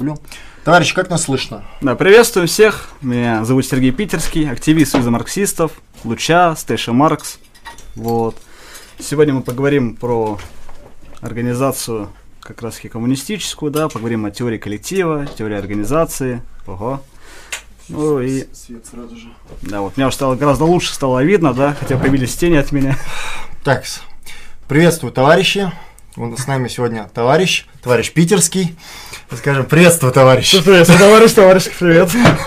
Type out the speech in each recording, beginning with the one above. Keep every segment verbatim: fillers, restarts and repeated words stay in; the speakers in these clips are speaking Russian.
Товарищи, как нас слышно? Да, приветствую всех. Меня зовут Сергей Питерский, активист Союза марксистов, Луча, Station Marks. Вот. Сегодня мы поговорим про организацию как раз таки коммунистическую, да, поговорим о теории коллектива, теории организации. Ого. Ну и... Свет сразу же. Да, вот меня уже стало гораздо лучше стало видно, да, хотя появились тени от меня. Так, приветствую, товарищи. Вот с нами сегодня товарищ, товарищ Питерский. Скажем, приветствую, товарищ. Приветствую, товарищ, товарищ, привет.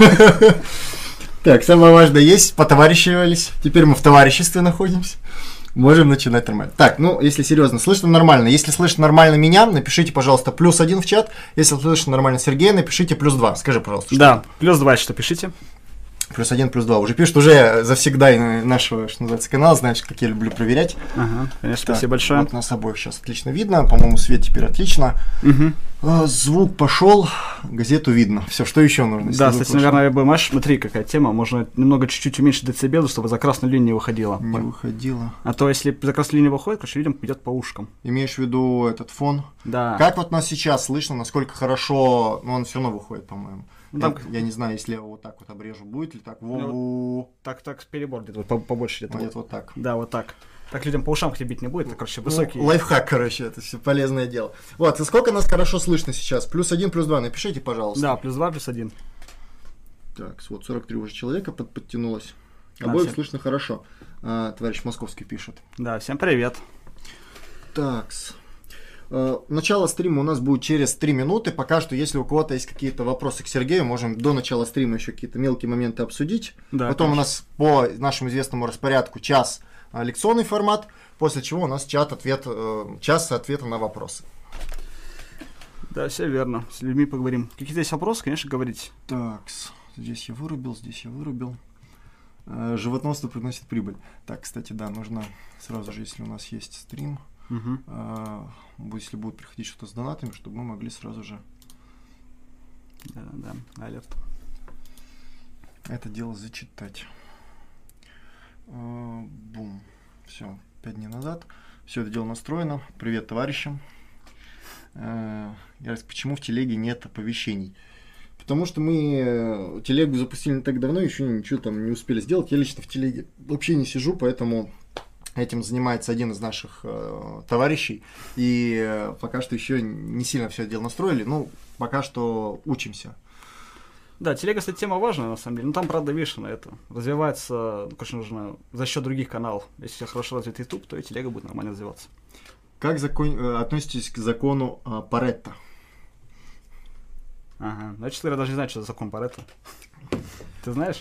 Так, самое важное есть, потоварищивались. Теперь мы в товариществе находимся. Можем начинать нормально. Так, ну, если серьезно, слышно нормально. Если слышно нормально меня, напишите, пожалуйста, плюс один в чат. Если слышно нормально Сергея, напишите плюс два. Скажи, пожалуйста. Что? Да, плюс два, что пишите. Плюс один, плюс два. Уже пишут, уже завсегда нашего, что называется, канала, знаешь, как я люблю проверять. Ага, конечно, так, спасибо большое. Вот нас обоих сейчас отлично видно. По-моему, свет теперь отлично. Угу. А, звук пошел, газету видно. Все, что еще нужно? Да, кстати, пошел? Наверное, я бы, Маш, смотри, какая тема. Можно немного чуть-чуть уменьшить децибелы, чтобы за красную линию не выходила. Не выходила. А то, если за красную линию выходит, короче, людям идет по ушкам. Имеешь в виду этот фон? Да. Как вот нас сейчас слышно, насколько хорошо, ну, он все равно выходит, по-моему. Ну, там... я, я не знаю, если я вот так вот обрежу, будет ли так? Ну, так, так, перебор где-то, вот, побольше где-то. Нет, вот так. Да, вот так. Так людям по ушам хоть бить не будет, это, короче, высокий. Ну, лайфхак, короче, это все полезное дело. Вот, и сколько нас хорошо слышно сейчас? Плюс один, плюс два, напишите, пожалуйста. Да, плюс два, плюс один. Так, вот сорок три уже человека под, подтянулось. Обоих да, слышно хорошо. А, товарищ Московский пишет. Да, всем привет. Такс. Начало стрима у нас будет через три минуты. Пока что, если у кого-то есть какие-то вопросы к Сергею, можем до начала стрима еще какие-то мелкие моменты обсудить. Да, Потом конечно. У нас по нашему известному распорядку час лекционный формат, после чего у нас чат-ответ, час ответа на вопросы. Да, все верно. С людьми поговорим. Какие-то есть вопросы, конечно, говорите. Так, здесь я вырубил, здесь я вырубил. Животновство приносит прибыль. Так, кстати, да, нужно сразу же, если у нас есть стрим, угу. а, если будут приходить что-то с донатами, чтобы мы могли сразу же... Да, да, алерт. Это дело зачитать. А, бум. Все, пять дней назад. Все это дело настроено. Привет, товарищам. А, я раз, почему в телеге нет оповещений? Потому что мы телегу запустили не так давно, еще ничего там не успели сделать. Я лично в телеге вообще не сижу, поэтому... Этим занимается один из наших э, товарищей, и э, пока что еще не сильно все это дело настроили, ну, пока что учимся. Да, телега, кстати, тема важная, на самом деле, но там, правда, видишь, на это развивается, ну, конечно, нужно за счет других каналов. Если у тебя хорошо развит YouTube, то и телега будет нормально развиваться. Как закон, э, относитесь к закону э, Паретта? Ага, значит, я даже не знаю, что за закон Паретта. Ты знаешь?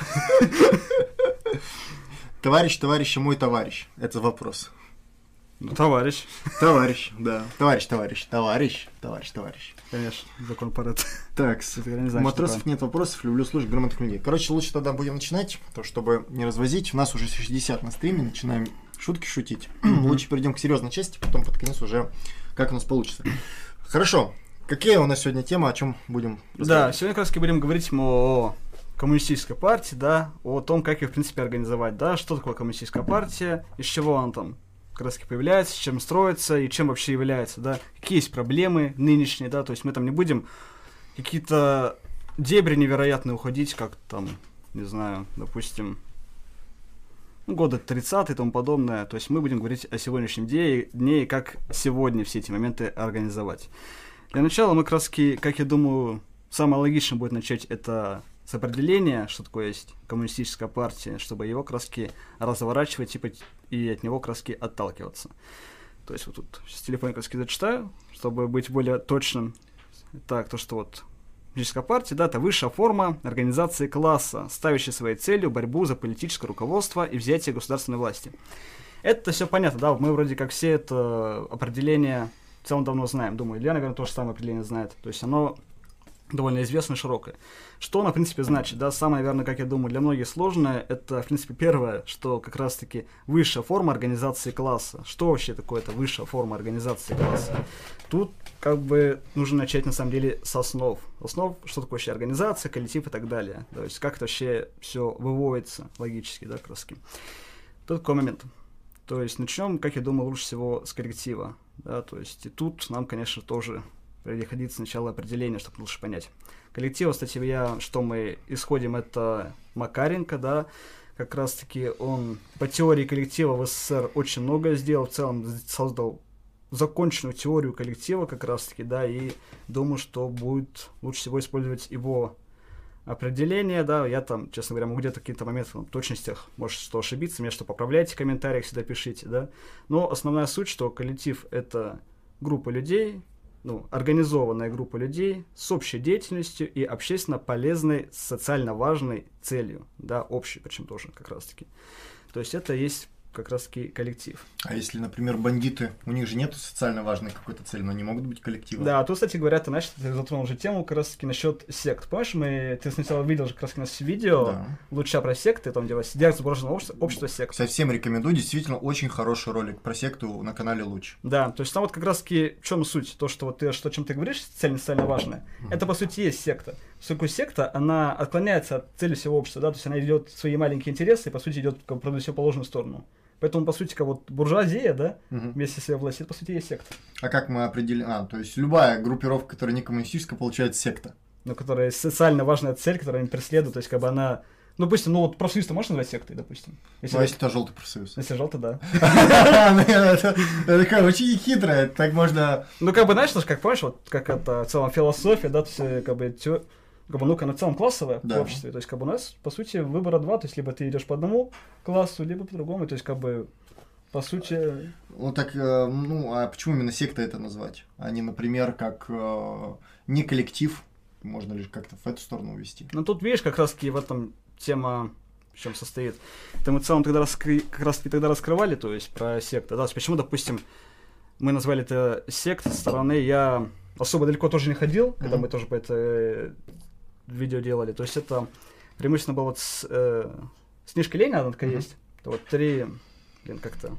Товарищ, товарищ, мой товарищ. Это вопрос. Ну, товарищ. Товарищ, да. Товарищ, товарищ, товарищ, товарищ, товарищ. Конечно, закон Паретта. Так, у матросов нет вопросов, люблю слушать грамотных людей. Короче, лучше тогда будем начинать, то чтобы не развозить. У нас уже шестьдесят на стриме, начинаем шутки шутить. Лучше перейдем к серьезной части, потом под конец уже как у нас получится. Хорошо. Какие у нас сегодня темы, о чем будем разговаривать? Да, сегодня как раз будем говорить о коммунистической партии, да, о том, как ее, в принципе, организовать, да, что такое коммунистическая партия, из чего она там как раз таки появляется, с чем строится и чем вообще является, да, какие есть проблемы нынешние, да, то есть мы там не будем какие-то дебри невероятные уходить, как там, не знаю, допустим, ну, года тридцатые и тому подобное, то есть мы будем говорить о сегодняшнем дне, дне и как сегодня все эти моменты организовать. Для начала мы как раз таки, как я думаю, самое логичное будет начать это с определения, что такое есть коммунистическая партия, чтобы его краски разворачивать типа, и от него краски отталкиваться. То есть вот тут сейчас телефон краски зачитаю, чтобы быть более точным. Так, то что вот коммунистическая партия, да, это высшая форма организации класса, ставящая своей целью борьбу за политическое руководство и взятие государственной власти. Это все понятно, да, мы вроде как все это определение в целом давно знаем. Думаю, Илья, наверное, тоже самое определение знает. То есть оно довольно известно и широкое. Что оно, в принципе, значит? Да, самое, наверное, как я думаю, для многих сложное, это, в принципе, первое, что как раз-таки высшая форма организации класса. Что вообще такое это высшая форма организации класса? Тут, как бы, нужно начать, на самом деле, с основ. Основ, что такое вообще организация, коллектив и так далее. То есть, как это вообще все выводится логически, да, как раз таки. Тут такой момент. То есть, начнем, как я думаю, лучше всего с коллектива. Да, то есть, и тут нам, конечно, тоже переходить сначала определение, чтобы лучше понять. Коллектива, кстати, я, что мы исходим, это Макаренко, да, как раз-таки он по теории коллектива в СССР очень много сделал, в целом создал законченную теорию коллектива как раз-таки, да, и думаю, что будет лучше всего использовать его определение, да, я там, честно говоря, могу где-то какие-то моменты в точностях, может, что ошибиться, мне что поправляйте в комментариях, всегда пишите, да, но основная суть, что коллектив — это группа людей, ну, организованная группа людей с общей деятельностью и общественно полезной, социально важной целью, да, общей, причем тоже как раз-таки. То есть это есть как раз-таки коллектив. А если, например, бандиты, у них же нету социально важной какой-то цели, но они могут быть коллективом. Да, тут, кстати говоря, ты, знаешь, ты затронул же тему как раз-таки насчет сект. Помнишь, мы, ты сначала видел же как раз-таки у нас видео Да. Луча про секты, там, где сидят изображено общество, общество сект. Кстати, всем рекомендую, действительно очень хороший ролик про секту на канале Луч. Да, то есть там вот как раз-таки в чем суть? То, что вот ты, что, о чем ты говоришь, социально социально важное, mm-hmm. это, по сути, есть секта. Поскольку секта, она отклоняется от цели всего общества, да, то есть она идет в свои маленькие интересы и, по сути, идет в противоположную сторону. Поэтому, по сути, как вот буржуазия, да, угу. вместе с своей властью, это, по сути, есть секта. А как мы определим? А, то есть любая группировка, которая не коммунистическая, получается секта. Ну, которая социально важная цель, которую они преследуют, то есть, как бы она... Ну, допустим, ну, вот профсоюз-то можно назвать сектой, допустим? Если ну, а если это желтый профсоюз? Если желтый, да. Это такая очень хитрая, так можно... Ну, как бы, знаешь, как, понимаешь, вот как это в целом философия, да, то есть, как бы, как бы наука на целом классовая да. в обществе. То есть, как бы у нас, по сути, выбора два. То есть, либо ты идешь по одному классу, либо по другому. То есть, как бы, по сути... Ну, так, ну, а почему именно секта это назвать? А не, например, как э, не коллектив? Можно лишь как-то в эту сторону увести. Ну, тут, видишь, как раз-таки в этом тема в чем состоит. Это мы в целом тогда раскры... как раз-таки тогда раскрывали, то есть, про секты. Да? Почему, допустим, мы назвали это сект со стороны... Я особо далеко тоже не ходил, mm-hmm. когда мы тоже по это... видео делали. То есть это преимущественно было вот с, э, с книжкой Ленина, она такая mm-hmm. есть. Это вот три, блин, как-то,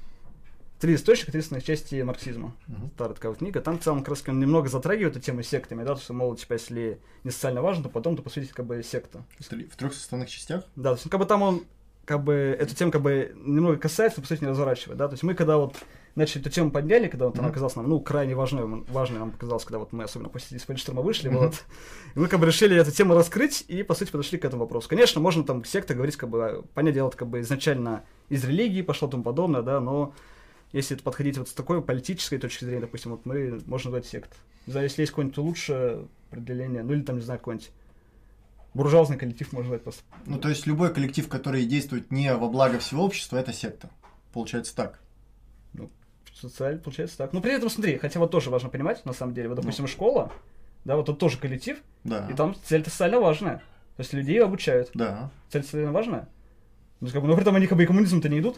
три источника, три основных части марксизма. Mm-hmm. Старая такая вот книга. Там в целом как раз он немного затрагивает эту тему сектами, да, то есть, мол, типа, если не социально важно, то потом, то, по сути, как бы секта. В трех составных частях? Да, то есть, как бы там он, как бы, эту тему, как бы, немного касается, но, по сути, не разворачивает, да, то есть мы, когда вот начали эту тему подняли, когда вот mm-hmm. она оказалась нам, ну, крайне важной, важной нам показалось, когда вот мы, особенно после Диспельштерма вышли, mm-hmm. вот, и мы, как бы, решили эту тему раскрыть и, по сути, подошли к этому вопросу. Конечно, можно там секта говорить, как бы, понятное дело, как бы, изначально из религии пошло и тому подобное, да, но если это подходить вот с такой политической точки зрения, допустим, вот мы, можно назвать сект. Не знаю, если есть какое-нибудь лучшее определение, ну, или там, не знаю, какой-нибудь буржуазный коллектив, можно назвать просто. Ну, то есть любой коллектив, который действует не во благо всего общества, это секта. Получается так. Социально, получается так. Ну, при этом, смотри, хотя вот тоже важно понимать, на самом деле, вот, допустим, ну. школа, да, вот тут тоже коллектив, да. и там цель-то социально важная. То есть людей обучают. Да. Цель социально важная. Ну, как бы, но при этом они как бы и коммунизм-то не идут.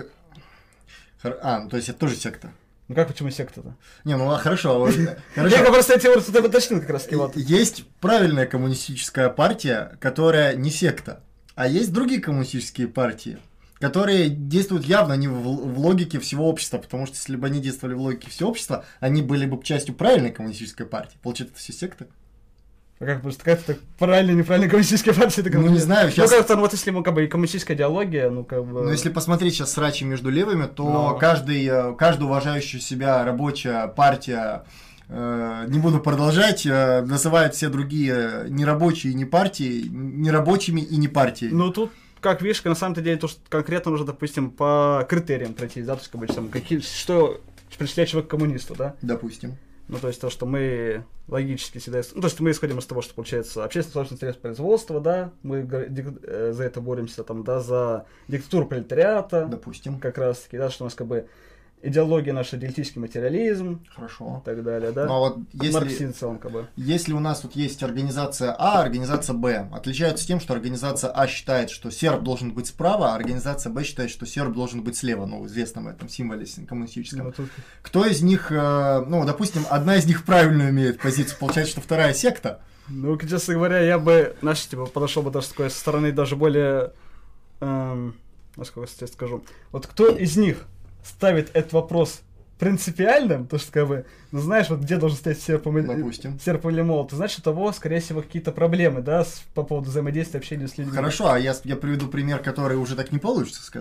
Х... А, ну, то есть это тоже секта. Ну, как, почему секта-то? Не, ну, а хорошо. Я просто эти вот уточнил как раз. Есть правильная коммунистическая партия, которая не секта, а есть другие коммунистические партии, которые действуют явно не в, в логике всего общества, потому что если бы они действовали в логике всего общества, они были бы частью правильной коммунистической партии. Получается, это все секты? А как просто какая-то так правильная, неправильная коммунистическая партия? Ну, не знаю, сейчас... Ну, как-то, вот если мы, как бы, и коммунистическая идеология, ну, как бы... Ну, если посмотреть сейчас срачи между левыми, то Но... каждый, каждая уважающая себя рабочая партия, э, не буду продолжать, э, называет все другие нерабочие и не партии, нерабочими и не партией. Ну, тут... Как видишь, на самом деле, то, что конкретно нужно, допустим, по критериям пройти, да, то есть, как бы, там, какие, что причисляет человек к коммунисту, да? Допустим. Ну, то есть, то, что мы логически всегда... Ну, то есть, мы исходим из того, что, получается, общественный собственный интерес производства, да, мы за это боремся, там, да, за диктатуру пролетариата. Допустим. Как раз-таки, да, что у нас, как бы, идеология наша, диалектический материализм. Хорошо. И так далее, да. Ну, а вот если, марксизм в целом, как бы. Если у нас тут есть организация А, организация Б, отличаются тем, что организация А считает, что серб должен быть справа, а организация Б считает, что серб должен быть слева, ну, в известном этом символе коммунистическом. Ну, тут... Кто из них, ну, допустим, одна из них правильную имеет позицию, получается, что вторая секта? Ну, честно говоря, я бы, знаешь, типа, подошел бы даже с такой стороны даже более, эм, насколько я скажу, вот кто из них ставит этот вопрос принципиальным, то что, как бы, ну, знаешь, вот где должен стоять серп или молот, то значит, у того, скорее всего, какие-то проблемы, да, с, по поводу взаимодействия, общения с людьми. Хорошо, а я, я приведу пример, который уже так не получится сказать.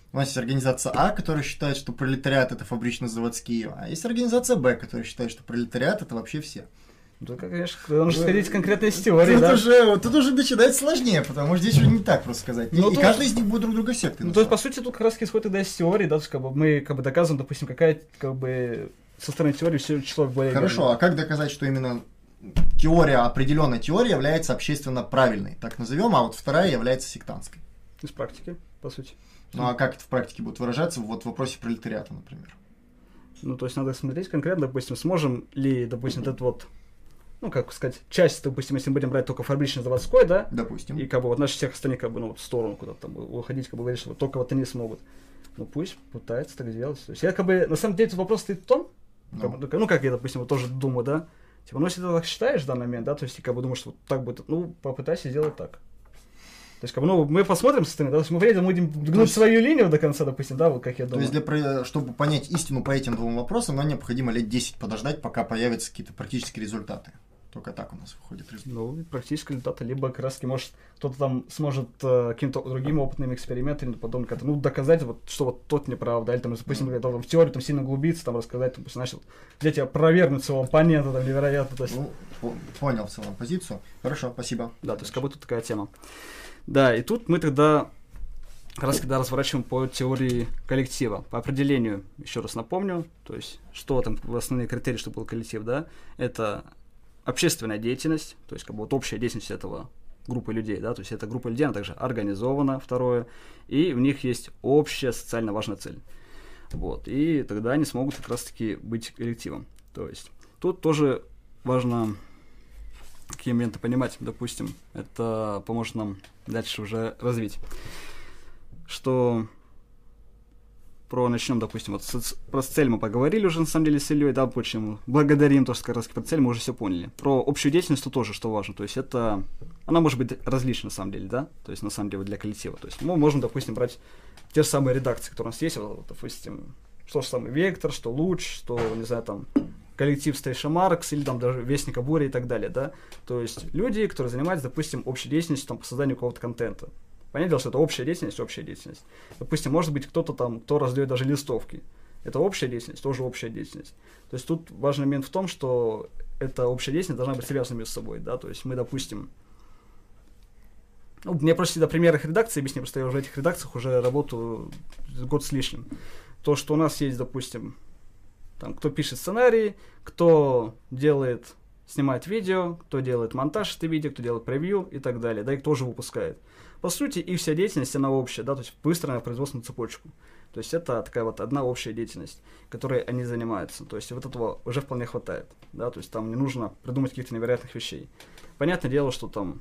У нас есть организация А, которая считает, что пролетариат — это фабрично-заводские, а есть организация Б, которая считает, что пролетариат — это вообще все. Да, конечно, нужно сходить конкретно из теории, тут да? Уже, тут уже начинать сложнее, потому что здесь уже не так просто сказать. Ну, и то... каждый из них будет друг друга сектой. Ну, то есть, по сути, тут как раз исходит тогда из теории, да, то есть, как бы, мы как бы доказываем, допустим, какая, как бы, со стороны теории все человек более... Хорошо, верный. А как доказать, что именно теория, определенная теория является общественно правильной, так назовем, а вот вторая является сектантской? Из практики, по сути. Ну, а как это в практике будет выражаться вот в вопросе пролетариата, например? Ну, то есть, надо смотреть конкретно, допустим, сможем ли, допустим, этот вот, ну, как сказать, часть, допустим, если мы будем брать только фабрично-заводской, да? Допустим. И как бы вот наши всех остальных, как бы, ну, вот в сторону куда-то там уходить, как бы говорить, что вот только вот они смогут. Ну, пусть пытаются так сделать. То есть, я как бы, на самом деле, этот вопрос стоит в том, Ну, как бы, ну, как я, допустим, вот тоже думаю, да? Типа, ну, если ты так считаешь в данный момент, да, то есть, и как бы думаешь, что вот так будет, ну, попытайся сделать так. То есть, как бы, ну, мы посмотрим со стороны, да, то есть, мы приедем, будем гнуть есть... свою линию до конца, допустим, да, вот как я думаю. То есть, для, чтобы понять истину по этим двум вопросам, нам необходимо лет десять подождать, пока появятся какие-то практические результаты. Только так у нас выходит результат. Ну, практические результаты, либо как раз может кто-то там сможет э, каким-то другими опытными экспериментами подобным, как-то, ну, доказать, вот, что вот тот неправда, или там, допустим, mm. там, в теорию там сильно углубиться, там, рассказать, там, начал взять и опровергнуть своего оппонента, там, невероятно. То есть... Ну, понял в целом позицию. Хорошо, спасибо. Да, то есть, как будто такая тема. Да, и тут мы тогда, как раз когда разворачиваем по теории коллектива, по определению, еще раз напомню, то есть, что там основные критерии, чтобы был коллектив, да, это общественная деятельность, то есть, как бы, вот общая деятельность этого группы людей, да, то есть, эта группа людей, она также организована, второе, и в них есть общая социально важная цель, вот, и тогда они смогут как раз-таки быть коллективом, то есть, тут тоже важно какие моменты понимать, допустим, это поможет нам дальше уже развить, что про начнем, допустим, вот соци... про цель мы поговорили уже, на самом деле, с Ильей, да, почему благодарим, то, что как раз про цель мы уже все поняли. Про общую деятельность то тоже, что важно, то есть это, она может быть различна, на самом деле, да, то есть на самом деле для коллектива, то есть мы можем, допустим, брать те же самые редакции, которые у нас есть, вот, допустим, что же самый Вектор, что Луч, что, не знаю, там, коллектив Стейша Маркс или там даже Вестника Буря и так далее, да, то есть люди, которые занимаются, допустим, общей деятельностью там по созданию какого-то контента. Понятно, что это общая деятельность, общая деятельность. Допустим, может быть, кто-то там, кто раздает даже листовки. Это общая деятельность, тоже общая деятельность. То есть тут важный момент в том, что эта общая деятельность должна быть связана между собой, да, то есть мы, допустим, ну, мне просто всегда пример их редакции объясню, просто я уже в этих редакциях уже работаю год с лишним. То, что у нас есть, допустим, там, кто пишет сценарий, кто делает, снимает видео, кто делает монтаж этого видео, кто делает превью и так далее, да, и кто же выпускает. По сути, их вся деятельность, она общая, да, то есть выстроена в производственную цепочку. То есть это такая вот одна общая деятельность, которой они занимаются. То есть вот этого уже вполне хватает, да, то есть там не нужно придумать каких-то невероятных вещей. Понятное дело, что там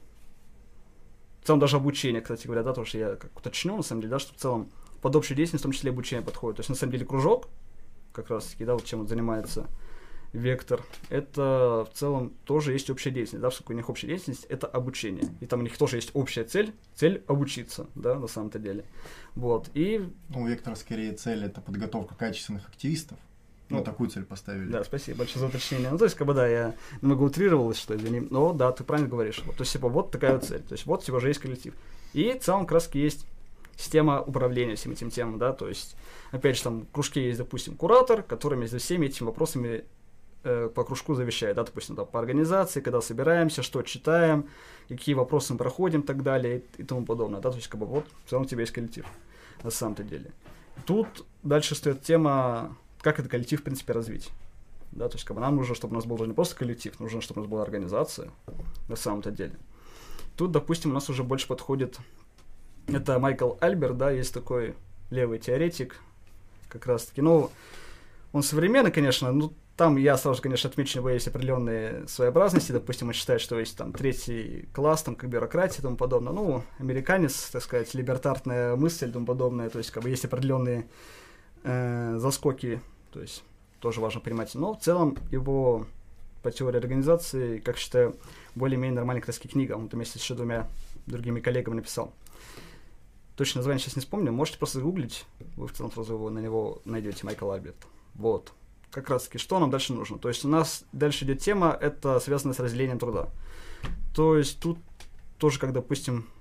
в целом даже обучение, кстати говоря, да, потому что я как уточню, на самом деле, да, что в целом под общую деятельность, в том числе обучение подходит. То есть на самом деле кружок, как раз таки, да, вот чем он занимается Вектор, это в целом тоже есть общая деятельность, да, что у них общая деятельность, это обучение, и там у них тоже есть общая цель, цель обучиться, да, на самом-то деле, вот, и... Ну, у Вектора скорее цель это подготовка качественных активистов, ну, ну такую цель поставили. Да, спасибо большое за уточнение, ну, то есть, как бы, да, я немного утрировалась, что, извини, но, да, ты правильно говоришь, вот, то есть, типа, вот такая вот цель, то есть, вот, типа, уже есть коллектив, и в целом, как раз есть система управления всем этим темам, да, то есть, опять же, там, в кружке есть, допустим, куратор, который между всеми этими вопросами по кружку завещает, да, допустим, да, по организации, когда собираемся, что читаем, какие вопросы мы проходим и так далее и, и тому подобное, да, то есть, как бы, вот, в целом у тебя есть коллектив, на самом-то деле. Тут дальше стоит тема, как этот коллектив, в принципе, развить, да, то есть, как бы, нам нужно, чтобы у нас был уже не просто коллектив, нужно, чтобы у нас была организация, на самом-то деле. Тут, допустим, у нас уже больше подходит, это Майкл Альберт, да, есть такой левый теоретик, как раз-таки, ну, он современный, конечно, ну, там я сразу, конечно, отмечу, у него есть определенные своеобразности, допустим, он считает, что есть там третий класс, там, как бюрократия и тому подобное, ну, американец, так сказать, либертарная мысль и тому подобное, то есть, как бы, есть определенные э, заскоки, то есть, тоже важно понимать, но в целом его по теории организации, как считаю, более-менее нормальная как раз книга, он там вместе с еще двумя другими коллегами написал. Точно название сейчас не вспомню, можете просто загуглить, вы в целом сразу его, на него найдете, Майкл Альберт, вот. Как раз таки, что нам дальше нужно. То есть у нас дальше идет тема, это связано с разделением труда. То есть тут тоже, как, допустим,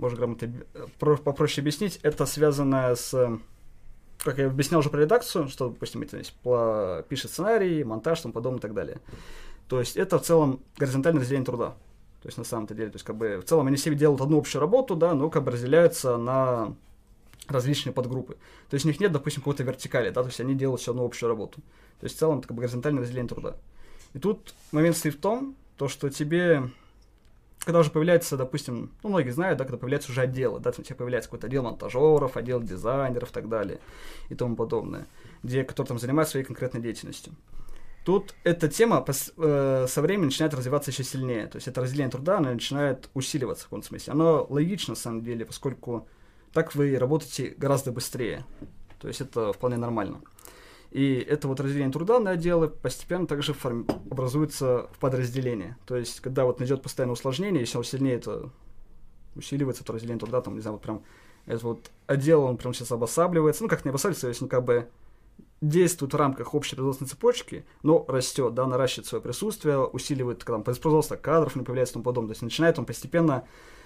можно грамотно про- попроще объяснить, это связано с, как я объяснял уже про редакцию, что, допустим, это есть, пла- пишет сценарий, монтаж, тому подобное и так далее. То есть это в целом горизонтальное разделение труда. То есть на самом-то деле, то есть как бы в целом они все делают одну общую работу, да, но как бы разделяются на различные подгруппы. То есть у них нет, допустим, какой-то вертикали, да, то есть они делают все одну общую работу. То есть в целом это как бы горизонтальное разделение труда. И тут момент стоит в том, то, что тебе, когда уже появляется, допустим, ну, многие знают, да, когда появляются уже отделы, да, там у тебя появляется какой-то отдел монтажеров, отдел дизайнеров и так далее, и тому подобное, где, которые там занимаются своей конкретной деятельностью. Тут эта тема э, со временем начинает развиваться еще сильнее. То есть это разделение труда, оно начинает усиливаться в каком-то смысле. Оно логично, на самом деле, поскольку так вы работаете гораздо быстрее. То есть это вполне нормально. И это вот разделение труда на отделы постепенно также форми- образуется в подразделение. То есть когда вот идет постоянное усложнение, если оно сильнее это усиливается, то разделение труда, там, не знаю, вот прям этот вот отдел, он прям сейчас обосабливается. Ну, как не обосабливается, если он как бы действует в рамках общей производственной цепочки, но растет, да, наращивает свое присутствие, усиливает там, производство кадров, не появляется и тому подобное. То есть начинает он постепенно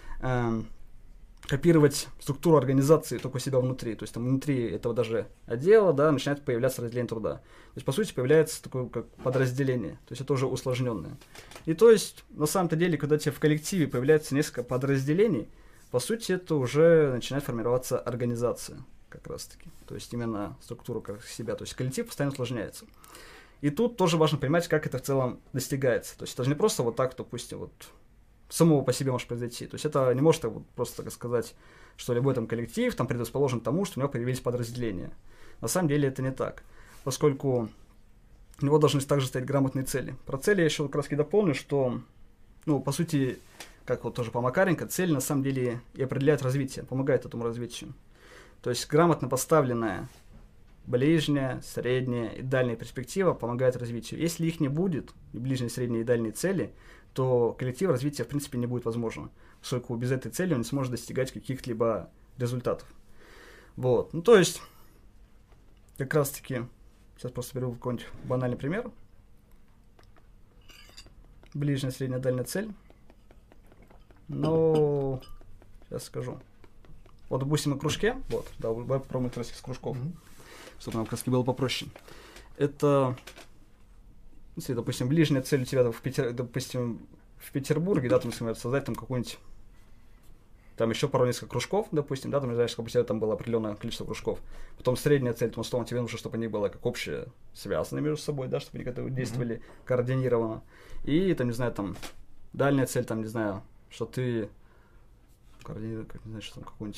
э, копировать структуру организации только у себя внутри. То есть там внутри этого даже отдела, да, начинает появляться разделение труда. То есть, по сути, появляется такое как подразделение. То есть это уже усложненное. И то есть, на самом-то деле, когда у тебя в коллективе появляется несколько подразделений, по сути, это уже начинает формироваться организация. Как раз таки. То есть именно структура как себя. То есть коллектив постоянно усложняется. И тут тоже важно понимать, как это в целом достигается. То есть это же не просто вот так, допустим, вот самого по себе может произойти. То есть это не может так вот просто так сказать, что любой там коллектив там предрасположен к тому, что у него появились подразделения. На самом деле это не так. Поскольку у него должны также стоять грамотные цели. Про цели я еще как раз дополню, что, ну, по сути, как вот тоже по Макаренко, цели на самом деле и определяют развитие, помогают этому развитию. То есть грамотно поставленная ближняя, средняя и дальняя перспектива помогает развитию. Если их не будет, и ближние, средние и дальние цели, то коллектив развития в принципе не будет возможно, поскольку без этой цели он не сможет достигать каких-либо результатов. Вот. Ну, то есть, как раз таки, сейчас просто беру какой-нибудь банальный пример. Ближняя, средняя, дальняя цель. Но, сейчас скажу. Вот, допустим, на кружке, вот, да, попробуем как раз с кружков, mm-hmm. чтобы нам как раз было попроще. Это, если, допустим, ближняя цель у тебя, в Питер, допустим, в Петербурге, да, там, если создать там какую-нибудь, там еще пару несколько кружков, допустим, да, там, знаешь, чтобы у тебя там было определенное количество кружков. Потом средняя цель, там, условно, тебе нужно, чтобы они были как общие, связаны между собой, да, чтобы они как-то действовали mm-hmm. координированно. И, там, не знаю, там, дальняя цель, там, не знаю, что ты, координировать, как, не знаю, что там, какую-нибудь,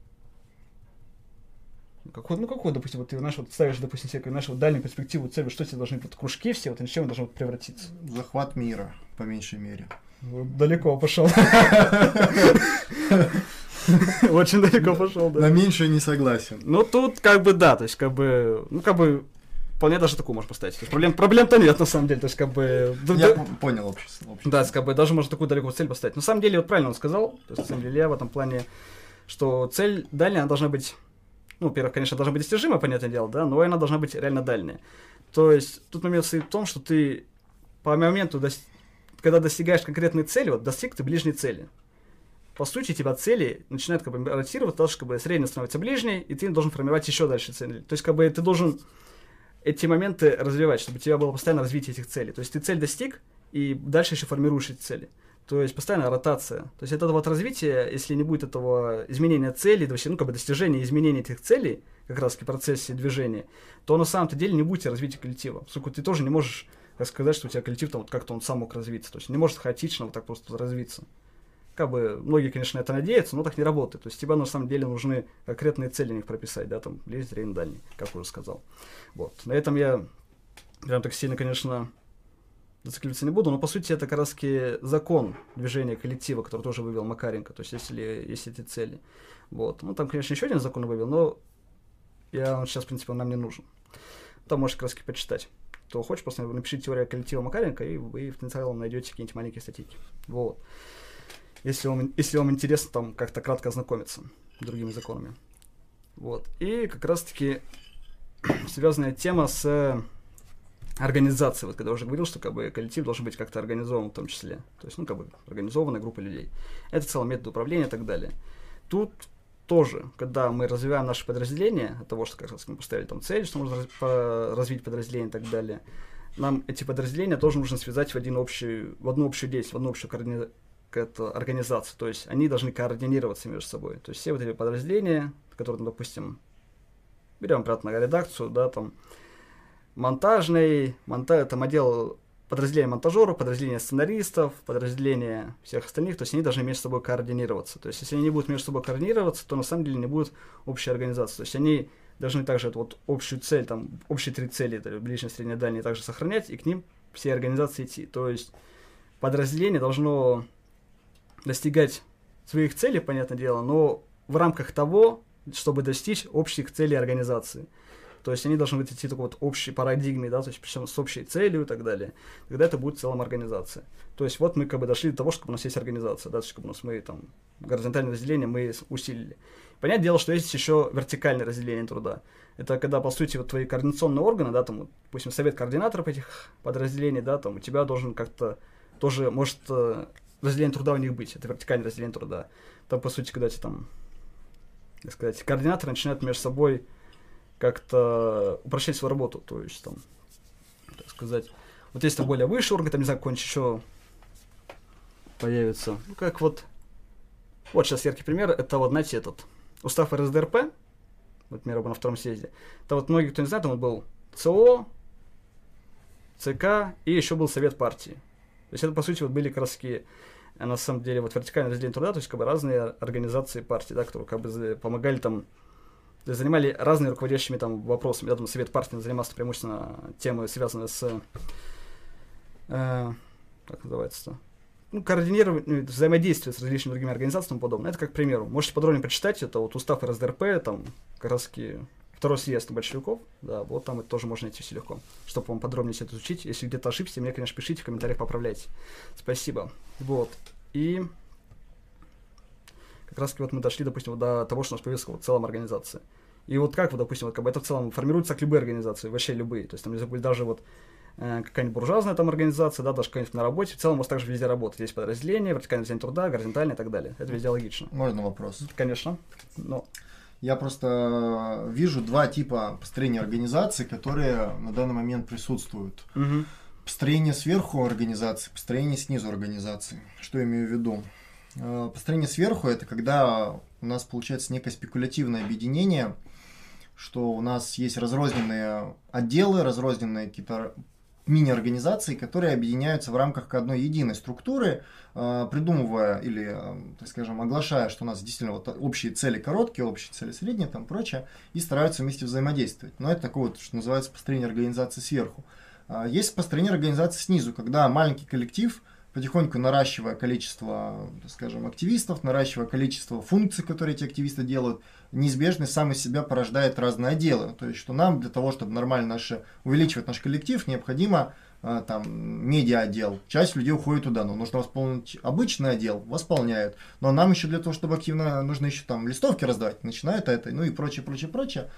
Какой, ну какой, допустим, вот ты, знаешь, вот ставишь, допустим, себе, знаешь, вот дальнюю перспективу, цель, что тебе должны, вот кружки все, вот, и чем должны вот превратиться? Захват мира, по меньшей мере. Вот, далеко пошел. Очень далеко пошел, да. На меньшее не согласен. Ну, тут как бы да, то есть как бы, ну как бы, вполне даже такую можно поставить. То есть проблем, проблем-то нет, на самом деле, то есть как бы... Я понял общество. Да, как бы даже можно такую далеко цель поставить. На самом деле, вот правильно он сказал, то есть на самом деле я в этом плане, что цель дальняя, она должна быть... Ну, во-первых, конечно, должна быть достижима, понятное дело, да, но она должна быть реально дальняя. То есть тут момент стоит в том, что ты по моменту, дос... когда достигаешь конкретной цели, вот достиг ты ближней цели. По сути, у тебя цели начинают как бы ротировать, потому что как бы средняя становится ближней, и ты должен формировать еще дальше цели. То есть как бы ты должен эти моменты развивать, чтобы у тебя было постоянное развитие этих целей. То есть ты цель достиг, и дальше еще формируешь эти цели. То есть постоянная ротация. То есть это вот развитие, если не будет этого изменения целей, вообще, ну, как бы достижения изменения этих целей, как раз в процессе движения, то на самом-то деле не будет развития коллектива. Поскольку ты тоже не можешь, так сказать, что у тебя коллектив там вот как-то он сам мог развиться. То есть не может хаотично вот так просто развиться. Как бы многие, конечно, это надеются, но так не работает. То есть тебе на самом деле нужны конкретные цели в них прописать, да, там, ближний, средний, дальний, как уже сказал. Вот. На этом я прям так сильно, конечно, зацикливаться не буду, но по сути это как раз таки закон движения коллектива, который тоже вывел Макаренко, то есть если есть эти цели. Вот. Ну там, конечно, еще один закон вывел, но я, он сейчас, в принципе, он нам не нужен. Там можешь как раз таки почитать. Кто хочет, просто напишите теорию коллектива Макаренко, и вы в целом найдете какие-нибудь маленькие статейки. Вот. Если вам, если вам интересно там как-то кратко ознакомиться с другими законами. Вот. И как раз таки связанная тема с организации, вот когда я уже говорил, что как бы коллектив должен быть как-то организован в том числе, то есть, ну, как бы организованная группа людей. Это целый метод управления и так далее. тут тоже, когда мы развиваем наше подразделение, от того, что как раз мы поставили там цель, что нужно раз, по, развить подразделение и так далее, нам эти подразделения тоже нужно связать в, один общий, в одну общую деятельность, в одну общую координа, организацию. То есть они должны координироваться между собой. То есть все вот эти подразделения, которые, допустим, берем обратно редакцию, да, там, монтажный, монта, там отдел подразделение монтажеров, подразделение сценаристов, подразделение всех остальных, то есть они должны между собой координироваться. То есть если они не будут между собой координироваться, то на самом деле не будет общей организации. То есть они должны также эту вот общую цель, там, общие три цели, это ближнее, среднее, дальнее, также сохранять, и к ним все организации идти. То есть подразделение должно достигать своих целей, понятное дело, но в рамках того, чтобы достичь общих целей организации. То есть они должны идти такой вот общей парадигме, да, то есть причем с общей целью и так далее. Тогда это будет в целом организация. То есть вот мы как бы дошли до того, чтобы у нас есть организация, да, то есть чтобы у нас мы там горизонтальное разделение мы усилили. Понятное дело, что есть еще вертикальное разделение труда. Это когда, по сути, вот твои координационные органы, да, там, допустим, совет координаторов этих подразделений, да, там, у тебя должен как-то тоже, может, разделение труда у них быть. Это вертикальное разделение труда. Там, по сути, когда эти там, так сказать, координаторы начинают между собой как-то упрощать свою работу, то есть там, так сказать, вот есть там более высший орган, там, не знаю, какой-нибудь еще появится, ну, как вот, вот сейчас яркий пример, это вот, знаете, этот устав эр эс дэ эр пэ, вот, например, на втором съезде, это вот многие, кто не знает, там вот был ЦО, ЦК и еще был совет партии, то есть это, по сути, вот были как раз таки, на самом деле, вот вертикальное разделение труда, то есть как бы разные организации партии, да, которые как бы помогали там, занимали разные руководящими там вопросами. Да, там совет партии занимался преимущественно темой, связанной с э, как называется-то? Ну, координирование, взаимодействие с различными другими организациями и тому подобное. Это как, к примеру, можете подробнее прочитать, это вот устав эр эс дэ эр пэ, там как раз таки второй съезд большевиков, да, вот там это тоже можно найти все легко, чтобы вам подробнее все это изучить. Если где-то ошибся, мне, конечно, пишите в комментариях, поправляйте. Спасибо. Вот. И как раз таки вот мы дошли, допустим, вот до того, что у нас появилась вот в целом организация. И вот как, вот, допустим, вот, как бы это в целом формируется как любые организации, вообще любые. То есть там нельзя будет даже вот э, какая-нибудь буржуазная там организация, да, даже какая-нибудь на работе. В целом у вас также везде работает. Есть подразделения, вертикальное разделение труда, горизонтальное и так далее. Это везде логично. Можно вопрос? Конечно. Но... Я просто вижу два типа построения организации, которые на данный момент присутствуют. Угу. Построение сверху организации, построение снизу организации. Что я имею в виду? Построение сверху – это когда у нас получается некое спекулятивное объединение, что у нас есть разрозненные отделы, разрозненные какие-то мини-организации, которые объединяются в рамках одной единой структуры, придумывая или, так скажем, оглашая, что у нас действительно вот общие цели короткие, общие цели средние, там прочее, и стараются вместе взаимодействовать. Но это такое вот, что называется, построение организации сверху. Есть построение организации снизу, когда маленький коллектив, потихоньку наращивая количество, так скажем, активистов, наращивая количество функций, которые эти активисты делают, неизбежно сам из себя порождает разные отделы. То есть, что нам для того, чтобы нормально наши, увеличивать наш коллектив, необходимо там медиа-отдел. Часть людей уходит туда, но нужно восполнить обычный отдел, восполняют. Но нам еще для того, чтобы активно, нужно еще там листовки раздавать, начинают это, ну и прочее, прочее, прочее.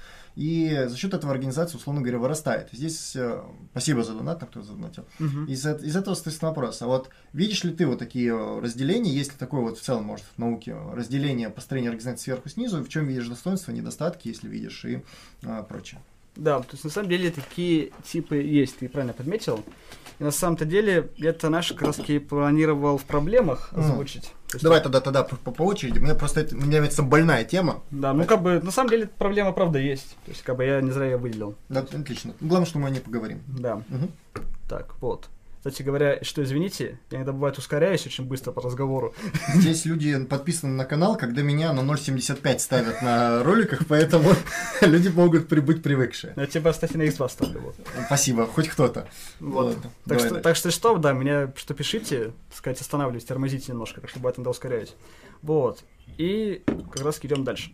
И за счет этого организация, условно говоря, вырастает. Здесь э, спасибо за донат, кто задонатил. Uh-huh. Из, из этого, соответственно, вопрос. А вот видишь ли ты вот такие разделения, есть ли такое вот в целом, может, в науке разделение построения организации сверху снизу, в чем видишь достоинства, недостатки, если видишь, и э, прочее? Да, то есть на самом деле такие типы есть, ты правильно подметил. И на самом-то деле это наш как раз таки планировал в проблемах озвучить. Mm. Давай тогда, тогда по, по очереди. Мне просто это, мне это больная тема. Да, ну как бы на самом деле проблема правда есть. То есть как бы я не зря ее выделил. Да, отлично. Главное, что мы о ней поговорим. Да. Угу. Так, вот. Кстати говоря, что извините, я иногда бывает ускоряюсь очень быстро по разговору. Здесь люди подписаны на канал, когда меня на ноль семьдесят пять ставят на роликах, поэтому люди могут быть привыкшие. Я тебя, кстати, на икс два ставлю. Вот. Спасибо, хоть кто-то. Вот. Так, Давай, что, да. так что что, да, меня что пишите, так сказать, останавливайтесь, тормозите немножко, так что бывает иногда ускоряюсь. Вот. И как раз идем дальше.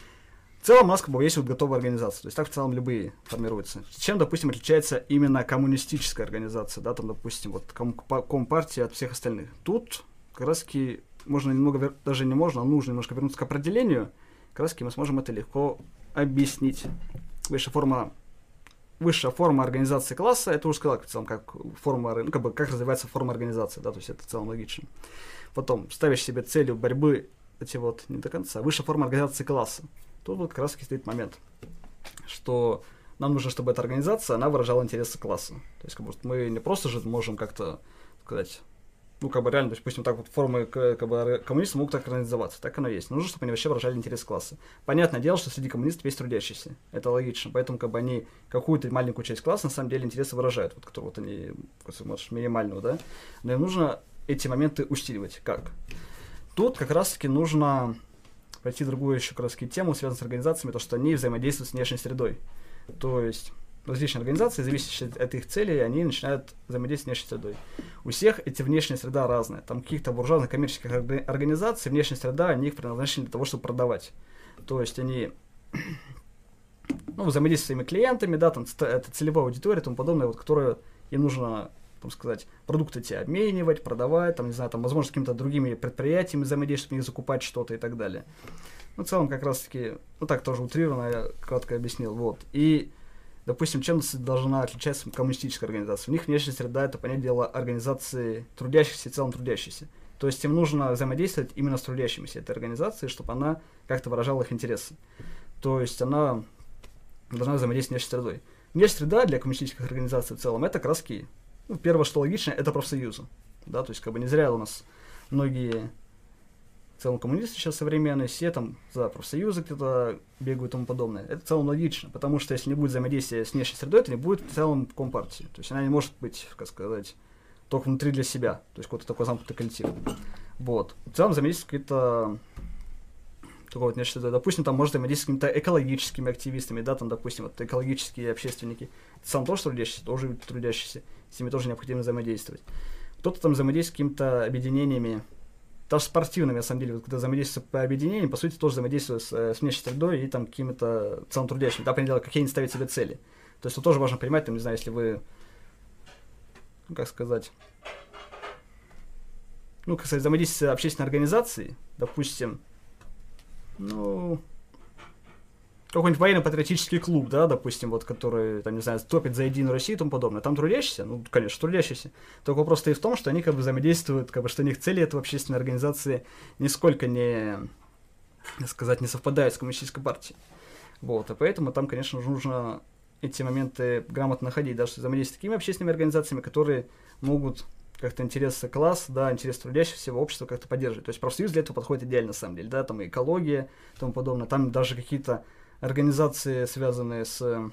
В целом у нас как бы есть вот готовая организация, то есть так в целом любые формируются. Чем, допустим, отличается именно коммунистическая организация, да, там, допустим, вот ком- компартия от всех остальных. Тут как раз таки можно немного, вер... даже не можно, а нужно немножко вернуться к определению, как раз таки мы сможем это легко объяснить. Высшая форма, высшая форма организации класса, это уже сказал в целом, как форма, ну, как бы, как развивается форма организации, да, то есть это в целом логично. Потом ставишь себе целью борьбы эти вот, не до конца, высшая форма организации класса. Тут вот как раз таки стоит момент, что нам нужно, чтобы эта организация, она выражала интересы класса. То есть, как бы, мы не просто же можем как-то сказать, ну, как бы реально, допустим, так вот формы как бы, коммунистов могут так организоваться, так оно есть. Нужно, чтобы они вообще выражали интерес класса. Понятное дело, что среди коммунистов есть трудящиеся. Это логично. Поэтому как бы они какую-то маленькую часть класса на самом деле интересы выражают, вот которые вот они, может, минимальную, да. Но им нужно эти моменты усиливать. Как? Тут как раз-таки нужно пройти другую еще как раз-таки тему, связанную с организациями, то, что они взаимодействуют с внешней средой. То есть различные организации, зависящие от их целей, они начинают взаимодействовать с внешней средой. У всех эти внешняя среда разная. Там каких-то буржуазных коммерческих организаций внешняя среда, они их предназначены для того, чтобы продавать. То есть они ну, взаимодействуют с своими клиентами, да, там это целевая аудитория и тому подобное, вот, которая им нужно, там сказать, продукты эти обменивать, продавать, там, не знаю, там, возможно, с какими-то другими предприятиями взаимодействовать, чтобы них закупать что-то и так далее. Ну, в целом, как раз-таки, ну, так тоже утрированно, я кратко объяснил, вот. И допустим, чем должна отличаться коммунистическая организация? У них внешняя среда, это, понятное дело, организации трудящихся и в целом трудящихся. То есть им нужно взаимодействовать именно с трудящимися этой организации, чтобы она как-то выражала их интересы. То есть она должна взаимодействовать с внешней средой. Внешняя среда для коммунистических организаций в целом, это как раз, ну, первое, что логично, это профсоюзы. Да? То есть как бы не зря у нас многие в целом коммунисты сейчас современные, все там за профсоюзы где-то бегают и тому подобное. Это в целом логично, потому что если не будет взаимодействия с внешней средой, то не будет в целом компартии. То есть она не может быть, как сказать, только внутри для себя, то есть какой-то такой замкнутый коллектив. Вот. В целом взаимодействие какие-то такого вот внешней средой. Допустим, там может взаимодействовать с какими-то экологическими активистами, да, там, допустим, вот экологические общественники. Это сам тоже трудящийся, тоже трудящийся, с ними тоже необходимо взаимодействовать. Кто-то там взаимодействует с какими-то объединениями, даже спортивными, на самом деле, вот, когда взаимодействуют по объединениям, по сути, тоже взаимодействуют с, с внешней средой и там какими-то целым трудящими. Да, понятное дело, какие они ставят себе цели. То есть тут тоже важно понимать, там, не знаю, если вы, ну, как сказать, ну, как сказать, взаимодействие с общественной организацией, допустим, ну, какой-нибудь военно-патриотический клуб, да, допустим, вот, который, там, не знаю, топит за Единую Россию и тому подобное. Там трудящиеся? Ну, конечно, трудящиеся. Только вопрос стоит в том, что они как бы взаимодействуют, как бы, что у них цели этой общественной организации нисколько не, так сказать, не совпадают с коммунистической партией. Вот, и поэтому там, конечно же, нужно эти моменты грамотно находить, да, что взаимодействовать с такими общественными организациями, которые могут как-то интересы класса, да, интересы трудящихся всего общества как-то поддерживать. То есть профсоюз для этого подходит идеально, на самом деле, да, там и экология и тому подобное. Там даже какие-то организации, связанные с, ну,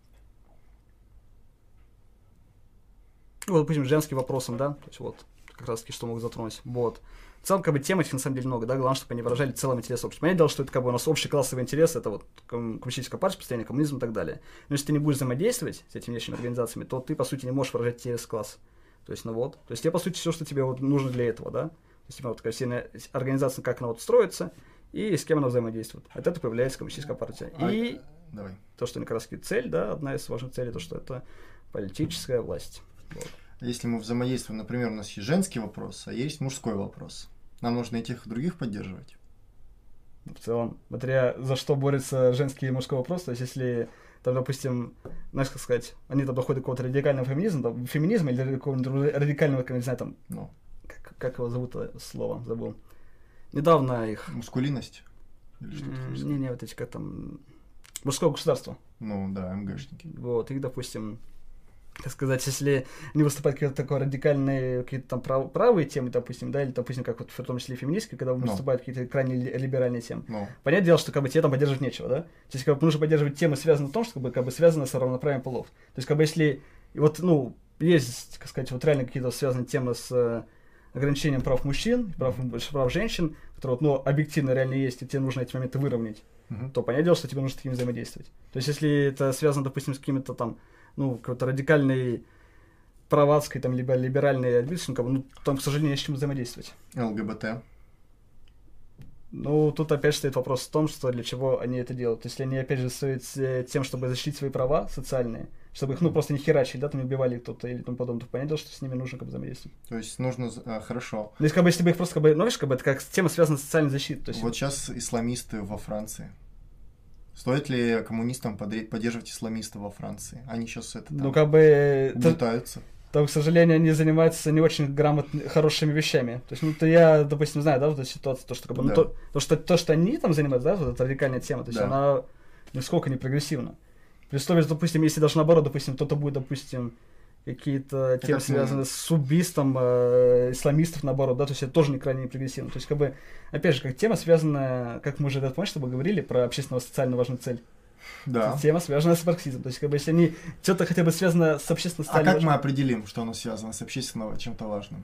допустим, женским вопросом, да, то есть вот, как раз таки, что могут затронуть, вот. В целом, как бы, тем этих, на самом деле, много, да, главное, чтобы они выражали целым интерес общества. Понятное дело, что это, как бы, у нас общий классовый интерес, это вот коммунистическая партия, постоянный коммунизм и так далее. Но если ты не будешь взаимодействовать с этими внешними организациями, то ты, по сути, не можешь выражать интерес класса. То есть, ну вот, то есть тебе, по сути, все, что тебе вот нужно для этого, да, то есть, типа, вот такая сильная организация, как она вот строится, и с кем она взаимодействует. От этого появляется коммунистическая партия. А, и давай. То, что как раз цель, да, одна из важных целей, то, что это политическая власть. Вот. Если мы взаимодействуем, например, у нас есть женский вопрос, а есть мужской вопрос. Нам нужно этих других поддерживать. В целом, смотря за что борется женский и мужской вопрос, то есть если там, допустим, знаешь, как сказать, они там доходят до какого-то радикального феминизма, там, феминизма или какого-нибудь радикального, как, не знаю, там, ну. как, как его зовут, слово, забыл. Недавно их... Мускулинность? Или что-то mm, Не-не, вот эти, как там, мужское государство. Ну, да, МГшники. Вот, их, допустим, как сказать, если не выступать какие-то такие радикальные, какие-то там прав, правые темы, допустим, да, или, допустим, как вот в том числе феминистские, когда no. выступают какие-то крайне либеральные темы. No. Понятное дело, что как бы тебе там поддерживать нечего, да? То есть как бы нужно поддерживать темы, связанные с том, что как бы, как бы связаны с равноправием полов. То есть как бы если вот, ну, есть, как сказать, вот реально какие-то связанные темы с э, ограничением прав мужчин, прав, прав женщин, которые, вот, ну, объективно реально есть, и тебе нужно эти моменты выровнять, uh-huh. то понятное дело, что тебе нужно с такими взаимодействовать. То есть если это связано, допустим, с какими-то там, ну, какой-то радикальной правацкой, там, либо либеральной администрации, ну, там, к сожалению, не с чем взаимодействовать. ЛГБТ. Ну, тут опять стоит вопрос в том, что для чего они это делают. То есть, если они, опять же, стоят тем, чтобы защитить свои права социальные, чтобы их, ну, просто не херачили, да, там, не убивали кто-то или тому подобное, то понятно, что с ними нужно, как бы, взаимодействовать. То есть, нужно, а, хорошо. То есть, как бы, если бы их просто, как бы, ну, видишь, как бы, это как тема связана с социальной защитой. То есть, вот сейчас исламисты во Франции. Стоит ли коммунистам поддерживать исламистов во Франции? Они сейчас это там ну, как бы... угнетаются. то, к сожалению, они занимаются не очень грамотными, хорошими вещами. То есть, ну, то я, допустим, знаю, да, вот эту ситуацию, то, что, как бы, Да. ну, то, то, что, то, что они там занимаются, да, вот эта радикальная тема, то есть, Да. она нисколько не прогрессивна. При условии, допустим, если даже наоборот, допустим, кто-то будет, допустим, какие-то темы, как связанные мы- с убийством э, исламистов, наоборот, да, то есть это тоже не крайне не прогрессивно. То есть, как бы, опять же, как тема, связанная, как мы уже, помнишь, с тобой говорили про общественно-социально важную цель? Да. Тема, связанная с марксизмом. То есть, как бы, если они что-то хотя бы связано с А общественно-социально как важной... мы определим, что оно связано с общественно чем-то важным?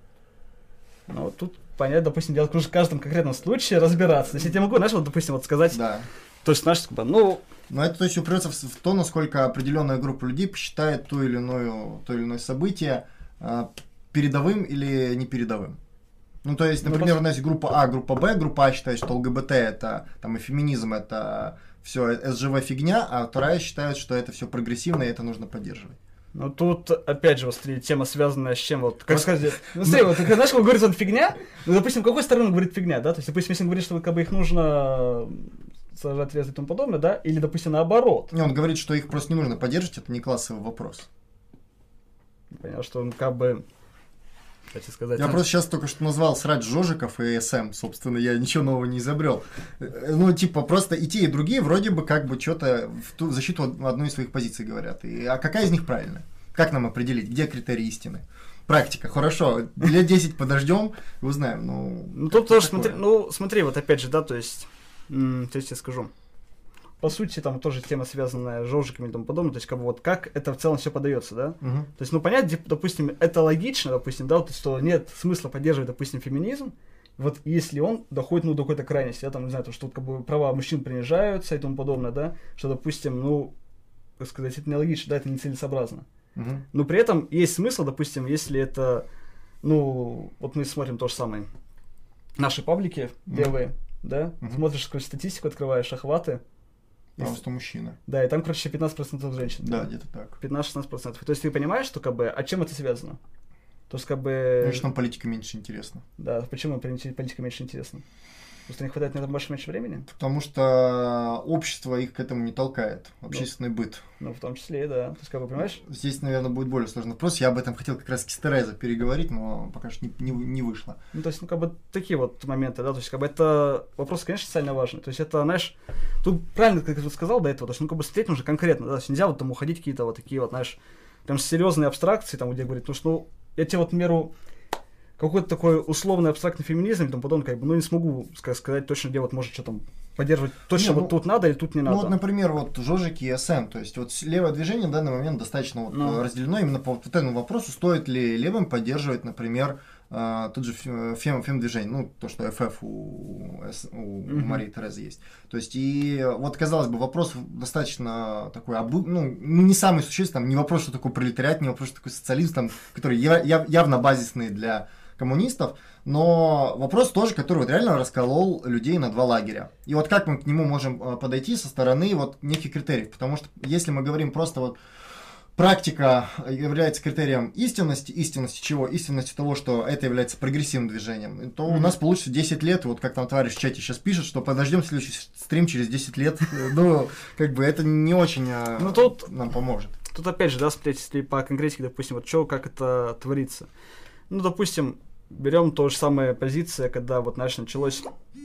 Ну, вот тут понять, допустим, дело в каждом конкретном случае разбираться. То есть, я тебе могу, знаешь, вот, допустим, вот сказать, Да. то есть, знаешь, как бы, ну, Но это, то есть, упрется в, в то, насколько определенная группа людей посчитает то или иное, то или иное событие а, передовым или непередовым. Ну, то есть, Ну, например, пос- у нас есть группа А, группа Б. Группа А считает, что ЛГБТ это, там, и феминизм это все СЖВ фигня, а вторая считает, что это все прогрессивно и это нужно поддерживать. ну, тут, опять же, вот, смотри, тема, связанная с чем, вот, как Вот- сказать, ну, смотри, вот, как, знаешь, как он говорит, он фигня, ну, допустим, какой стороны он говорит фигня, да, то есть, допустим, если он говорит, что, как бы, их нужно сажать, резать и тому подобное, да, или, допустим, наоборот, И он говорит, что их просто не нужно поддерживать, это не классовый вопрос. понял, что он, как бы, хочу сказать... Я он- просто сейчас только что назвал срать Жожиков и СМ, собственно, я ничего нового не изобрел. Э, Ну, типа, просто и те, и другие вроде бы как бы что-то в, ту, в защиту од- одной из своих позиций говорят. И, а какая из них правильная? Как нам определить, где критерии истины? Практика, хорошо, лет десять подождем и узнаем. Ну, Ну, как-то тут тоже, такое. смотри, ну, смотри, вот опять же, да, то есть, м, то есть я скажу, по сути, там тоже тема, связанная с жожиками и тому подобное, то есть, как бы, вот как это в целом все подается, да? Мгм. То есть, ну, понять, деп- допустим, это логично, допустим, да, вот, что нет смысла поддерживать, допустим, феминизм, вот если он доходит, ну, до какой-то крайности, да, там, не знаю, то, что, как бы, права мужчин принижаются и тому подобное, да, что, допустим, ну, как сказать, это нелогично, да, это нецелесообразно. Мгм. Но при этом есть смысл, допустим, если это, ну, вот мы смотрим то же самое, наши паблики Мгм. левые, да, Мгм. смотришь, сквозь статистику, открываешь охваты, Потому и- что мужчина. да, и там, короче, пятнадцать процентов женщин. Да, где-то так. пятнадцать-шестнадцать процентов. То есть ты понимаешь, что, как бы, а чем это связано? То есть, как бы, Конечно, нам политика меньше интересна. да, почему полити- политика меньше интересна? Просто не хватает на это больше-меньше времени? Потому что общество их к этому не толкает. Общественный быт. Ну, в том числе, и да. То есть, как бы, понимаешь? Здесь, наверное, будет более сложный вопрос. Я об этом хотел как раз с Терезой переговорить, но пока что не, не, не вышло. Ну, то есть, ну, как бы, такие вот моменты, да, то есть, как бы, это вопрос, конечно, социально важный. То есть, это, знаешь, тут правильно, как ты сказал до этого, то есть, ну, как бы, смотреть нужно конкретно, да, то есть, нельзя вот там уходить какие-то вот такие вот, знаешь, прям серьезные абстракции, там, где говорит, потому что, ну, я тебе вот, к примеру, какой-то такой условный абстрактный феминизм, и тому подобное, как бы, ну, не смогу ска- сказать точно, где вот может что там поддерживать, точно Не, ну, вот тут надо или тут не Ну надо. вот, например, вот Жожики и СМ, то есть вот с- левое движение в данный момент достаточно вот, Ну. э, разделено именно по вот этому вопросу, стоит ли левым поддерживать, например, э, тот же фем, фем- фем-движение, ну, то, что эф эф у, С- у Мгм. Марии Терезы есть. То есть, и вот, казалось бы, вопрос достаточно такой, обы- ну, не самый существенный, там, не вопрос, что такое пролетариат, не вопрос, что такое социализм, там, который я- я- явно базисный для коммунистов, но вопрос тоже, который вот реально расколол людей на два лагеря. И вот как мы к нему можем э, подойти со стороны вот неких критериев, потому что если мы говорим просто вот практика является критерием истинности, истинности чего? Истинности того, что это является прогрессивным движением, то у Мгм. нас получится десять лет, вот как там товарищ в чате сейчас пишет, что подождем следующий стрим через десять лет, ну, как бы это не очень э, Ну, тут- нам поможет. Тут опять же, да, смотреть, если по конкретике, допустим, вот что, как это творится. Ну, допустим, берем то же самое позиция, когда вот, знаешь, началось...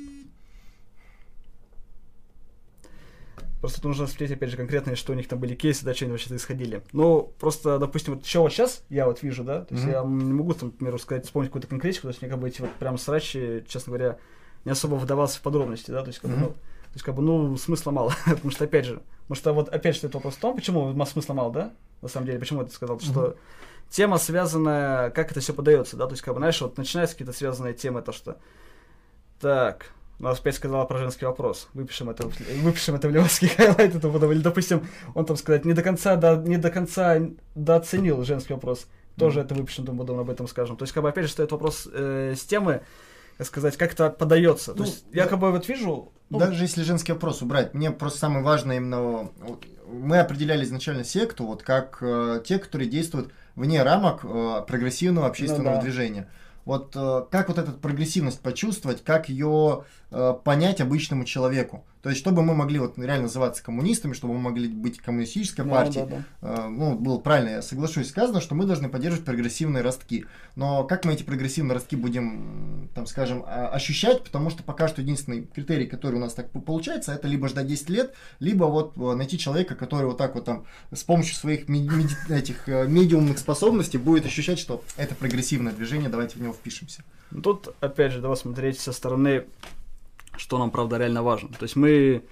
Просто тут нужно смотреть, опять же, конкретно, что у них там были кейсы, да, что они вообще исходили. Ну, просто, допустим, вот что вот сейчас я вот вижу, да, то есть Мгм. я не могу, там, к примеру, сказать, вспомнить какую-то конкретику, то есть мне как бы эти вот прям срачи, честно говоря, не особо вдавался в подробности, да, то есть как бы, Мгм. ну, то есть, как бы, ну, смысла мало, потому что, опять же, потому что вот, опять же, это вопрос в том, почему ма- смысла мало, да, на самом деле, почему я это сказал, что Мгм. тема связанная, как это все подается, да, то есть, как бы, знаешь, вот начинаются какие-то связанные темы, то, что, так, у нас опять сказала про женский вопрос, выпишем это, в- выпишем это в левацкий хайлайт, это потом, или, допустим, он там сказать, не до конца, да, не до конца дооценил женский вопрос, тоже Мгм. это выпишем, думаю, потом об этом скажем, то есть, как бы, опять же, стоит вопрос э, с темы, как сказать, как это подается, то Ну, есть, я да. как бы вот вижу, ну, Даже если женский вопрос убрать, мне просто самое важное именно... вот, мы определяли изначально секту вот как э, те, которые действуют вне рамок э, прогрессивного общественного Ну да. движения. Вот э, как вот эту прогрессивность почувствовать, как ее э, понять обычному человеку. То есть, чтобы мы могли вот реально называться коммунистами, чтобы мы могли быть коммунистической Да, партией, да, э, ну, было правильно, я соглашусь, сказано, что мы должны поддерживать прогрессивные ростки. Но как мы эти прогрессивные ростки будем, там, скажем, а- ощущать, потому что пока что единственный критерий, который у нас так получается, это либо ждать десять лет, либо вот э, найти человека, который вот так вот там с помощью своих ми- меди- этих э, медиумных способностей будет ощущать, что это прогрессивное движение, давайте в него впишемся. Ну, тут, опять же, давай смотреть со стороны, что нам, правда, реально важно. То есть мы...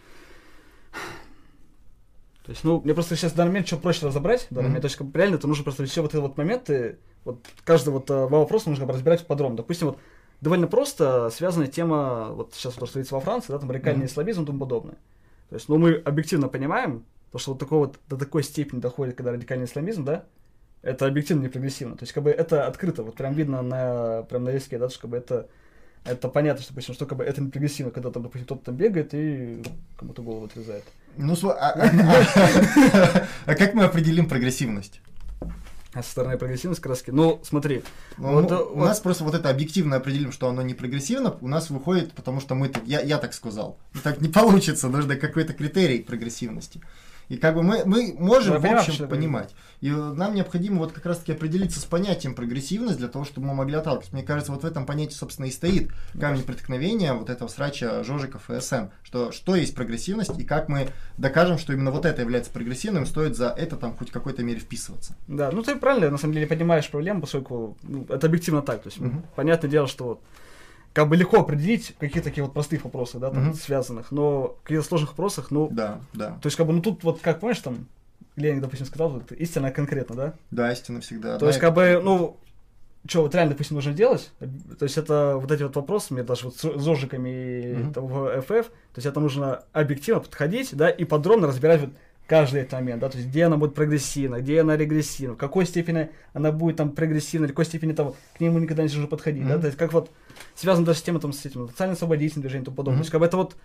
То есть, ну, мне просто сейчас в данный момент что проще разобрать, в данный Мгм. момент, то есть, как бы, реально, это нужно просто все вот эти вот моменты, вот каждый вот э, вопрос нужно разбирать подробно. Допустим, вот довольно просто связанная тема, вот сейчас вот творится во Франции, да, там радикальный Мгм. исламизм и тому подобное. То есть, ну, мы объективно понимаем, то, что вот такой вот до такой степени доходит, когда радикальный исламизм, да, это объективно не прогрессивно. То есть, как бы это открыто, вот прям видно на, прям на языке, да, что как бы это, это понятно, что, допустим, что как бы это не прогрессивно, когда там, допустим, кто-то там бегает и кому-то голову отрезает. Ну, сво- а, а- а- а как мы определим прогрессивность? А со стороны прогрессивности краски, ну, смотри, Ну, вот, ну, э, у вот- нас просто вот это объективно определим, что оно не прогрессивно, у нас выходит, потому что мы так, я, я так сказал. И так не получится, нужно какой-то критерий прогрессивности. И как бы мы, мы можем, Ну, я в понимаю, общем, что ты понимать. И э, нам необходимо вот как раз-таки определиться с понятием прогрессивность для того, чтобы мы могли отталкиваться. Мне кажется, вот в этом понятии, собственно, и стоит камень преткновения вот этого срача Жожиков и СМ. Что, что есть прогрессивность и как мы докажем, что именно вот это является прогрессивным, стоит за это там хоть в какой-то мере вписываться. Да, ну ты правильно, на самом деле, понимаешь проблему, поскольку ну, это объективно так. То есть, Мгм. понятное дело, что вот, как бы легко определить в каких-то таких вот простых вопросах, да, там, Мгм. связанных, но в каких-то сложных вопросах, ну, Да, да. то есть, как бы, ну тут вот, как, помнишь, там, Ленин, допустим, сказал, вот, истина конкретно, да? Да, истина всегда. То есть, одна и как бы, ну, что вот реально, допустим, нужно делать, то есть, это вот эти вот вопросы, мне даже вот с Зожиками и Мгм. там, в эф эф, то есть, это нужно объективно подходить, да, и подробно разбирать вот каждый этот момент, да, то есть, где она будет прогрессивна, где она регрессивна, в какой степени она будет там прогрессивна, в какой степени там к нему никогда не нужно подходить, да, Мгм. то есть, как вот связано даже с тем, там, с этим социально-освободительным движением и тому подобное, Мгм. то есть, как бы это вот,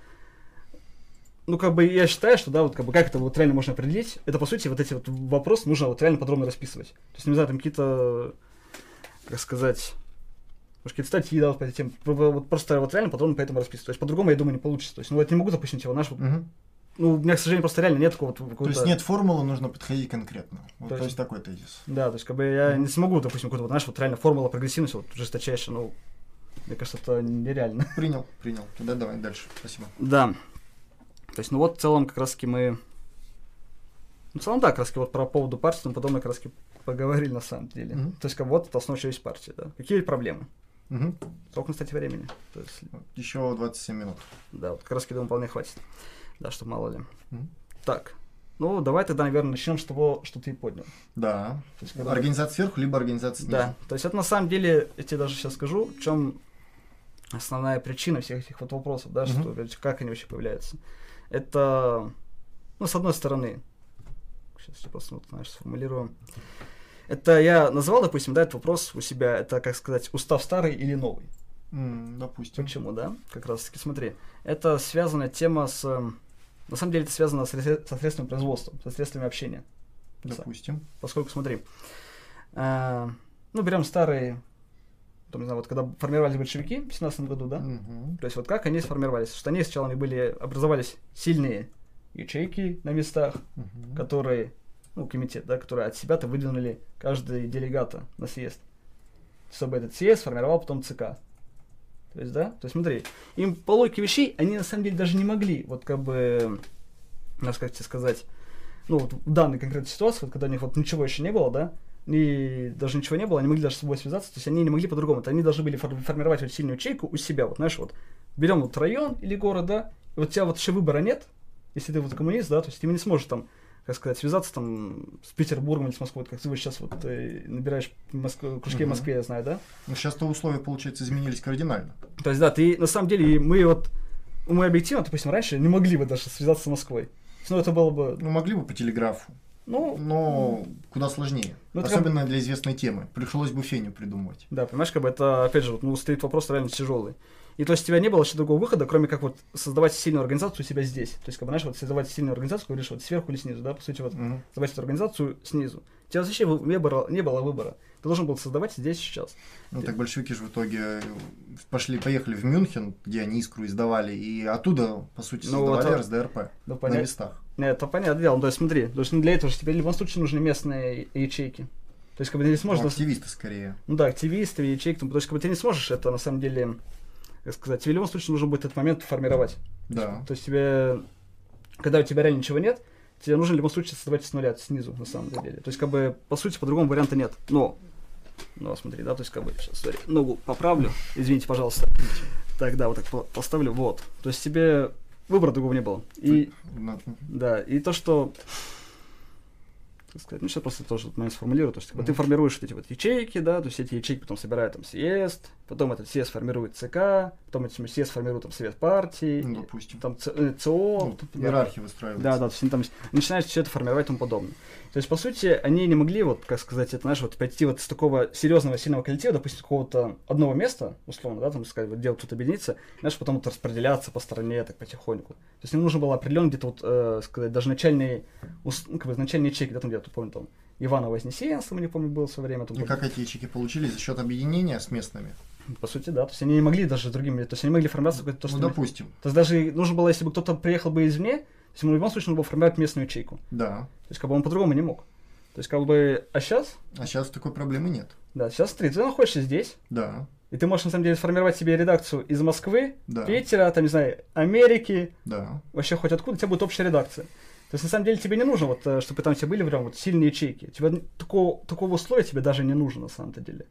ну, как бы, я считаю, что, да, вот, как бы, как это вот реально можно определить, это, по сути, вот эти вот вопросы нужно вот реально подробно расписывать, то есть, не знаю, там, какие-то, как сказать, может, какие-то статьи, да, вот по этим, вот просто вот реально подробно по этому расписывать, то есть, по-другому, я думаю, не получится, то есть, ну, это не могу, допустим, типа, наш вот, Мгм. ну, у меня, к сожалению, просто реально нет такого вот То какого-то... есть нет формулы, нужно подходить конкретно. Вот, То то, есть- есть такой тезис. Да, то есть, как бы, я Мгм. не смогу, допустим, какую-то, вот, знаешь, вот реально формула прогрессивности, вот, жесточайшая, ну, мне кажется, это нереально. Принял, принял. Тогда давай дальше. Спасибо. Да. То есть, ну вот, в целом, как раз-таки мы... Ну, в целом, да, как раз-таки вот про поводу партии и тому подобное как раз-таки поговорили на самом деле. Мгм. То есть, как бы, вот это основа, что есть партия, да. Какие проблемы? Мгм. Сколько, кстати, времени? То есть, Еще двадцать семь минут. да, вот как раз-таки, думаю, вполне хватит. Да, чтобы мало ли. Мгм. Так. Ну, давай тогда, наверное, начнем с того, что ты понял. Да. То есть, когда- Организация сверху, либо организация снизу. Да, то есть это на самом деле, я тебе даже сейчас скажу, в чем основная причина всех этих вот вопросов, да, Мгм. что, ведь как они вообще появляются. Это, ну, с одной стороны, сейчас я просто, вот, знаешь, сформулирую. Это я назвал, допустим, да, этот вопрос у себя, это, как сказать, устав старый или новый. М, допустим. Почему, да? Как раз таки, смотри, это связанная тема с, э, на самом деле, это связано с сре- со средствами производства, со средствами общения. Допустим. Поскольку, смотри, э, ну, берем старые, там, не знаю, вот когда формировались большевики в семнадцатом году, да, Мгм. то есть вот как они сформировались, что они сначала они были, образовались сильные ячейки на местах, Мгм. которые, ну, комитет, да, которые от себя-то выдвинули каждый делегата на съезд, чтобы этот съезд сформировал потом ЦК. То есть, да, то есть смотри, им по логике вещей, они на самом деле даже не могли, вот как бы, ну, как тебе сказать, ну, вот в данной конкретной ситуации, вот когда у них вот ничего еще не было, да, и даже ничего не было, они могли даже с собой связаться, то есть они не могли по-другому, то они должны были фор- формировать вот сильную ячейку у себя, вот, знаешь, вот, берем вот район или город, да, и вот у тебя вот еще выбора нет, если ты вот коммунист, да, то есть ты не сможешь там, как сказать, связаться там с Петербургом или с Москвой, вот как ты вот сейчас вот э, набираешь в Моск- кружке в Мгм. Москве, я знаю, да, Ну, сейчас-то условия, получается, изменились кардинально. то есть, да, ты, на самом деле, мы вот, мы объективно, допустим, раньше не могли бы даже связаться с Москвой, ну, это было бы, Ну, могли бы по телеграфу, ну, но куда сложнее. Ну, это Особенно для известной темы. Пришлось бы феню придумывать. да, понимаешь, как бы это, опять же, вот, ну, стоит вопрос реально тяжелый. И то есть у тебя не было еще другого выхода, кроме как вот создавать сильную организацию у себя здесь. То есть, как бы, знаешь, вот создавать сильную организацию, говоришь, вот сверху или снизу, да, по сути, вот Мгм. создавать эту организацию снизу. У тебя вообще вы- не было, не было выбора. должен был создавать здесь сейчас. Ну так большевики же в итоге пошли, поехали в Мюнхен, где они «Искру» издавали, и оттуда, по сути, Ну, создавали вот, эр эс дэ эр пэ ну, на понятно. местах. Нет, это понятное дело. Ну, то есть смотри, то есть ну, для этого же тебе в любом случае нужны местные ячейки. То есть, как бы ты не сможешь... Ну, активисты скорее. Ну да, активисты, ячейки, то есть, как бы ты не сможешь это, на самом деле, как сказать, тебе в любом случае нужно будет этот момент формировать. Да. То есть тебе, когда у тебя реально ничего нет, тебе нужно в любом случае создавать с нуля, снизу, на самом деле. То есть, как бы, по сути, по-другому варианта нет. Но, ну, смотри, да, то есть, как бы, сейчас, смотри, ногу поправлю, извините, пожалуйста. Так, да, вот так по- поставлю, вот. То есть, тебе выбора другого не было. И, да, и то, что... так сказать, ну, сейчас просто тоже этот момент сформулирую, то есть, как бы, Mm-hmm. ты формируешь вот эти вот ячейки, да, то есть, эти ячейки потом собирают там съезд, потом этот съезд формирует ЦК, потом этот съезд формирует там совет партии, Ну, допустим. там ц- э, ЦО, Ну, да. иерархия выстраивается. Да, да, то есть они там начинают все это формировать и тому подобное. То есть, по сути, они не могли, вот, как сказать, это, знаешь, вот пойти вот с такого серьезного, сильного коллектива, допустим, какого-то одного места, условно, да, там, сказать, вот, где вот тут объединиться, знаешь, потом вот распределяться по стране так потихоньку. То есть, им нужно было определенно где-то вот, э, сказать, даже начальные, ус- ну, как бы, начальные ячейки, да, там где-то, помню, там, Ивана Вознесенского, не помню, было в свое время. Там, И как эти ячейки получились? За счет объединения с местными? По сути, да, то есть, они не могли даже другими, то есть, они могли формироваться какой-то... То, Ну, что допустим. То есть, даже нужно было, если бы кто-то приехал бы извне, то есть, ему в любом случае нужно было формировать местную ячейку. Да. То есть, как бы, он по-другому не мог. То есть, как бы, а сейчас, А сейчас такой проблемы нет. да, сейчас смотри, ты находишься здесь, Да. и ты можешь, на самом деле, сформировать себе редакцию из Москвы, Да. Питера, там, не знаю, Америки, Да. вообще хоть откуда, у тебя будет общая редакция. То есть, на самом деле, тебе не нужно, вот, э, чтобы там у тебя были прям вот сильные ячейки. Тебе такого, такого условия тебе даже не нужно, на самом-то деле.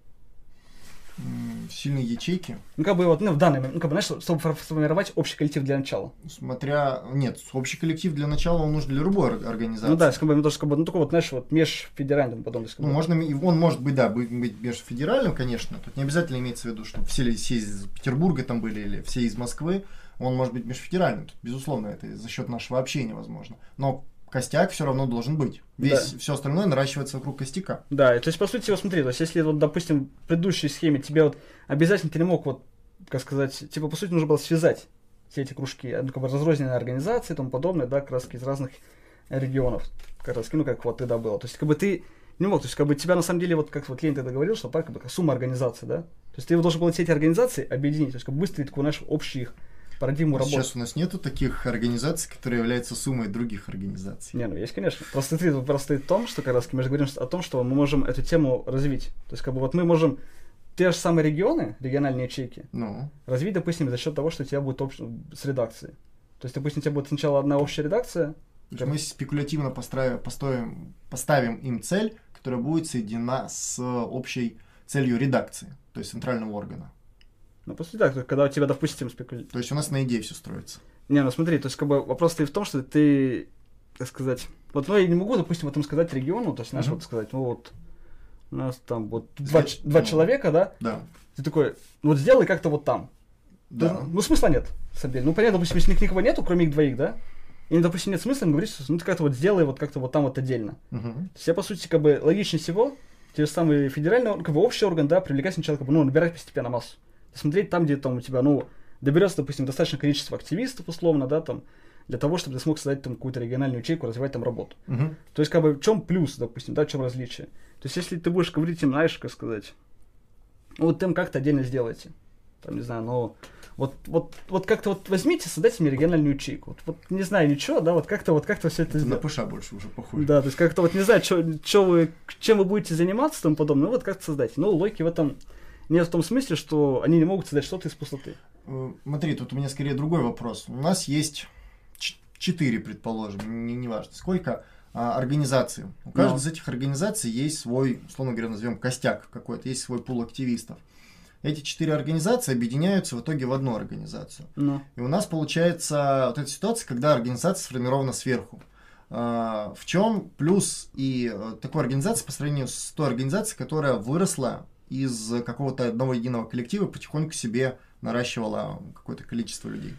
М, Сильные ячейки. Ну, как бы, вот, ну, в данный момент, ну, как бы, знаешь, чтобы фор- сформировать общий коллектив для начала. Смотря... Нет, общий коллектив для начала он нужен для любой ор- организации. Ну, да, как бы, ну, тоже, как бы, ну, только вот, знаешь, вот межфедеральным потом. То есть, как Ну, бы, можно, и он может быть, да, быть, быть межфедеральным, конечно. Тут не обязательно имеется в виду, что все, ли- все из Петербурга там были или все из Москвы. Он может быть межфедеральным. Тут, безусловно, это за счет нашего общения возможно. Но костяк все равно должен быть. Весь, Да. все остальное наращивается вокруг костяка. Да, и, то есть, по сути, вот смотри, то есть, если, вот, допустим, в предыдущей схеме тебе вот обязательно ты не мог, вот, как сказать, типа, по сути, нужно было связать все эти кружки, ну, как бы, разрозненные организации и тому подобное, да, как раз из разных регионов, как раз, ну, как вот тогда было. То есть, как бы, ты не мог, то есть, как бы, тебя, на самом деле, вот, как вот Ленин тогда говорил, что, как бы, как сумма организаций, да, то есть, ты должен был все эти организации объединить, то есть, как бы, выстроить такую, знаешь, общую их парадигму работы. Сейчас у нас нету таких организаций, которые являются суммой других организаций. Не, ну есть, конечно. Просто ты просто в том, что как раз мы же говорим о том, что мы можем эту тему развить. То есть, как бы вот мы можем те же самые регионы, региональные ячейки, Ну, развить, допустим, за счет того, что у тебя будет общ... с редакцией. То есть, допустим, у тебя будет сначала одна общая редакция. то есть мы спекулятивно построим, поставим, поставим им цель, которая будет соединена с общей целью редакции, то есть центрального органа. Ну, по сути, так, только когда у тебя, допустим, спекуля... То есть у нас на идее все строится. Не, ну смотри, то есть, как бы вопрос и в том, что ты, так сказать, вот, ну, я не могу, допустим, вот им сказать региону, то есть, знаешь, Мгм. вот сказать, ну, вот, у нас там вот два, Сказать, ч- два ну, человека, да, Да. ты такой, вот сделай как-то вот там. Да. Ну, ну, смысла нет, на самом деле. Ну, понятно, допустим, если никого нету, кроме их двоих, да? И, допустим, нет смысла им говорить, что ну, ты как-то вот сделай вот как-то вот там вот отдельно. Мгм. То есть я, по сути, как бы логичнее всего, те же самые федеральные, орган, как бы общий орган, да, привлекать сначала, как бы, ну, набирать постепенно массу. Смотреть там, где там у тебя, ну, доберется, допустим, достаточное количество активистов, условно, да, там, для того, чтобы ты смог создать там какую-то региональную ячейку, развивать там работу. Мгм. То есть, как бы, в чем плюс, допустим, да, в чем различие? То есть, если ты будешь говорить им, знаешь, как сказать, ну, вот им как-то отдельно сделайте. Там, не знаю, но вот, вот, вот как-то вот возьмите, создайте мне региональную ячейку. Вот, вот не знаю ничего, да, вот как-то вот как-то все это Это на сделать. ПШ больше уже похоже. Да, то есть как-то вот не знаю, что вы, чем вы будете заниматься и тому подобное, ну вот как-то создать. Но логики в этом нет в том смысле, что они не могут создать что-то из пустоты. Э, Смотри, тут у меня скорее другой вопрос. У нас есть ч- четыре, предположим, не, не важно сколько, а, организаций. У каждой Но. из этих организаций есть свой, условно говоря, назовем костяк какой-то, есть свой пул активистов. Эти четыре организации объединяются в итоге в одну организацию. Ну, И у нас получается вот эта ситуация, когда организация сформирована сверху. А, В чем плюс и э, такой организации по сравнению с той организацией, которая выросла из какого-то одного единого коллектива, потихоньку себе наращивала какое-то количество людей?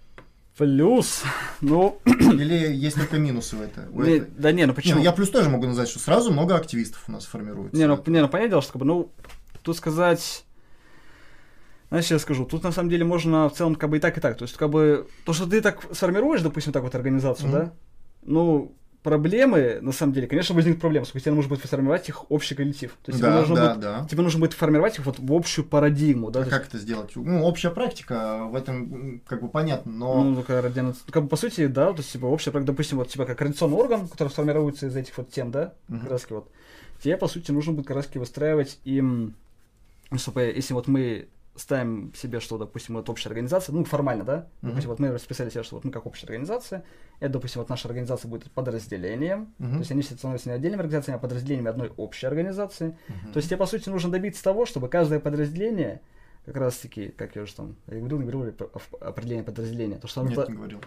плюс, ну, Или есть только минусы у этой? у не, этой? да не, ну Не, почему? ну я плюс тоже могу назвать, что сразу много активистов у нас формируется. Не, ну, не, ну понятное дело, что как бы, ну, тут сказать, знаешь, я скажу, тут на самом деле можно в целом как бы и так, и так. То есть, как бы, то, что ты так сформируешь, допустим, так вот организацию, Мгм. да, ну, проблемы, на самом деле, конечно, возникнут проблемы, сколько тебе нужно будет сформировать их общий коллектив. То есть да, тебе, нужно да, будет, да. тебе нужно будет формировать их вот в общую парадигму. Да? А как есть... это сделать? Ну, общая практика, в этом как бы понятно, но... Ну, как, как бы, по сути, да, то есть, типа, общая практика, допустим, вот, типа, как координационный орган, который сформируется из этих вот тем, да, uh-huh. как раз вот, тебе, по сути, нужно будет как раз выстраивать им, чтобы, если вот мы ставим себе, что, допустим, вот общая организация, ну, формально, да, uh-huh. допустим, вот мы расписали себе, что вот мы как общая организация, это, допустим, вот наша организация будет подразделением, uh-huh. то есть они все становятся не отдельными организациями, а подразделениями одной общей организации. Uh-huh. То есть тебе, по сути, нужно добиться того, чтобы каждое подразделение, как раз-таки, как я уже там, я говорил, не говорил про определение подразделения, то, что Нет, это, не говорил.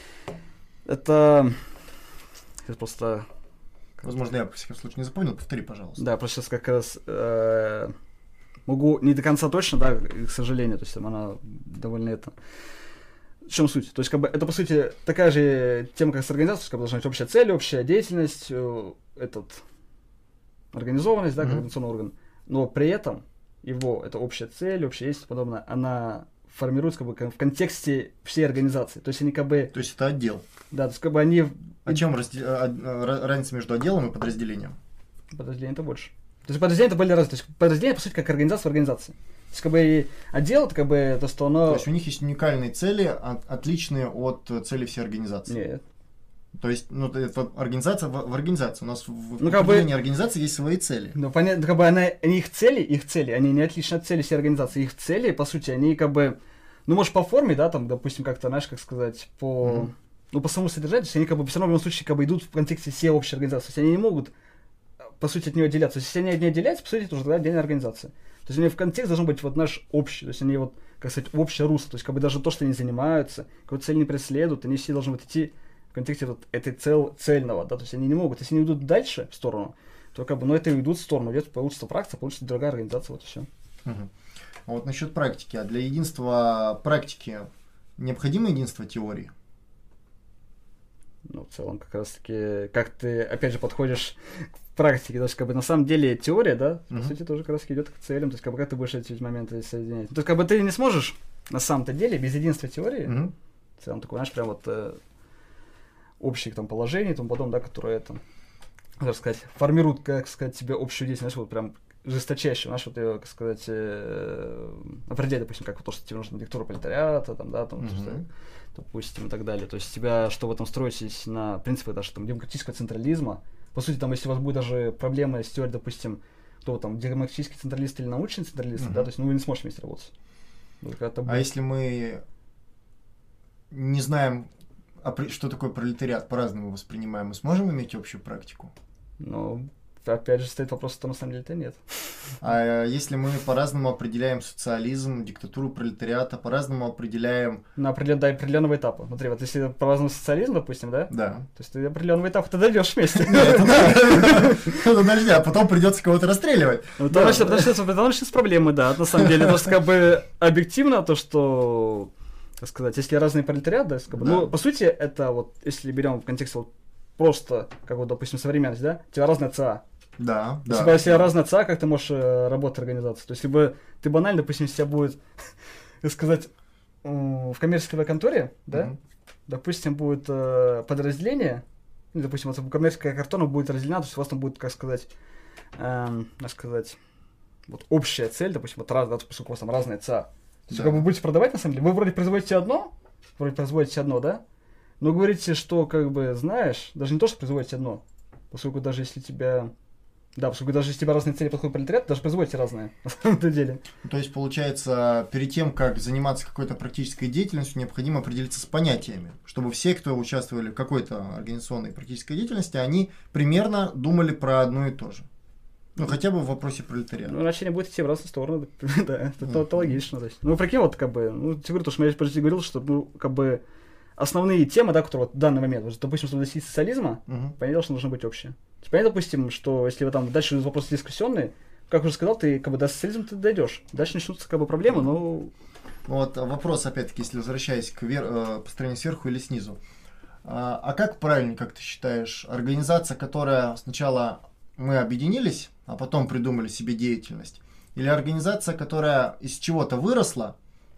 Это, это просто... Возможно, я, во всяком случае, не запомнил, повтори, пожалуйста. Да, просто сейчас как раз... Э- Могу не до конца точно, да, к сожалению, то есть там она довольно это... В чем суть? То есть, как бы, это, по сути, такая же тема, как с организацией, как бы, должна быть общая цель, общая деятельность, э, этот, организованность, да, mm-hmm. координационный орган, но при этом его, это общая цель, общая деятельность и подобное, она формируется, как бы, в контексте всей организации, то есть они, как бы... То есть это отдел? Да, то есть, как бы, они... А чем разде... разница между отделом и подразделением? Подразделение-то больше. То есть подразделения это были разные. То есть подразделение, по сути, как организация в организации. То есть, как бы, и отдел, это как бы то, что оно... То есть у них есть уникальные цели, от, отличные от целей всей организации? Нет. То есть, ну, это организация в, в организации. У нас в ну, определении бы... организации есть свои цели. Ну, понятно, как бы она, они их цели, их цели, они не отличны от цели всей организации. Их цели, по сути, они как бы, ну, может, по форме, да, там, допустим, как-то, знаешь, как сказать, по... Mm-hmm. Ну, по самому содержанию, то есть они как бы все равно в любом случае как бы идут в контексте всей общей организации. То есть они не могут, по сути, от нее отделяться. То есть если они от нее отделяются, по сути, это уже тогда отдельная организация. То есть они в контекст должен быть вот наш общий. То есть они вот, как сказать, общее русло. То есть как бы даже то, что они занимаются, какую-то цель не преследуют, они все должны вот идти в контексте вот этой цел, цельного, да, то есть они не могут. Если они идут дальше в сторону, то как бы, ну, это идут в сторону, идет, получится практика, получится другая организация, вот и все. Угу. А вот насчет практики. А для единства практики необходимо единство теории? Ну, в целом, как раз-таки, как ты, опять же, подходишь к практике, то есть, как бы, на самом деле, теория, да, uh-huh. по сути, тоже как раз идет к целям, то есть, как бы, как ты будешь эти моменты соединять. То есть, как бы, ты не сможешь, на самом-то деле, без единства теории, uh-huh. в целом, такой, знаешь, прям вот э, общих, там, положений, и тому подобное, да, которые, там, как сказать, формируют, как сказать, тебе общую деятельность, знаешь, вот, прям жесточайше, знаешь, вот ее, как сказать, э, определять, допустим, как вот то, что тебе нужна диктатура пролетариата, там, да, там, uh-huh. что, допустим, и так далее. То есть тебя, что в этом строитесь на принципе даже там демократического централизма. По сути, там, если у вас будет даже проблемы с теорией, допустим, кто там, демократический централист или научный централист, uh-huh. да, то есть, ну, вы не сможете вместе работать. Вот, будет... А если мы не знаем, что такое пролетариат, по-разному воспринимаем, мы сможем иметь общую практику? Ну, опять же, стоит вопрос, что на самом деле-то нет. А если мы по-разному определяем социализм, диктатуру пролетариата, по-разному определяем... На определен... до определенного этапа. Смотри, вот если по-разному социализм, допустим, да? Да. То есть ты до определенного этапа ты дойдешь вместе. Подожди, а потом придется кого-то расстреливать. Ну, то начнется проблемы, да, на самом деле. Просто как бы объективно то, что, как сказать, если разные пролетариаты, ну, по сути, это вот, если берем в контексте просто, как вот, допустим, современность, да, у тебя разная ЦА. Да, если да. Если разная ЦА, как ты можешь э, работать организация? То есть, либо ты банально, допустим, если у тебя будет, так сказать, э, в коммерческой конторе, да, mm-hmm. допустим, будет э, подразделение, ну, допустим, вот коммерческая контора будет разделена, то есть у вас там будет, как сказать, э, как сказать, вот общая цель, допустим, вот раз, да, поскольку у вас там разная ЦА. То есть, да. Как вы будете продавать, на самом деле, вы вроде производите одно, вроде производите одно, да, но говорите, что, как бы, знаешь, даже не то, что производите одно, поскольку даже если тебя... Да, поскольку даже если у тебя разные цели подходят пролетариат, даже производите разные, на самом деле. То есть, получается, перед тем, как заниматься какой-то практической деятельностью, необходимо определиться с понятиями, чтобы все, кто участвовали в какой-то организационной практической деятельности, они примерно думали про одно и то же. Ну, хотя бы в вопросе пролетариата. Ну, иначе они будут идти в разные стороны, да, это логично. Ну, прикинь, вот, как бы, ну, тебе говорю, то, что я почти говорил, что, ну, как бы, основные темы, да, которые вот в данный момент, вот, допустим, чтобы достичь социализма, uh-huh. понятно, что должны быть общие. Понятно, допустим, что если вы там дальше вопросы дискуссионные, как уже сказал, ты как бы до социализма ты дойдешь. Дальше начнутся как бы проблемы, но... Вот вопрос, опять-таки, если возвращаясь к вер... построению сверху или снизу. А, а как правильно, как ты считаешь, организация, которая сначала мы объединились, а потом придумали себе деятельность, или организация, которая из чего-то выросла,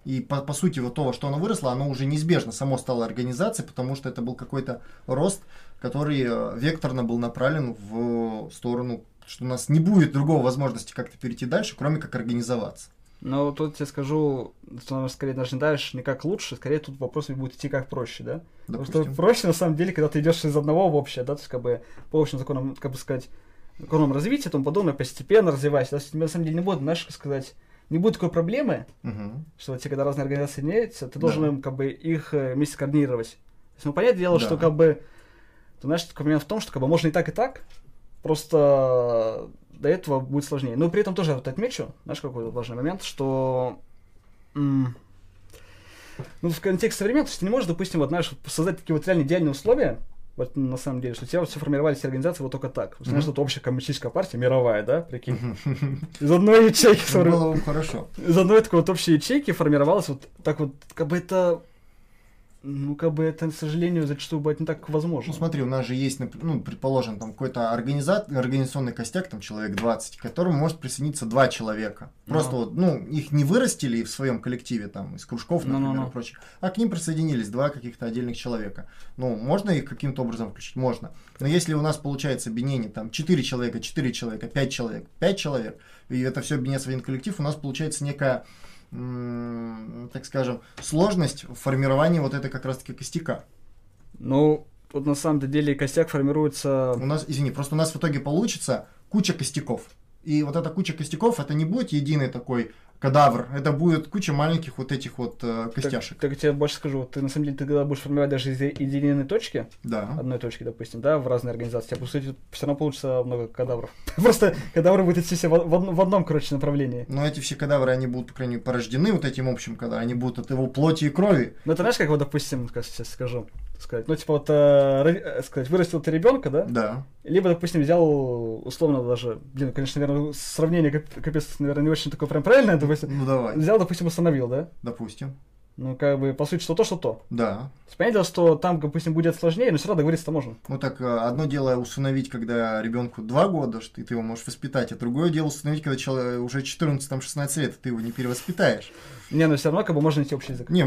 И по, по сути вот то, что оно выросло, оно уже неизбежно само стало организацией, потому что это был какой-то рост, который э, векторно был направлен в сторону, что у нас не будет другой возможности как-то перейти дальше, кроме как организоваться. Но тут я скажу, что нам скорее даже не дальше, не как лучше, скорее тут вопрос будет идти как проще, да? Допустим. Потому что проще на самом деле, когда ты идешь из одного в общее, да, то есть как бы по общим законам, как бы сказать, законам развития и тому подобное, постепенно развивайся. Да? На самом деле не будет, знаешь, как сказать, не будет такой проблемы, угу. что те, когда разные организации меняются, ты должен да. им как бы их вместе координировать. То есть, ну, понятное дело, да. что как бы, ты знаешь, такой момент в том, что как бы можно и так, и так, просто до этого будет сложнее. Но при этом тоже вот отмечу, знаешь, какой важный момент, что м- ну, в контексте современности ты не можешь, допустим, вот, знаешь, создать такие вот реально идеальные условия, вот на самом деле, что у тебя вот все формировались организации вот только так. Mm-hmm. Знаешь, это общая коммунистическая партия, мировая, да, прикинь. Mm-hmm. Из одной ячейки... Было бы хорошо. Из одной такой вот общей ячейки формировалась вот так вот, как бы это... Ну, как бы это, к сожалению, зачастую бывает не так возможно. Ну, смотри, у нас же есть, ну, предположим, там какой-то организа... организационный костяк, там, человек двадцать, к которому может присоединиться два человека. Просто no. вот, ну, их не вырастили в своем коллективе, там, из кружков, например, no, no, no. и прочее, а к ним присоединились два каких-то отдельных человека. Ну, можно их каким-то образом включить? Можно. Но если у нас получается объединение, там, четыре человека, четыре человека, пять человек, пять человек, и это все объединяется в один коллектив, у нас получается некая... так скажем, сложность в формировании вот этой как раз-таки костяка. Ну, вот на самом деле костяк формируется... У нас, извини, просто у нас в итоге получится куча костяков. И вот эта куча костяков, это не будет единый такой кадавр, это будет куча маленьких вот этих вот э, костяшек. Так, так я тебе больше скажу, ты на самом деле ты когда будешь формировать даже из единой точки, да. одной точки, допустим, да, в разные организации, у тебя, по сути, все равно получится много кадавров. Просто кадавры будут идти все в, в, в одном, короче, направлении. Но эти все кадавры, они будут, по крайней мере, порождены вот этим общим кадавром, они будут от его плоти и крови. Ну, ты знаешь, как вот, допустим, как сейчас скажу, сказать, ну, типа, вот, э, сказать, вырастил ты ребенка, да? Да. Либо, допустим, взял, условно, даже, блин, конечно, наверное, сравнение, капец, наверное, не очень такое прям правильное, допустим. Ну, давай. Взял, допустим, установил, да? Допустим. Ну, как бы, по сути, что то, что то. Да. Понятно, что там, допустим, будет сложнее, но все равно договориться-то можно. Ну, так, одно дело усыновить, когда ребенку два года, что ты его можешь воспитать, а другое дело усыновить, когда человек уже четырнадцать-шестнадцать лет, ты его не перевоспитаешь. Не, но все равно, как бы, можно найти общий язык. Не,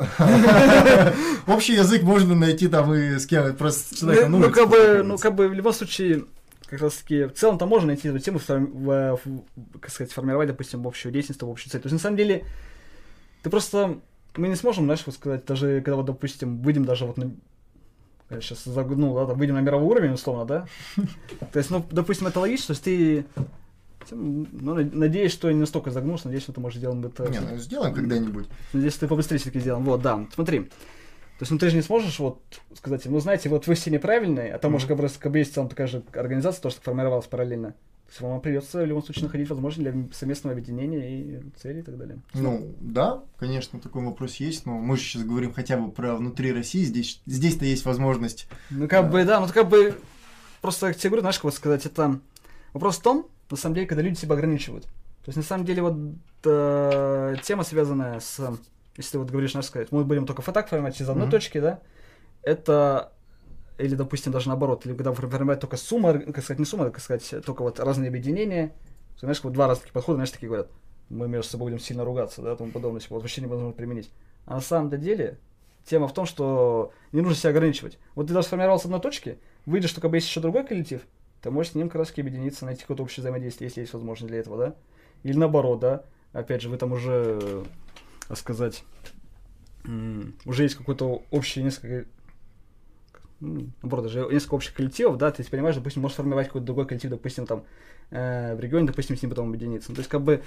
общий язык можно найти там и с кем, просто с человеком. Ну, как бы, ну, как бы, в любом случае, как раз таки, в целом-то можно найти эту тему, как сказать, формировать, допустим, общую деятельность, общую цель. То есть, на самом деле, ты просто... Мы не сможем, знаешь, вот сказать, даже когда, вот, допустим, выйдем даже вот на... Я сейчас загнул, да, там, выйдем на мировой уровень, условно, да? То есть, ну, допустим, это логично, то есть ты... Ну, надеюсь, что я не настолько загнулся, надеюсь, что ты можешь сделать это... Не, ну, сделаем когда-нибудь. Надеюсь, что ты побыстрее все-таки сделаем. Вот, да, смотри. То есть, ну, ты же не сможешь вот сказать, ну, знаете, вот вы все неправильные, а там, может, как бы, как бы есть там такая же организация, тоже формировалась параллельно. То есть, вам придется в любом случае находить возможность для совместного объединения и целей и так далее. Ну, да, конечно, такой вопрос есть, но мы же сейчас говорим хотя бы про внутри России, здесь, здесь-то есть возможность... Ну, как бы, да, ну, как бы, просто я тебе говорю, знаешь, как вот сказать, это вопрос в том, на самом деле, когда люди себя ограничивают. То есть, на самом деле, вот э, тема, связанная с... Если ты вот говоришь, знаешь, сказать, мы будем только вот так формировать из одной mm-hmm. точки, да, это... Или, допустим, даже наоборот, или когда формировать только сумма, как сказать, не сумма, как сказать, только вот разные объединения. Знаешь, вот два разных таких подхода, знаешь, такие говорят, мы между собой будем сильно ругаться, да, тому подобное, вот вообще невозможно применить. А на самом деле, тема в том, что не нужно себя ограничивать. Вот ты даже сформировал с одной точки, выйдешь, что как бы есть еще другой коллектив, ты можешь с ним как раз объединиться, найти какое-то общее взаимодействие, если есть возможность для этого, да. Или наоборот, да, опять же, вы там уже, так сказать, уже есть какой-то общий несколько... наоборот, даже несколько общих коллективов, да, ты понимаешь, допустим, можешь формировать какой-то другой коллектив, допустим, там, э, в регионе, допустим, с ним потом объединиться. Ну, то есть, как бы,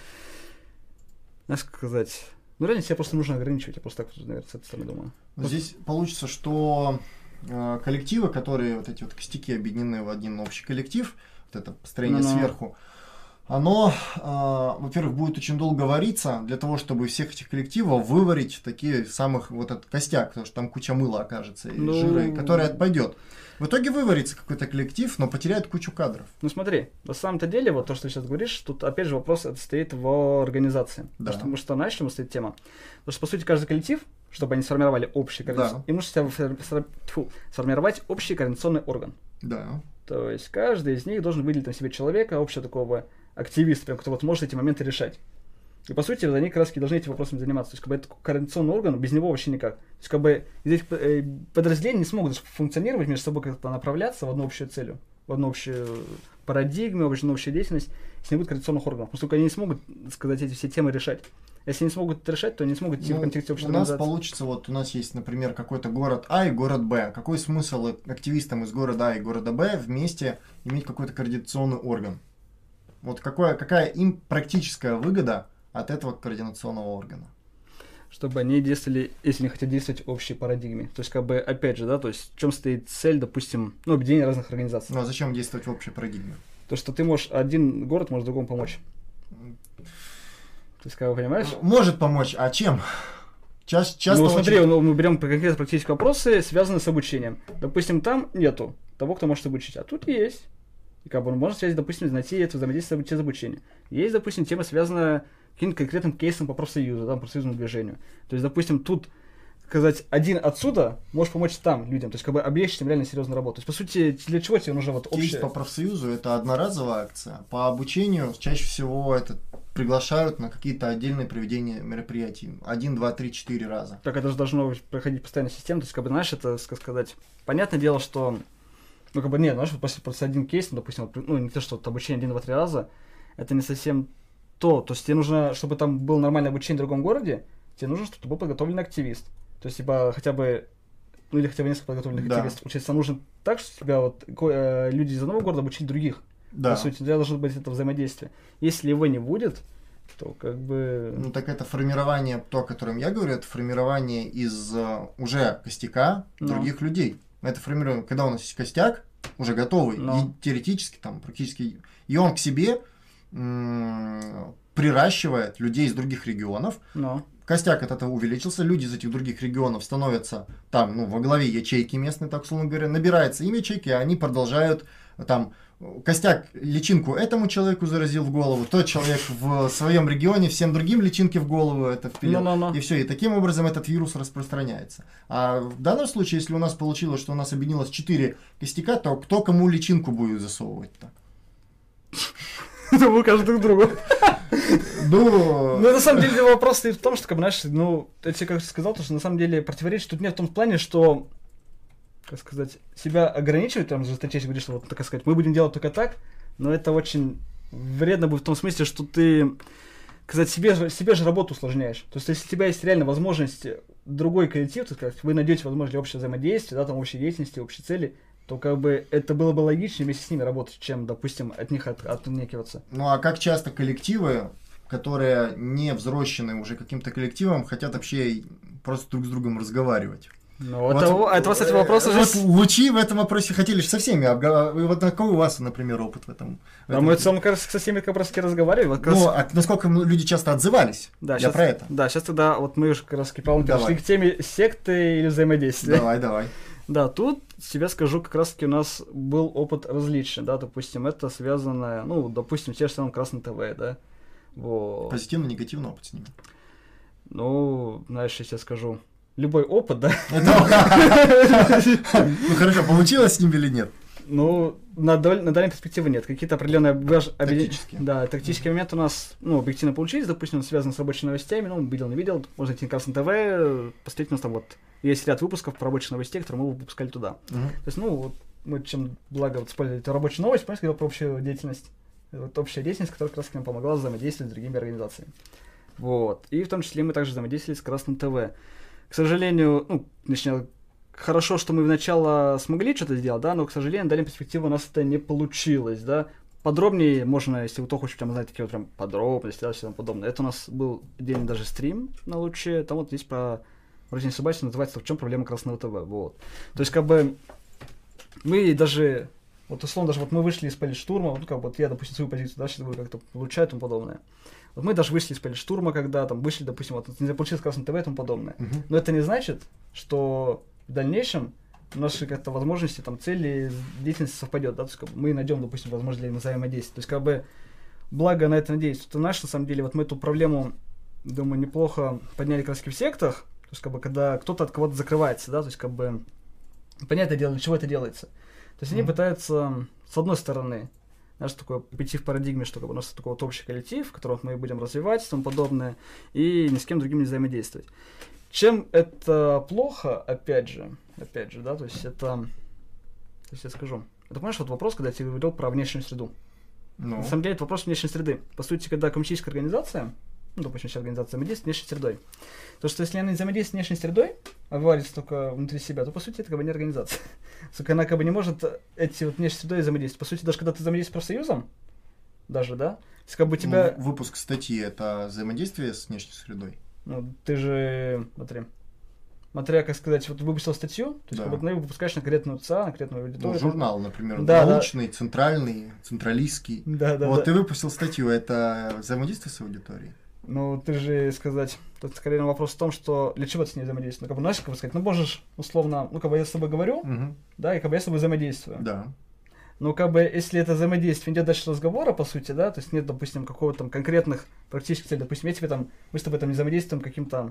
как сказать, ну, реально себя просто нужно ограничивать, я просто так, наверное, с этой стороны думаю. Здесь получится, что э, коллективы, которые, вот эти вот костяки объединены в один общий коллектив, вот это построение Ну-ну. сверху, оно, э, во-первых, будет очень долго вариться для того, чтобы из всех этих коллективов выварить такие самых, вот этот костяк, потому что там куча мыла окажется и Ну... жира, который отпадет. В итоге выварится какой-то коллектив, но потеряет кучу кадров. Ну смотри, на самом-то деле, вот то, что ты сейчас говоришь, тут опять же вопрос это стоит в организации. Да. Потому что, знаешь, чему стоит тема? Потому что, по сути, каждый коллектив, чтобы они сформировали общий координационный, Да. им нужно себя фу, сформировать общий координационный орган. Да. То есть каждый из них должен выделить на себе человека, общего такого активиста, прям, кто вот может эти моменты решать. И, по сути, они как раз должны этим вопросами заниматься. То есть, как бы, это координационный орган, без него вообще никак. То есть, как бы, из этих э, подразделений не смогут функционировать, между собой как-то направляться в одну общую цель, в одну общую парадигму, в одну общую деятельность, если не будет координационных органов. Поскольку они не смогут, сказать, эти все темы решать. Если не смогут это решать, то они не смогут идти ну, в контексте общей у нас организации. получится, вот у нас есть, например, какой-то город А и город Б. Какой смысл активистам из города А и города Б вместе иметь какой-то координационный орган? Вот какое, какая им практическая выгода от этого координационного органа? Чтобы они действовали, если не хотят действовать в общей парадигме. То есть, как бы, опять же, да, то есть, в чем стоит цель, допустим, ну, объединения разных организаций. Ну, а зачем действовать в общей парадигме? То, что ты можешь, один город может другому помочь. То есть, как вы понимаешь? Может помочь, а чем? Ча- часто ну, смотри, очень... ну, мы берем конкретно практические вопросы, связанные с обучением. Допустим, там нету того, кто может обучить, а тут есть. И как бы он может связать, допустим, найти это взаимодействие с обучением. Есть, допустим, тема, связанная с каким-то конкретным кейсом по профсоюзу, да, профсоюзному движению. То есть, допустим, тут, сказать, один отсюда может помочь там людям, то есть, как бы облегчить им реально серьезную работу. То есть, по сути, для чего тебе нужно вот общее... Кейс по профсоюзу – это одноразовая акция. По обучению чаще всего это приглашают на какие-то отдельные проведения мероприятий. Один, два, три, четыре раза. Так это же должно проходить постоянно система. То есть, как бы, знаешь, это, как сказать, понятное дело, что... Ну, как бы, нет, знаешь, вот после, после один кейс, ну, допустим, вот, ну, не то, что вот, обучение один, два, три раза, это не совсем то. То есть, тебе нужно, чтобы там было нормальное обучение в другом городе, тебе нужно, чтобы был подготовленный активист. То есть, типа, хотя бы, ну, или хотя бы несколько подготовленных да. активистов. Получается, нужно так, что тебя вот э, люди из одного города обучить других. Да. По сути, у тебя должно быть это взаимодействие. Если его не будет, то как бы... Ну, так это формирование, то, о котором я говорю, это формирование из uh, уже костяка Но. других людей. Это формирование, когда у нас есть костяк, уже готовый, Но. и теоретически, там, практически, и он к себе м- приращивает людей из других регионов. Но. Костяк от этого увеличился, люди из этих других регионов становятся там, ну, во главе ячейки местной, так условно говоря, набирается им ячейки, а они продолжают там, костяк личинку этому человеку заразил в голову, тот человек в своем регионе всем другим личинки в голову это впилил, no, no, no. и все, и таким образом этот вирус распространяется. А в данном случае, если у нас получилось, что у нас объединилось четыре костяка, то кто кому личинку будет засовывать-то? Вы каждый друг другу. Ну, ну, на самом деле, вопрос стоит в том, что, как бы, знаешь, ну, я тебе как сказал, то, что на самом деле противоречие тут нет в том плане, что, как сказать, себя ограничивать, там, жесточайше говорить, что вот, так сказать, мы будем делать только так, но это очень вредно будет в том смысле, что ты, сказать, себе, себе же работу усложняешь. То есть, если у тебя есть реально возможность другой коллектив, то есть, вы найдете возможность для общего взаимодействия, да, там, общей деятельности, общей цели, то как бы это было бы логичнее вместе с ними работать, чем, допустим, от них от, отнекиваться. Ну а как часто коллективы, которые не взрослены уже каким-то коллективом, хотят вообще просто друг с другом разговаривать? Ну, вот это, это, кстати, вопрос уже... Вот Лучи в этом вопросе хотели же со всеми обговаривать. Вот какой у вас, например, опыт в этом? В да, этом... мы как раз со всеми как раз таки разговаривали. Вот, ну, раз... а насколько люди часто отзывались? Да, Я сейчас, про это. Да, сейчас тогда вот мы уже как раз перешли к теме секты или взаимодействия. Давай, давай. Да, тут тебе скажу, как раз таки у нас был опыт различный, да, допустим, это связано, ну, допустим, те же самые Красный ТВ, да. Вот. Позитивный, негативный опыт с ними. Ну, знаешь, я тебе скажу, любой опыт, да. Ну хорошо, получилось с ними или нет? Ну, на, на дальней перспективе нет. Какие-то определенные... Тактические. Да, тактические моменты у нас, ну, объективно получились, допустим, связаны с рабочими новостями, ну, видел, не видел, можно идти на Красный ТВ, посмотреть, у нас там вот есть ряд выпусков про рабочих новостей, которые мы выпускали туда. Uh-huh. То есть, ну, вот мы чем, благо, вот использовали эту рабочую новость, понимаете, когда про общую деятельность. Вот общая деятельность, которая как раз нам помогла взаимодействовать с другими организациями. Вот. И в том числе мы также взаимодействовали с Красным ТВ. К сожалению, ну, точнее, хорошо, что мы вначале смогли что-то сделать, да, но, к сожалению, на дальней перспективе у нас это не получилось, да. Подробнее можно, если кто хочет прям знать такие вот прям подробности, да, все тому подобное. Это у нас был отдельный даже стрим на Луче, там вот есть про рождение собачества, называется «В чем проблема Красного ТВ», вот. То есть, как бы, мы даже, вот условно, даже вот мы вышли из политштурма, вот как бы, вот я, допустим, свою позицию, да, сейчас буду как-то получать и тому подобное. Вот мы даже вышли из политштурма, когда там вышли, допустим, вот не получилось Красное ТВ и тому подобное. Uh-huh. Но это не значит, что в дальнейшем наши как-то возможности, там, цели, деятельность совпадет, да, то есть, как бы, мы найдем, допустим, возможность для взаимодействия. То есть, как бы, благо на это надеюсь. Ты знаешь, на самом деле, вот мы эту проблему, думаю, неплохо подняли как раз в сектах, то есть, как бы, когда кто-то от кого-то закрывается, да, то есть, как бы, понятное дело, для чего это делается. То есть, mm-hmm. они пытаются, с одной стороны, Знаешь, такое пойти в парадигме, что как бы, у нас такой вот общий коллектив, в котором мы будем развивать и тому подобное, и ни с кем другим не взаимодействовать. Чем это плохо, опять же, опять же, да, то есть это, то есть я скажу, это, понимаешь, вот вопрос, когда я тебе говорил про внешнюю среду. Ну. На самом деле это вопрос внешней среды. По сути, когда коммунистическая организация, ну, допустим, сейчас организация взаимодействует с внешней средой, то что если она не взаимодействует с внешней средой, а варится только внутри себя, то по сути это как бы не организация. Только она как бы не может эти вот внешней средой взаимодействовать. По сути, даже когда ты взаимодействуешь с профсоюзом, даже, да, если как бы тебя... Ну, выпуск статьи — это взаимодействие с внешней средой? Ну, ты же, смотри, смотря, как сказать, вот выпустил статью, то есть Да. как бы ты выпускаешь на конкретную ЦА, на конкретную аудиторию. Ну, журнал, например, да, научный, да. центральный, централистский. Да, да, вот да. ты выпустил статью, это взаимодействие с аудиторией? Ну, ты же сказать, тут скорее вопрос в том, что для чего ты с ней взаимодействуешь. Ну, как бы, знаешь, как бы сказать, ну, можешь, условно, ну, как бы я с тобой говорю, Угу. да, и как бы я с тобой взаимодействую. Да. Но как бы, если это взаимодействие идет дальше разговора, по сути, да, то есть нет, допустим, какого-то там конкретных практических целей, допустим, я тебе там, мы с тобой там не взаимодействуем каким-то,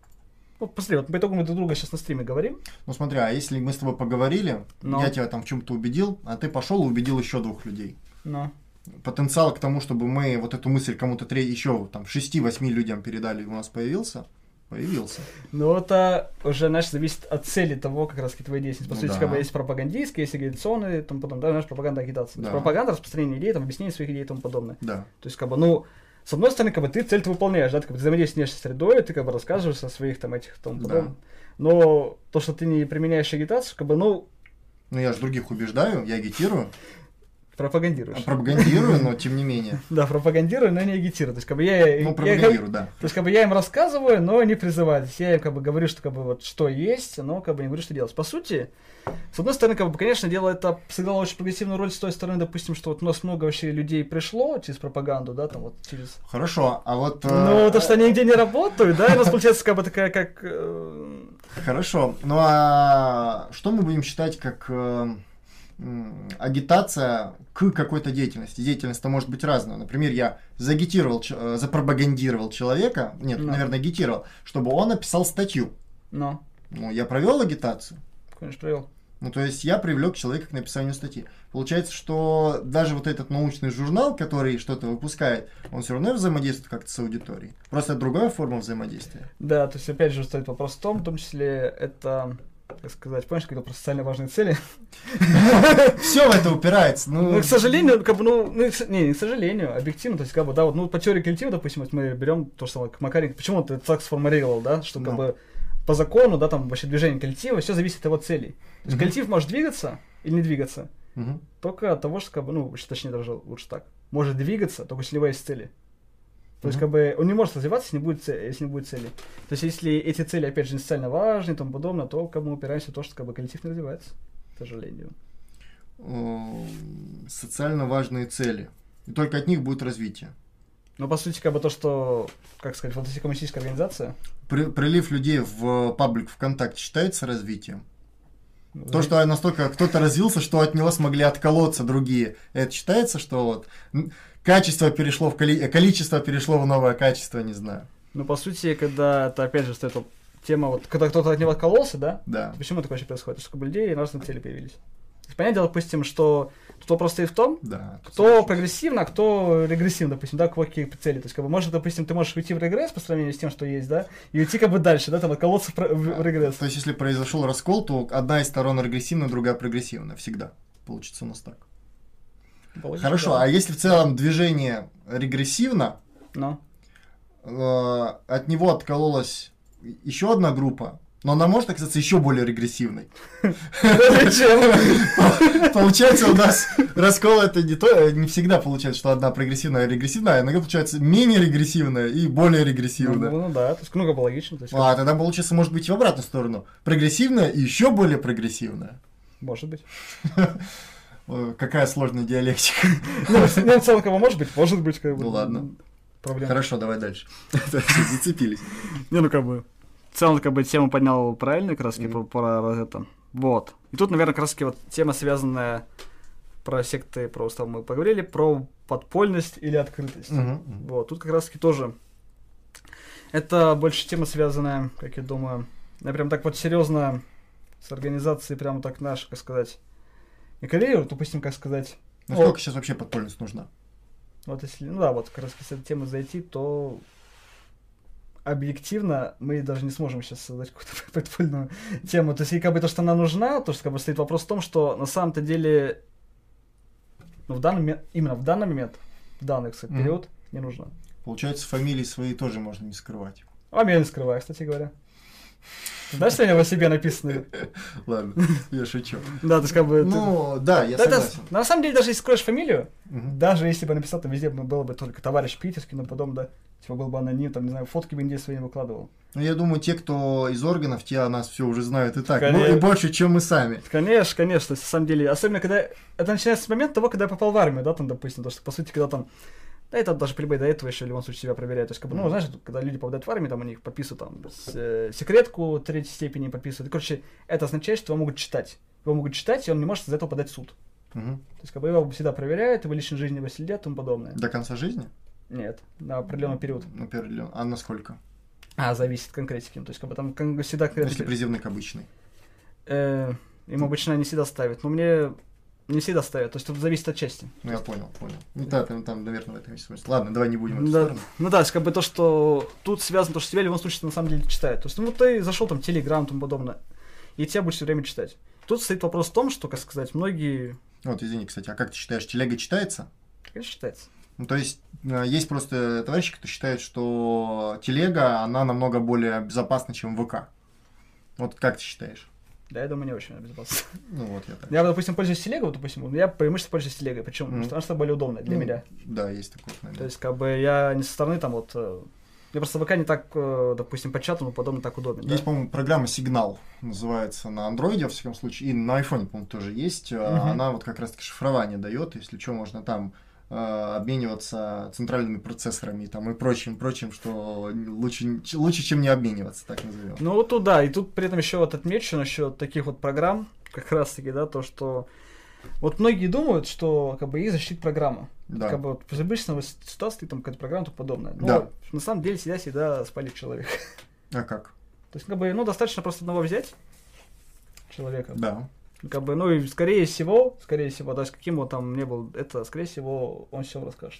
ну, посмотри, вот по итогу мы друг друга сейчас на стриме говорим. Ну, смотри, а если мы с тобой поговорили, Но. я тебя там в чем-то убедил, а ты пошел и убедил еще двух людей. Но. Потенциал к тому, чтобы мы вот эту мысль кому-то треть, еще там шести-восьми людям передали, у нас появился? Появился. Ну, это уже, знаешь, зависит от цели того, как раз твоей деятельности. По Ну, сути, да. как бы есть пропагандистские, есть агитационные, там потом, да, знаешь, пропаганда, агитация. Да. Пропаганда, распространение идей, там, объяснение своих идей и тому подобное. Да. То есть, как бы, ну, с одной стороны, как бы ты цель-то выполняешь, да, ты как бы взаимодействуешь с внешней средой, ты как бы рассказываешь о своих там этих тому подобное. Да. Но то, что ты не применяешь агитацию, как бы, ну, Ну, я же других убеждаю, я агитирую, пропагандируешь. пропагандирую, но тем не менее. Да, пропагандирую, но не агитирую. То есть, как бы я... Ну, я- пропагандирую, да. То есть, как бы я им рассказываю, но не призываю. То есть, я им как бы говорю, что как бы вот что есть, но как бы не говорю, что делать. По сути, с одной стороны, как бы, конечно, дело это сыграло очень прогрессивную роль с той стороны, допустим, что вот у нас много вообще людей пришло через пропаганду, да, там вот через... Хорошо, а вот... э, Ну, то, что они нигде не работают, да, и у нас получается как бы такая, как... э, Хорошо, ну а что мы будем считать как э, м, агитация к какой-то деятельности? Деятельность-то может быть разная. Например, я загитировал, ч- э, запропагандировал человека, нет, Ну. наверное, агитировал, чтобы он написал статью. Ну, Ну, я провел агитацию. конечно, провел. Ну, то есть я привлек человека к написанию статьи. Получается, что даже вот этот научный журнал, который что-то выпускает, он все равно взаимодействует как-то с аудиторией. Просто это другая форма взаимодействия. Да, то есть, опять же, стоит вопрос в том, в том числе, это, как сказать, помнишь, какие-то про социально важные цели? Все в это упирается. Ну, Ну, к сожалению, как бы, ну, ну, к с- не, не к сожалению, объективно, то есть, как бы, да, вот, ну, по теории коллектива, допустим, вот мы берем то, что как Макаренко, почему он это так сформулировал, да, что, как Ну. бы, по закону, да, там, вообще движение коллектива, все зависит от его целей. То есть, Мгм. коллектив может двигаться или не двигаться, Мгм. только от того, что, как бы, ну, вообще, точнее, даже лучше так, может двигаться, только если у него есть цели. То есть, Мгм. как бы, он не может развиваться, если не будет, це- если не будет цели. То есть, если эти цели, опять же, не социально важны и тому подобное, то, как бы, мы упираемся в то, что, как бы, коллектив не развивается, к сожалению. Э, социально важные цели. И только от них будет развитие. Но, по сути, как бы, то, что, как сказать, вот эта коммунистическая организация, При- прилив людей в паблик ВКонтакте считается развитием? ну, То, что настолько кто-то развился, что от него смогли отколоться другие, это считается, что вот м, качество перешло в коли... количество перешло в новое качество, не знаю. Ну, по сути, когда это, опять же, стоит вот тема, вот, когда кто-то от него откололся, да? Да. Почему такое вообще происходит? Что как бы людей разные цели появились. То есть, понятное дело, допустим, что тут вопрос стоит в том, Да. кто прогрессивно, а кто регрессивно, допустим, да, какие цели. То есть, как бы, может, допустим, ты можешь уйти в регресс по сравнению с тем, что есть, да, и уйти как бы дальше, да, там, отколоться в, про- в- в регресс. То есть, если произошел раскол, то одна из сторон регрессивная, другая прогрессивная. Всегда. Получится у нас так. Получится, Хорошо, да. а если в целом движение регрессивно, Ну, э, от него откололась еще одна группа, но она может оказаться еще более регрессивной. зачем? Получается, у нас раскол это не то, не всегда получается, что одна прогрессивная и регрессивная, а иногда получается менее регрессивная и более Ну, регрессивная. ну, да, то есть, ну, как бы логично. То есть, А тогда получается, может быть, и в обратную сторону. Прогрессивная и еще более прогрессивная. может быть. Э, Какая сложная диалектика. Ну, в- ну, в целом, как бы, может быть, может быть, как бы. Ну, ладно. Проблема. Хорошо, давай дальше. Зацепились. Не, ну как бы. В целом, как бы тему поднял правильно, как раз таки, Мгм. про, про это. Вот. И тут, наверное, как раз таки вот тема, связанная про секты, про устав мы поговорили, про подпольность или открытость. Мгм. Вот. Тут как раз таки тоже. Это больше тема, связанная, как я думаю, я прям так вот серьезно с организацией, прям так наш, как сказать, не коллеги, допустим, как сказать, Насколько Вот. сейчас вообще подпольность нужна? Вот если, ну да, вот как раз с этой темы зайти, то объективно мы даже не сможем сейчас создать какую-то подпольную тему. То есть, и как бы то, что она нужна, то, что как бы стоит вопрос в том, что на самом-то деле, ну, в данный момент, именно в данный момент, в данный, кстати, Мгм. период не нужно. Получается, фамилии свои тоже можно не скрывать. А меня не скрываю, кстати говоря. Ты знаешь, что у меня в себе написано? Ладно, я шучу. Да, то есть как бы... ты- Ну, да, я Да, это- согласен. на самом деле, даже если скроешь фамилию, Мгм. даже если бы написал, то везде бы было бы только товарищ питерский, но потом, да, типа был бы аноним, там, не знаю, фотки бы нигде свои не выкладывал. Ну, я думаю, те, кто из органов, те о нас все уже знают и так. Ну, Конечно. и больше, чем мы сами. Конечно, конечно, то есть, на самом деле, особенно когда... Это начинается с момента того, когда я попал в армию, да, там, допустим, то, что, по сути, когда там... Да, это даже при до этого еще в любом случае себя проверяют. То есть, как бы, ну, Мгм. знаешь, когда люди попадают в армию, там, у них подписывают там с- э, секретку третьей степени подписывают. И, короче, это означает, что его могут читать. Его могут читать, и он не может из-за этого подать в суд. Мгм. То есть, как бы, его всегда проверяют, его личной жизни его следят и тому подобное. До конца жизни? Нет, на определенный период. Ну, определенно. А насколько? А, зависит конкретики. То есть, как бы, там как бы, всегда Ну, Если конкретики. призывник обычный. Э, им обычно не всегда ставят. Но мне не всегда ставят. То есть, тут зависит от части. Ну, я понял, понял. Ну, да, там, там, наверное, в этом есть смысл. Ладно, давай не будем в эту Да, сторону. ну да, то есть как бы то, что тут связано, то, что тебя в любом случае на самом деле читают. То есть, ну вот ты зашел там Телеграм и тому подобное, и тебя будешь все время читать. Тут стоит вопрос в том, что, как сказать, многие, Вот, извини, кстати, а как ты считаешь, телега читается? конечно, читается. Ну, то есть, э, есть просто товарищи, кто считает, что телега, она намного более безопасна, чем ВК. Вот как ты считаешь? Да, я думаю, не очень безопасно. Ну, вот я так. Я, допустим, пользуюсь телегой, вот, допустим, я преимущественно пользуюсь телегой, причем, потому Мгм. что она что более удобная для Ну, меня. Да, есть такой вот момент. То есть, как бы я не со стороны там вот. э, Мне просто ВК не так, э, допустим, по чату, но подобно так удобно. Есть, Да? по-моему, программа «Сигнал», называется на андроиде, во всяком случае, и на айфоне, по-моему, тоже есть. А Мгм. Она вот как раз-таки шифрование дает, если что, можно там э, обмениваться центральными процессорами там, и прочим, прочим, что лучше, лучше, чем не обмениваться, так назовем. Ну вот тут да, и тут при этом еще вот отмечу насчет таких вот программ, как раз таки, да, то, что вот многие думают, что как бы их защитит программа. Да. Как бы вот в обычной ситуации там какая-то программа и тому подобное. Но Да. на самом деле всегда всегда спалит человек. А как? То есть, как бы, ну, достаточно просто одного взять человека. Да. Как бы, ну и скорее всего, скорее всего, даже каким вот там не был, это, скорее всего, он все расскажет.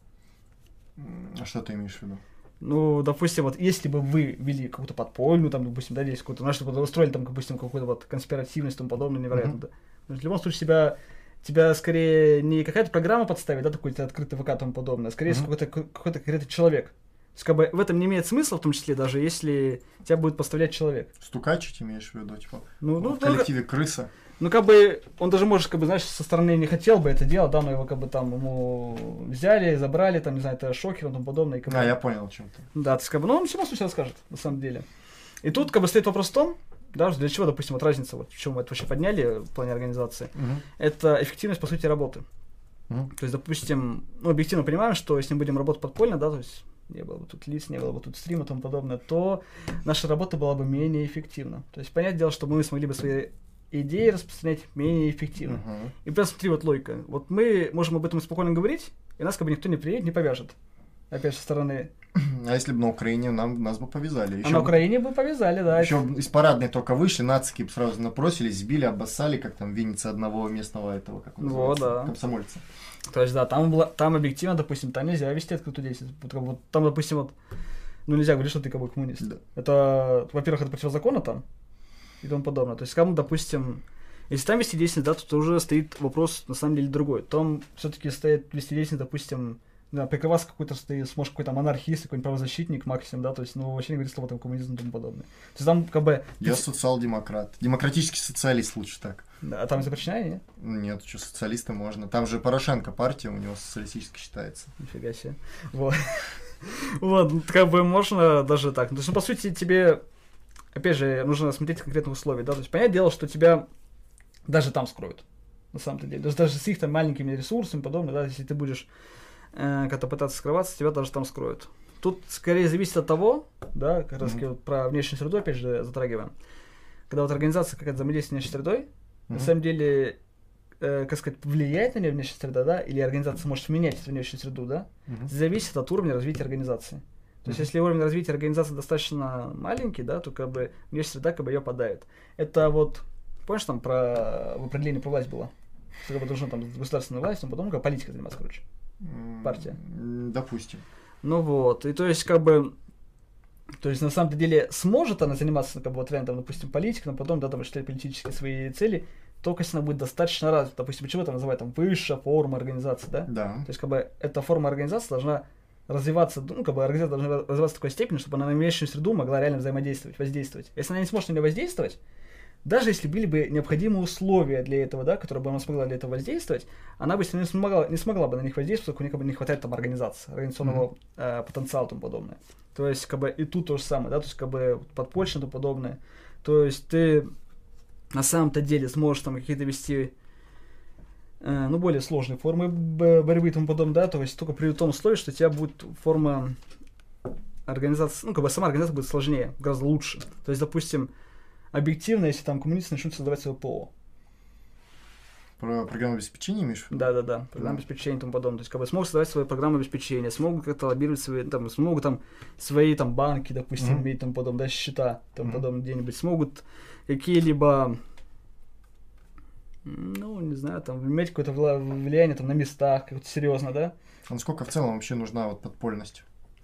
М, А что ты имеешь в виду? Ну, допустим, вот если бы вы вели какую-то подпольную, там, допустим, да, здесь какую-то, знаешь, чтобы устроили там, допустим, какую-то вот конспиративность и тому подобное, невероятно, Мгм. да. То есть, в любом случае, тебя, тебя скорее не какая-то программа подставит, да, такой открытый ВК и тому подобное, а скорее Мгм. какой-то, какой-то конкретный человек. То есть, как бы, в этом не имеет смысла, в том числе, даже если тебя будет подставлять человек. Стукач, ты имеешь в виду? Типа, Ну, ну, в коллективе крыса. Ну, как бы, он даже, может, как бы, знаешь, со стороны не хотел бы это делать, да, но его, как бы, там, ему взяли, забрали, там, не знаю, это шокер и тому подобное. И, как бы, А, я понял, о чем ты. Да, то есть, как бы, ну, он всему случае расскажет, на самом деле. И тут, как бы, стоит вопрос в том, да, для чего, допустим, вот разница, вот, в чем мы это вообще подняли в плане организации, Мгм. это эффективность, по сути, работы. Мгм. То есть, допустим, ну, объективно понимаем, что если мы будем работать подпольно, да, то есть, не было бы тут лиц, не было бы тут стрима и тому подобное, то наша работа была бы менее эффективна. То есть, понятное дело, что мы смогли бы свои идеи распространять менее эффективно. Мгм. И прям смотри, вот логика. Вот мы можем об этом спокойно говорить, и нас как бы никто не приедет, не повяжет. Опять со стороны. А если бы на Украине, нам, нас бы повязали. А на Украине бы повязали, да. Еще из парадной только вышли, нацики бы сразу напросились, сбили, обоссали, как там в Виннице одного местного этого, как он Во, называется, да. комсомольца. То есть, да, там, было, там объективно, допустим, там нельзя вести открытую деятельность. Вот, как бы, вот там, допустим, вот, ну нельзя говорить, что ты как бы коммунист. Да. Это, во-первых, это противозаконно там и тому подобное. То есть, кому, допустим, если там вести деятельность, да, то, то уже стоит вопрос, на самом деле, другой. Там все-таки стоит вести деятельность, допустим, да, прикрываться какой-то, ты сможешь какой-то монархист, какой-нибудь правозащитник максимум, да, то есть, ну, вообще не говорит слово там коммунизм и тому подобное. То есть, там, как бы... Я социал-демократ. Демократический социалист лучше так. Да, а там запрещено, нет? Нет, что, социалисты можно. Там же Порошенко партия, у него социалистическая считается. Нифига себе. Вот. Вот, ну, как бы можно даже так. То есть, ну, по сути, тебе, опять же, нужно смотреть конкретных условий, да, то есть, понятное дело, что тебя даже там скроют, на самом-то деле. Даже, даже с их там маленькими ресурсами и подобное, да, если ты будешь э, как-то пытаться скрываться, тебя даже там скроют. Тут скорее зависит от того, да, как раз Мгм. вот про внешнюю среду, опять же, затрагиваем. Когда вот организация какая-то взаимодействует с внешней средой, на Мгм. самом деле, э, как сказать, влияет на нее внешняя среда, да, или организация может менять эту внешнюю среду, да, Мгм. зависит от уровня развития организации. То есть, Мгм. если уровень развития организации достаточно маленький, да, то как бы внешняя среда как бы ее подает. Это вот, помнишь, там про в определении про власть было? Что как бы должна там государственная власть, потом как политика заниматься, короче. Партия. Допустим. Ну вот, и то есть как бы, то есть на самом деле сможет она заниматься, как бы, вот реально, там, допустим, политикой, но потом, да, там, осуществлять политические свои цели, только если она будет достаточно развита. Допустим, почему это называют там высшая форма организации, да? Да. То есть как бы эта форма организации должна развиваться, ну, как бы организация должна развиваться в такой степени, чтобы она на внешнюю среду могла реально взаимодействовать, воздействовать. Если она не сможет на нее воздействовать, даже если были бы необходимые условия для этого, да, которые бы она смогла для этого воздействовать, она бы не смогла, не смогла бы на них воздействовать, поскольку у них как бы не хватает там организации, организационного mm-hmm. э, потенциала и тому подобное. То есть, как бы и тут то же самое, да, то есть, как бы подпольщина и тому подобное. То есть, ты на самом-то деле сможешь там какие-то вести, э, ну, более сложные формы борьбы и тому подобное, да, то есть, только при том условии, что у тебя будет форма организации, ну, как бы сама организация будет сложнее, гораздо лучше. То есть, допустим, объективно, если там коммунисты начнут создавать свое ПО. Про программное обеспечение имеешь в виду? Да, да, да. Программное да. обеспечение и тому подобное. То есть, как бы смогут создавать свою программу обеспечения, смогут как-то лоббировать свои, там, смогут там свои там банки, допустим, mm-hmm. иметь там подобное, да, счета, там mm-hmm. подобное где-нибудь, смогут какие-либо, ну, не знаю, там, иметь какое-то влияние там на местах, как-то серьезно, да? А насколько в целом вообще нужна вот подпольность?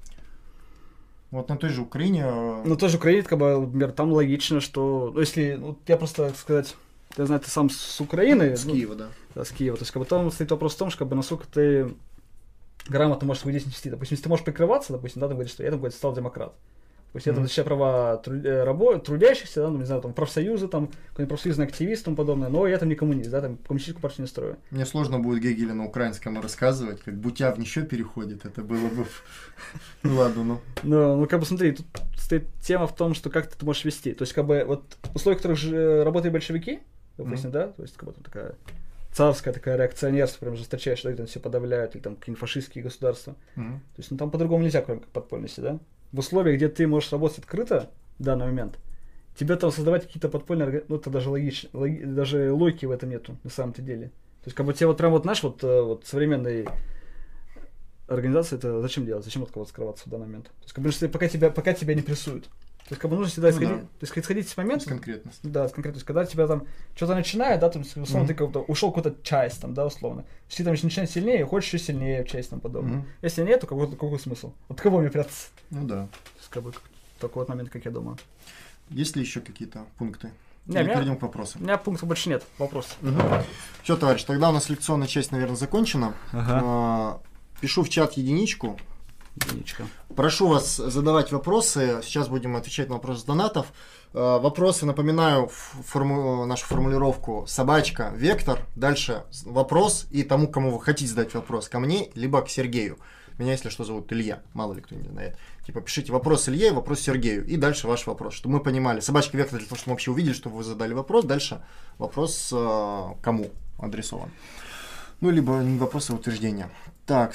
Вот на той же Украине... На той же Украине, как бы, например, там логично, что... Ну, если... Ну, я просто, так сказать... Я знаю, ты сам с Украины. С ну, Киева, да. Да, с Киева. То есть, как бы, там стоит вопрос в том, что, как бы, насколько ты грамотно можешь свою деятельность вести. Допустим, если ты можешь прикрываться, допустим, да, ты говоришь, что я, там, говорит, стал демократ. То есть, mm-hmm. я там защищаю права тру- рабо- трудящихся, да, ну, не знаю, там, профсоюзы, там, какой-нибудь профсоюзный активист и тому подобное, но я там не коммунист, да, там, коммунистическую партию не строю. Мне сложно будет Гегеля на украинском рассказывать, как бутя в нищо переходит, это было бы... Ну ладно, ну. Ну, ну, как бы, смотри, тут стоит тема в том, что как ты это можешь вести. То есть, как бы, вот, условия, в которых же работают большевики, допустим, mm-hmm. да, то есть, как бы, там такая царская такая реакционерство, прям жесточайшее, да, там все подавляют, или там какие-нибудь фашистские государства. Mm-hmm. То есть, ну, там по-другому нельзя, кроме как подпольности, да. В условиях, где ты можешь работать открыто в данный момент, тебе там создавать какие-то подпольные, ну, это даже логично, логи, даже логики в этом нету, на самом-то деле. То есть, как бы, тебе вот прям вот, знаешь, вот, вот современные организации, это зачем делать, зачем от кого-то скрываться в данный момент? То есть, как бы, что пока тебя, пока тебя не прессуют. То есть, как бы, нужно всегда исходить, ну, да. то есть, исходить с момента. С конкретности. Да, с конкретности. Когда тебя там что-то начинает, да, там, условно, mm-hmm. ты как-то ушел какую-то часть, там, да, условно. Если ты там начинаешь сильнее, хочешь еще сильнее в часть, там, подобное. Mm-hmm. Если нет, то какой, какой смысл? От кого мне прятаться? Ну да. То есть, как бы, такой вот момент, как я думаю. Есть ли еще какие-то пункты? Не, меня, перейдем к вопросам. У меня пунктов больше нет. Вопрос. Угу. Все, товарищ, тогда у нас лекционная часть, наверное, закончена. Ага. Пишу в чат единичку. Единичка. Прошу вас задавать вопросы. Сейчас будем отвечать на вопросы донатов. Вопросы, напоминаю, форму, нашу формулировку собачка, вектор. Дальше вопрос и тому, кому вы хотите задать вопрос. Ко мне, либо к Сергею. Меня, если что, зовут Илья. Мало ли кто не знает. Типа, пишите вопрос Илье, вопрос Сергею. И дальше ваш вопрос. Чтобы мы понимали. Собачка вектор для того, чтобы мы вообще увидели, что вы задали вопрос. Дальше вопрос э, кому адресован. Ну, либо не вопрос, а утверждение. Так.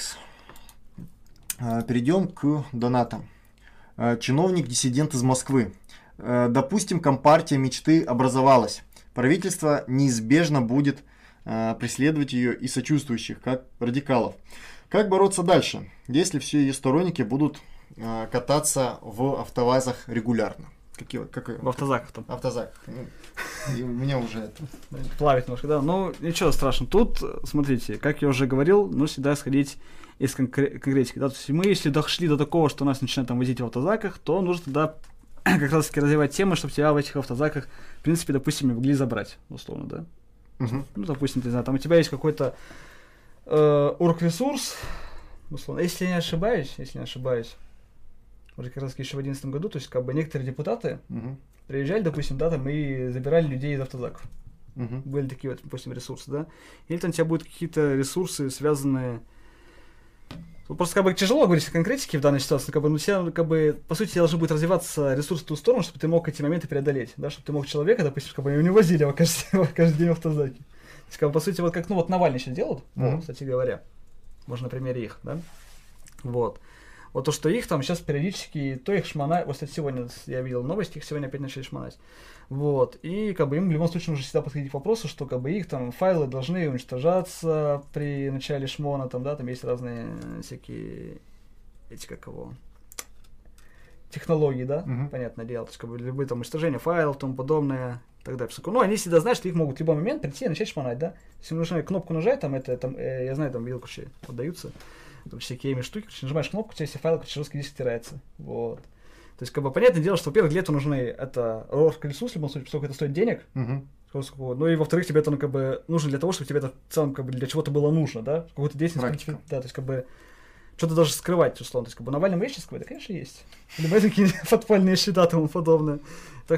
Э, перейдем к донатам. Э, чиновник-диссидент из Москвы. Э, допустим, компартия мечты образовалась. Правительство неизбежно будет э, преследовать ее и сочувствующих, как радикалов. Как бороться дальше, если все ее сторонники будут э, кататься в автовазах регулярно? Какие, как, в автозаках там. Автозаках. Ну, и у меня уже это... Плавит немножко, да. Ну, ничего страшного. Тут, смотрите, как я уже говорил, нужно всегда исходить из конкре- конкретики. Да? То есть мы, если дошли до такого, что нас начинают там возить в автозаках, то нужно тогда как раз таки развивать тему, чтобы тебя в этих автозаках, в принципе, допустим, могли забрать, условно, да. Угу. Ну, допустим, ты знаешь, там у тебя есть какой-то Uh, оргресурс, условно, если я не ошибаюсь, если не ошибаюсь, уже как раз еще в две тысячи одиннадцатом году, то есть как бы некоторые депутаты uh-huh. приезжали, допустим, да, там и забирали людей из автозаков. Uh-huh. Были такие вот, допустим, ресурсы, да. Или там у тебя будут какие-то ресурсы, связанные... Просто как бы тяжело говорить о конкретике в данной ситуации, как бы, ну, тебя, как бы, по сути, должен будет развиваться ресурс в ту сторону, чтобы ты мог эти моменты преодолеть, да, чтобы ты мог человека, допустим, как бы не возили его каждый, каждый день в автозаке. Как, по сути, вот как, ну, вот Навальный сейчас делают, mm-hmm. вот, кстати говоря, можно на примере их, да, вот, вот то, что их там сейчас периодически, то их шмонать, вот, кстати, сегодня я видел новости, их сегодня опять начали шмонать, вот, и, как бы, им в любом случае нужно всегда подходить к вопросу, что, как бы, их там файлы должны уничтожаться при начале шмона, там, да, там есть разные всякие, эти, как его... технологии, да, uh-huh. понятное дело, то есть, как бы, любые там уничтожения файлов, тому подобное, Тогда, ну, они всегда знают, что их могут в любой момент прийти и начать шмонать, да? Если нужно кнопку нажать, там, это, там, э, я знаю, там, видел, короче, поддаются, короче, всякие ими штуки, короче, нажимаешь кнопку, у тебя все файлы, короче, жесткий диск стирается, вот. То есть, как бы, понятное дело, что, во-первых, для этого нужны, это, орг-ресурс, в любом случае, поскольку это стоит денег, Угу. ну, и, во-вторых, тебе это, ну, как бы, нужно для того, чтобы тебе это, в целом, как бы, для чего-то было нужно, да? Какую-то деятельность, да, то есть, как бы, что-то даже скрывать, условно. То есть, как бы, Навальному есть что скрывать? Да, конечно, есть. Либо какие-то подпольные счета и тому подобное. Так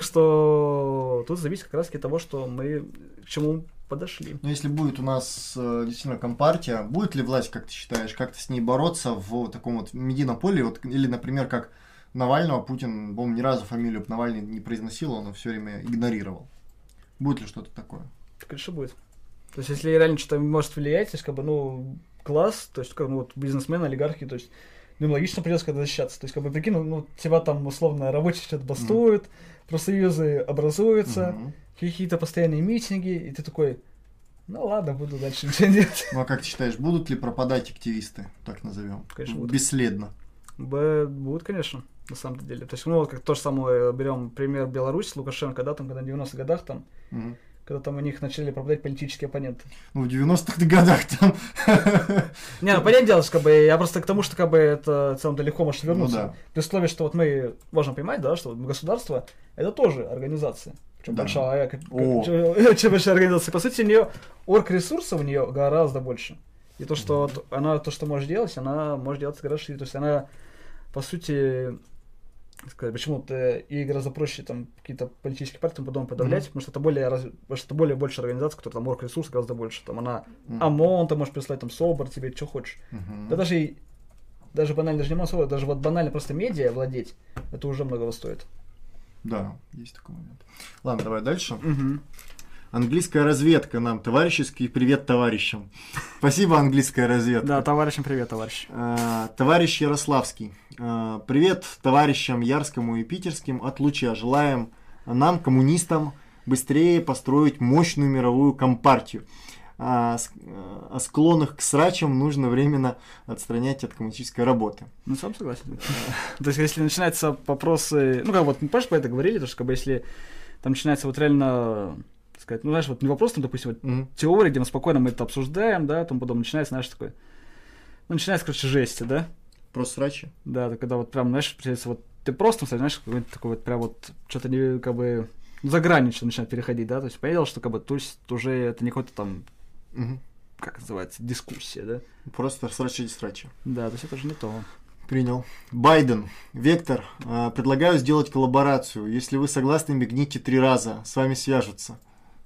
что тут зависит как раз-таки от того, что мы к чему подошли. Но если будет у нас э, действительно компартия, будет ли власть, как ты считаешь, как-то с ней бороться в таком вот медийном поле? Вот, или, например, как Навального, Путин, по-моему, ни разу фамилию Навальный не произносил, он все время игнорировал. Будет ли что-то такое? Конечно, будет. То есть, если реально что-то может влиять, то есть, как бы, ну, класс, то есть, как, ну, вот, бизнесмены, олигархи, то есть, ну, логично придется когда защищаться. То есть, как бы, прикинь, ну, тебя там, условно, рабочие что-то бастуют, mm. профсоюзы образуются, mm-hmm. какие-то постоянные митинги, и ты такой, ну, ладно, буду дальше ничего делать. Ну, а как ты считаешь, будут ли пропадать активисты, так назовем? Конечно, будут. Бесследно? Б- будут, конечно, на самом деле. То есть, ну, вот как то же самое, берем пример Беларусь, Лукашенко, да, там, когда в девяностых годах, там, mm-hmm. когда там у них начали пропадать политические оппоненты. Ну, в девяностых годах там... Не, ну, понятное дело, что, как бы, я просто к тому, что, как бы, это в целом-то легко может вернуться. Ну, да. При условии, что вот мы, важно понимать, да, что вот государство, это тоже организация. Причем да. большая, как, как, чем большая организация. По сути, у нее орг-ресурсов у нее гораздо больше. И то, что mm-hmm. вот, она, то, что может делать, она может делать гораздо шире. То есть она, по сути... сказать, почему-то и гораздо проще там какие-то политические партии потом подавлять, mm-hmm. потому что это более раз... потому что это более большая организация, которая там орг-ресурс гораздо больше. Там она mm-hmm. ОМОН, ты можешь прислать там СОБР, тебе что хочешь. Mm-hmm. Да даже и даже банально, даже не ОМОН, даже вот банально просто медиа владеть, это уже многого стоит. Да, есть такой момент. Ладно, давай дальше. Mm-hmm. Английская разведка нам. Товарищеский привет товарищам. Спасибо, английская разведка. Да, товарищам привет, товарищ. А, товарищ Ярославский. А, привет товарищам Ярскому и Питерским от Луча. Желаем нам, коммунистам, быстрее построить мощную мировую компартию. А, а склонных к срачам нужно временно отстранять от коммунистической работы. Ну, сам согласен. То есть, если начинаются вопросы... Ну, как вот, мы, помнишь, про это говорили, то, что, как бы, если там начинается вот реально... сказать, ну, знаешь, вот не вопрос, там, допустим, вот mm-hmm. теория, где мы спокойно мы это обсуждаем, да, там потом начинается, знаешь, такой, ну, начинается, короче, жесть, да? Просто срачи? Да, да, когда вот прям, знаешь, приходится вот, ты просто, знаешь, какой-то такой вот прям вот, что-то не, как бы, за грань что начинает переходить, да, то есть, понятно, что, как бы, то есть, уже это не какой-то там, mm-hmm. как называется, дискуссия, да? Просто срачи-срачи. Да, то есть, это же не то. Принял. Байден. Вектор. Э, предлагаю сделать коллаборацию. Если вы согласны, мигните три раза. С вами свяжутся.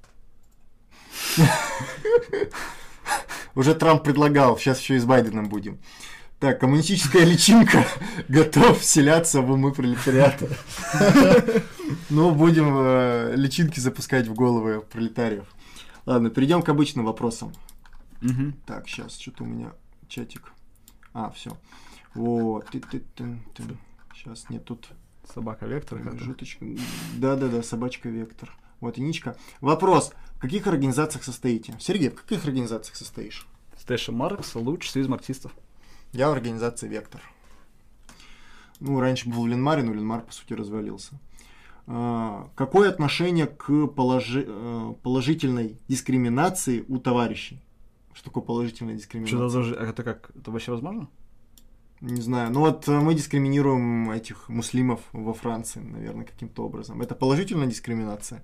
Уже Трамп предлагал, сейчас еще и с Байденом будем. Так, коммунистическая личинка готов вселяться в умы пролетариата. Ну, будем личинки запускать в головы пролетариев. Ладно, перейдем к обычным вопросам. Так, сейчас, что-то у меня чатик. А, все. Вот. Сейчас, нет, тут... Собака Вектор. Да-да-да, собачка Вектор. Вот и Ничка. Вопрос. В каких организациях состоите? Сергей, в каких организациях состоишь? Стэша Маркс, Луч, Союз марксистов. Я в организации Вектор. Ну, раньше был в Ленмаре, но Ленмар, по сути, развалился. А, какое отношение к положи... положительной дискриминации у товарищей? Что такое положительная дискриминация? Что это, это как? Это вообще возможно? Не знаю. Ну вот мы дискриминируем этих муслимов во Франции, наверное, каким-то образом. Это положительная дискриминация?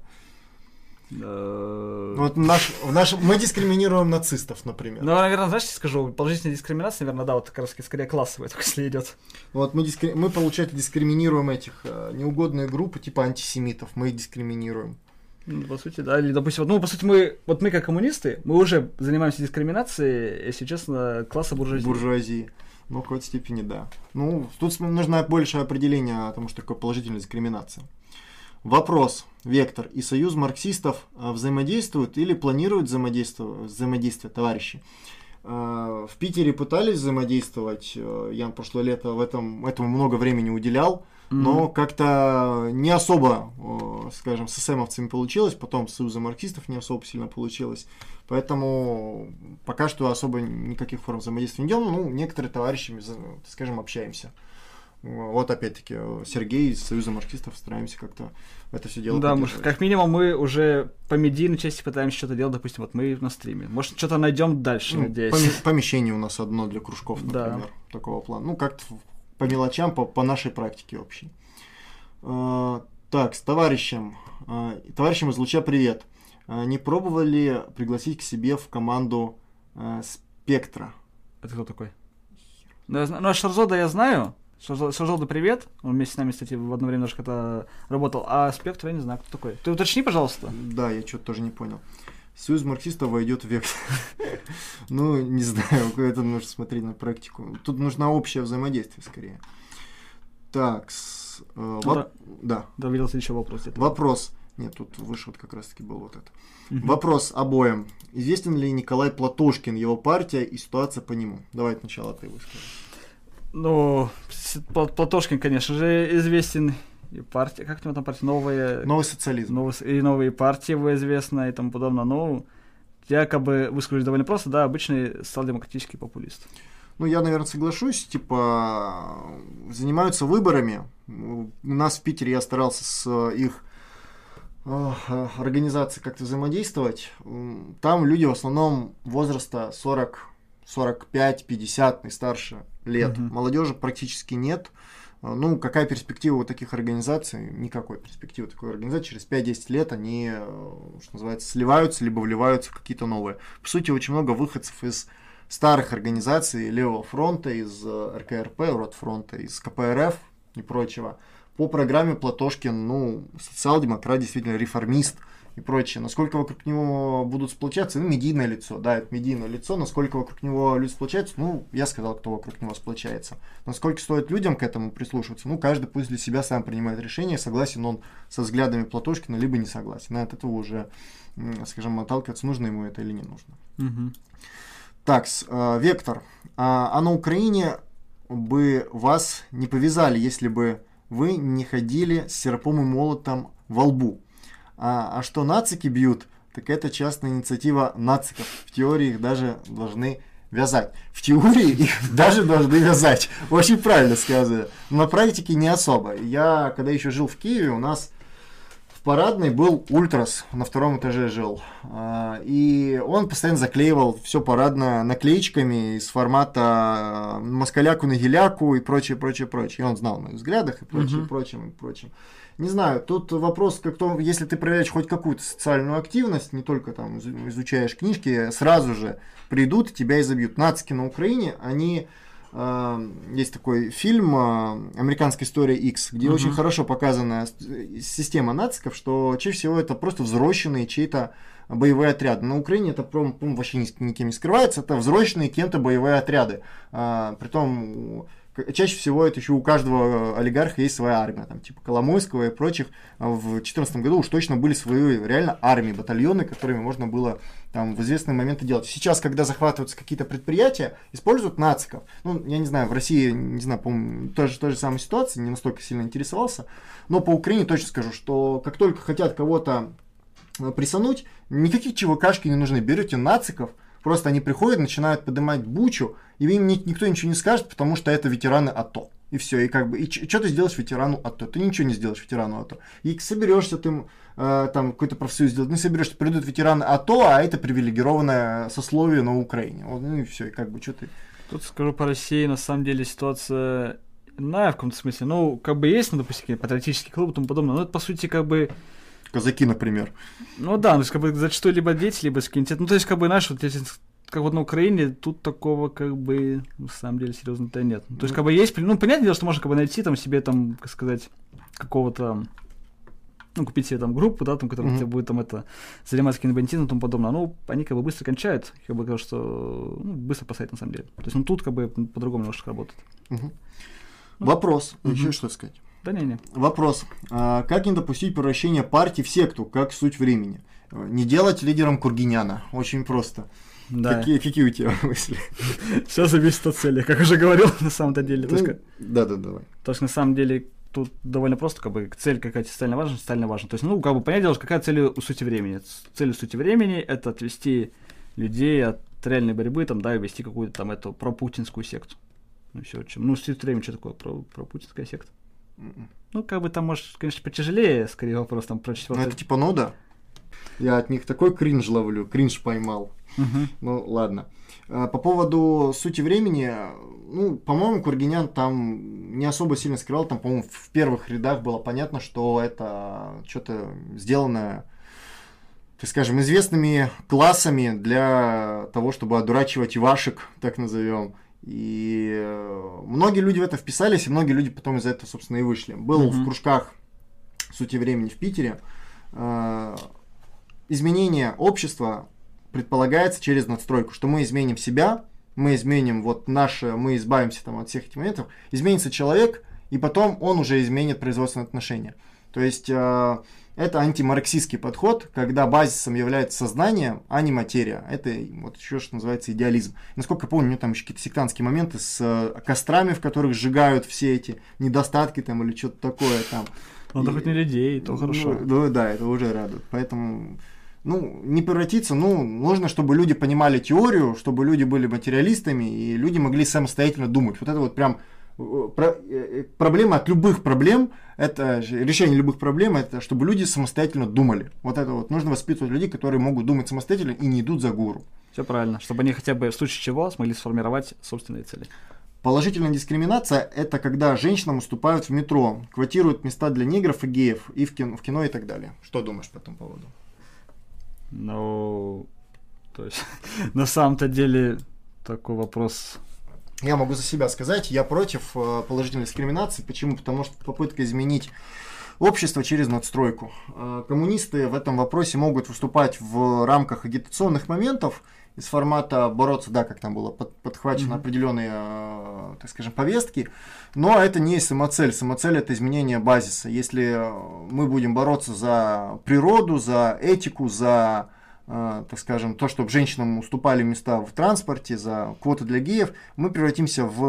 Вот наш, в нашем, мы дискриминируем нацистов, например. Ну, наверное, знаешь, я скажу, положительная дискриминация, наверное, да, вот как раз скорее классовая, только если идет. Вот мы, дискри... мы, получается, дискриминируем этих э, неугодные группы, типа антисемитов, мы их дискриминируем. Ну, по сути, да, или, допустим, вот, ну, по сути, мы, вот мы как коммунисты, мы уже занимаемся дискриминацией, если честно, класса буржуазии. Буржуазии. Ну, в какой-то степени, да. Ну, тут нужно большее определение о том, что такое положительная дискриминация. Вопрос. Вектор и Союз марксистов взаимодействуют или планируют взаимодействие, взаимодействие товарищи? В Питере пытались взаимодействовать. Я прошлое лето в этом, этому много времени уделял. Но mm-hmm. как-то не особо, скажем, с эсэмовцами получилось. Потом с Союзом марксистов не особо сильно получилось. Поэтому пока что особо никаких форм взаимодействия не делаем. Ну, некоторые товарищи, скажем, общаемся. Вот опять-таки Сергей из Союза марксистов стараемся как-то это все дело Да, может, как минимум мы уже по медийной части пытаемся что-то делать, допустим, вот мы на стриме. Может, что-то найдем дальше, ну, надеюсь. Поми- помещение у нас одно для кружков, например, да. такого плана. Ну, как-то по мелочам, по, по нашей практике общей. А, так, с товарищем. А, товарищам из Луча привет. А, не пробовали пригласить к себе в команду а, Спектра? Это кто такой? Ну, я, ну а Шарзода я знаю. Шарзода привет. Он вместе с нами, кстати, в одно время даже когда работал. А Спектр я не знаю, кто такой. Ты уточни, пожалуйста. Да, я что-то тоже не понял. Союз марксистов войдет в век. Ну, не знаю, это нужно смотреть на практику. Тут нужно общее взаимодействие скорее. Так, да. Да, виделся еще вопрос. Вопрос. Нет, тут выше вот как раз-таки был вот это. Вопрос обоим. Известен ли Николай Платошкин, его партия и ситуация по нему? Давай сначала ты выскажешь. Ну, Платошкин, конечно же, известен. И партия, как у него там партия? Новая... Новый социализм. Новый, и новые партии его известны и тому подобное. Но я как бы выскажусь довольно просто, да, обычный социал-демократический популист. Ну, я, наверное, соглашусь. Типа, занимаются выборами. У нас в Питере я старался с их организацией как-то взаимодействовать. Там люди в основном возраста сорок, сорок пять, пятьдесят и старше лет. Uh-huh. Молодежи практически нет. Ну, какая перспектива у таких организаций? Никакой перспективы такой организации. Через пять-десять лет они, что называется, сливаются, либо вливаются в какие-то новые. По сути, очень много выходцев из старых организаций Левого фронта, из эр ка эр пэ, Ротфронта, из ка пэ эр эф и прочего. По программе Платошкин, ну, социал-демократ, действительно, реформист и прочее. Насколько вокруг него будут сплочаться, ну, медийное лицо, да, это медийное лицо, насколько вокруг него люди сплочаются, ну, я сказал, кто вокруг него сплочается. Насколько стоит людям к этому прислушиваться, ну, каждый пусть для себя сам принимает решение, согласен он со взглядами Платошкина, либо не согласен. От этого уже, скажем, отталкиваться, нужно ему это или не нужно. Угу. Так, э, Вектор, а, а на Украине бы вас не повязали, если бы вы не ходили с серпом и молотом во лбу. А, а что нацики бьют, так это частная инициатива нациков. В теории их даже должны вязать. В теории их даже должны вязать. Очень правильно сказано. Но на практике не особо. Я, когда еще жил в Киеве, у нас в парадной был Ультрас, на втором этаже жил. И он постоянно заклеивал все парадное наклеечками из формата москаляку на геляку и прочее, прочее, прочее. И он знал о моих взглядах и прочее, uh-huh. прочим, и прочим. Не знаю, тут вопрос, как то, если ты проверяешь хоть какую-то социальную активность, не только там изучаешь книжки, сразу же придут и тебя изобьют. Нацики на Украине, они... э, есть такой фильм э, «Американская история Икс», где uh-huh. очень хорошо показана система нациков, что чаще всего это просто взросленные чьи-то боевые отряды. На Украине это, по-моему, вообще никем не скрывается, это взросленные кем-то боевые отряды. Э, притом... Чаще всего это еще у каждого олигарха есть своя армия, там, типа Коломойского и прочих. В две тысячи четырнадцатом году уж точно были свои реально армии, батальоны, которыми можно было там в известные моменты делать. Сейчас, когда захватываются какие-то предприятия, используют нациков. Ну, я не знаю, в России, не знаю, по-моему, тоже та же самая ситуация, не настолько сильно интересовался. Но по Украине точно скажу, что как только хотят кого-то присануть, никаких ЧВКшки не нужны. Берете нациков, просто они приходят, начинают поднимать бучу, и им никто ничего не скажет, потому что это ветераны АТО. И все, и как бы, и что ты сделаешь ветерану АТО? Ты ничего не сделаешь ветерану АТО. И соберешься ты, э, там, какой-то профсоюз сделать, не соберешься, придут ветераны АТО, а это привилегированное сословие на Украине. Вот, ну и все, и как бы, что ты... Тут скажу по России, на самом деле, ситуация иная в каком-то смысле. Ну, как бы есть, ну, допустим, патриотический клуб и тому подобное, но это, по сути, как бы... Казаки, например. Ну да, то есть, как бы, зачастую либо дети, либо скинтет. Ну, то есть, как бы, знаешь, вот если... Как вот на Украине, тут такого, как бы, на самом деле, серьезно-то нет. То есть, как бы, есть, ну, понятное дело, что можно, как бы, найти, там, себе, там, как сказать, какого-то, ну, купить себе, там, группу, да, там, которая mm-hmm. будет, там, это, заниматься кинобандитизмом и тому подобное. Ну, они, как бы, быстро кончают, как бы, кажется, что, ну, быстро посадят, на самом деле. То есть, ну, тут, как бы, по-другому немножко работает. Mm-hmm. Ну, вопрос. Mm-hmm. Еще что сказать? Да не-не. Вопрос. А, как не допустить превращения партии в секту, как суть времени? Не делать лидером Кургиняна. Очень просто. Да. Какие, какие у тебя мысли? Все зависит от цели, как уже говорил, на самом-то деле. Ну, есть, да, да, давай. То есть, на самом деле, тут довольно просто, как бы, цель какая-то социально важна, социально важна. То есть, ну, как бы, понятное дело, какая цель у сути времени. Цель у сути времени — это отвести людей от реальной борьбы, там, да, и вести какую-то там эту пропутинскую секту. Ну, все, чем. Ну, «Свет времени» что такое? Про, про путинская секта? М-м. Ну, как бы там, может, конечно, потяжелее, скорее, вопрос там про четвертый. Ну, это типа нода. Я от них такой кринж ловлю, кринж поймал. Угу. Ну, ладно. А, По поводу сути времени, ну, по-моему, Кургинян там не особо сильно скрывал, там, по-моему, в первых рядах было понятно, что это что-то сделано, так скажем, известными классами для того, чтобы одурачивать Ивашек, так назовем. И э, многие люди в это вписались, и многие люди потом из-за этого, собственно, и вышли. Был Мгм. в кружках сути времени в Питере. Э, Изменение общества предполагается через надстройку, что мы изменим себя, мы изменим вот наше, мы избавимся там от всех этих моментов, изменится человек, и потом он уже изменит производственные отношения. То есть э, это антимарксистский подход, когда базисом является сознание, а не материя. Это вот еще что называется идеализм. Насколько я помню, у меня там еще какие-то сектантские моменты с э, кострами, в которых сжигают все эти недостатки там или что-то такое там. Надо И- хоть не людей, то хорошо. Ну, ну да, это уже радует. Поэтому, ну, не превратиться, ну, нужно, чтобы люди понимали теорию, чтобы люди были материалистами, и люди могли самостоятельно думать. Вот это вот прям э, про- э, проблема от любых проблем, это же решение любых проблем, это чтобы люди самостоятельно думали. Вот это вот нужно воспитывать людей, которые могут думать самостоятельно и не идут за гуру. Все правильно. Чтобы они хотя бы в случае чего смогли сформировать собственные цели. Положительная дискриминация – это когда женщинам уступают в метро, квотируют места для негров и геев, и в кино, в кино и так далее. Что думаешь по этому поводу? Ну, то есть, на самом-то деле, такой вопрос. Я могу за себя сказать, я против э, положительной дискриминации. Почему? Потому что попытка изменить общество через надстройку. Э, Коммунисты в этом вопросе могут выступать в рамках агитационных моментов из формата бороться, да, как там было под- подхвачено Мгм. определенные, э, так скажем, повестки, но это не самоцель. Самоцель – это изменение базиса. Если э, мы будем бороться за природу, за этику, за, э, так скажем, то, чтобы женщинам уступали места в транспорте, за квоты для геев, мы превратимся в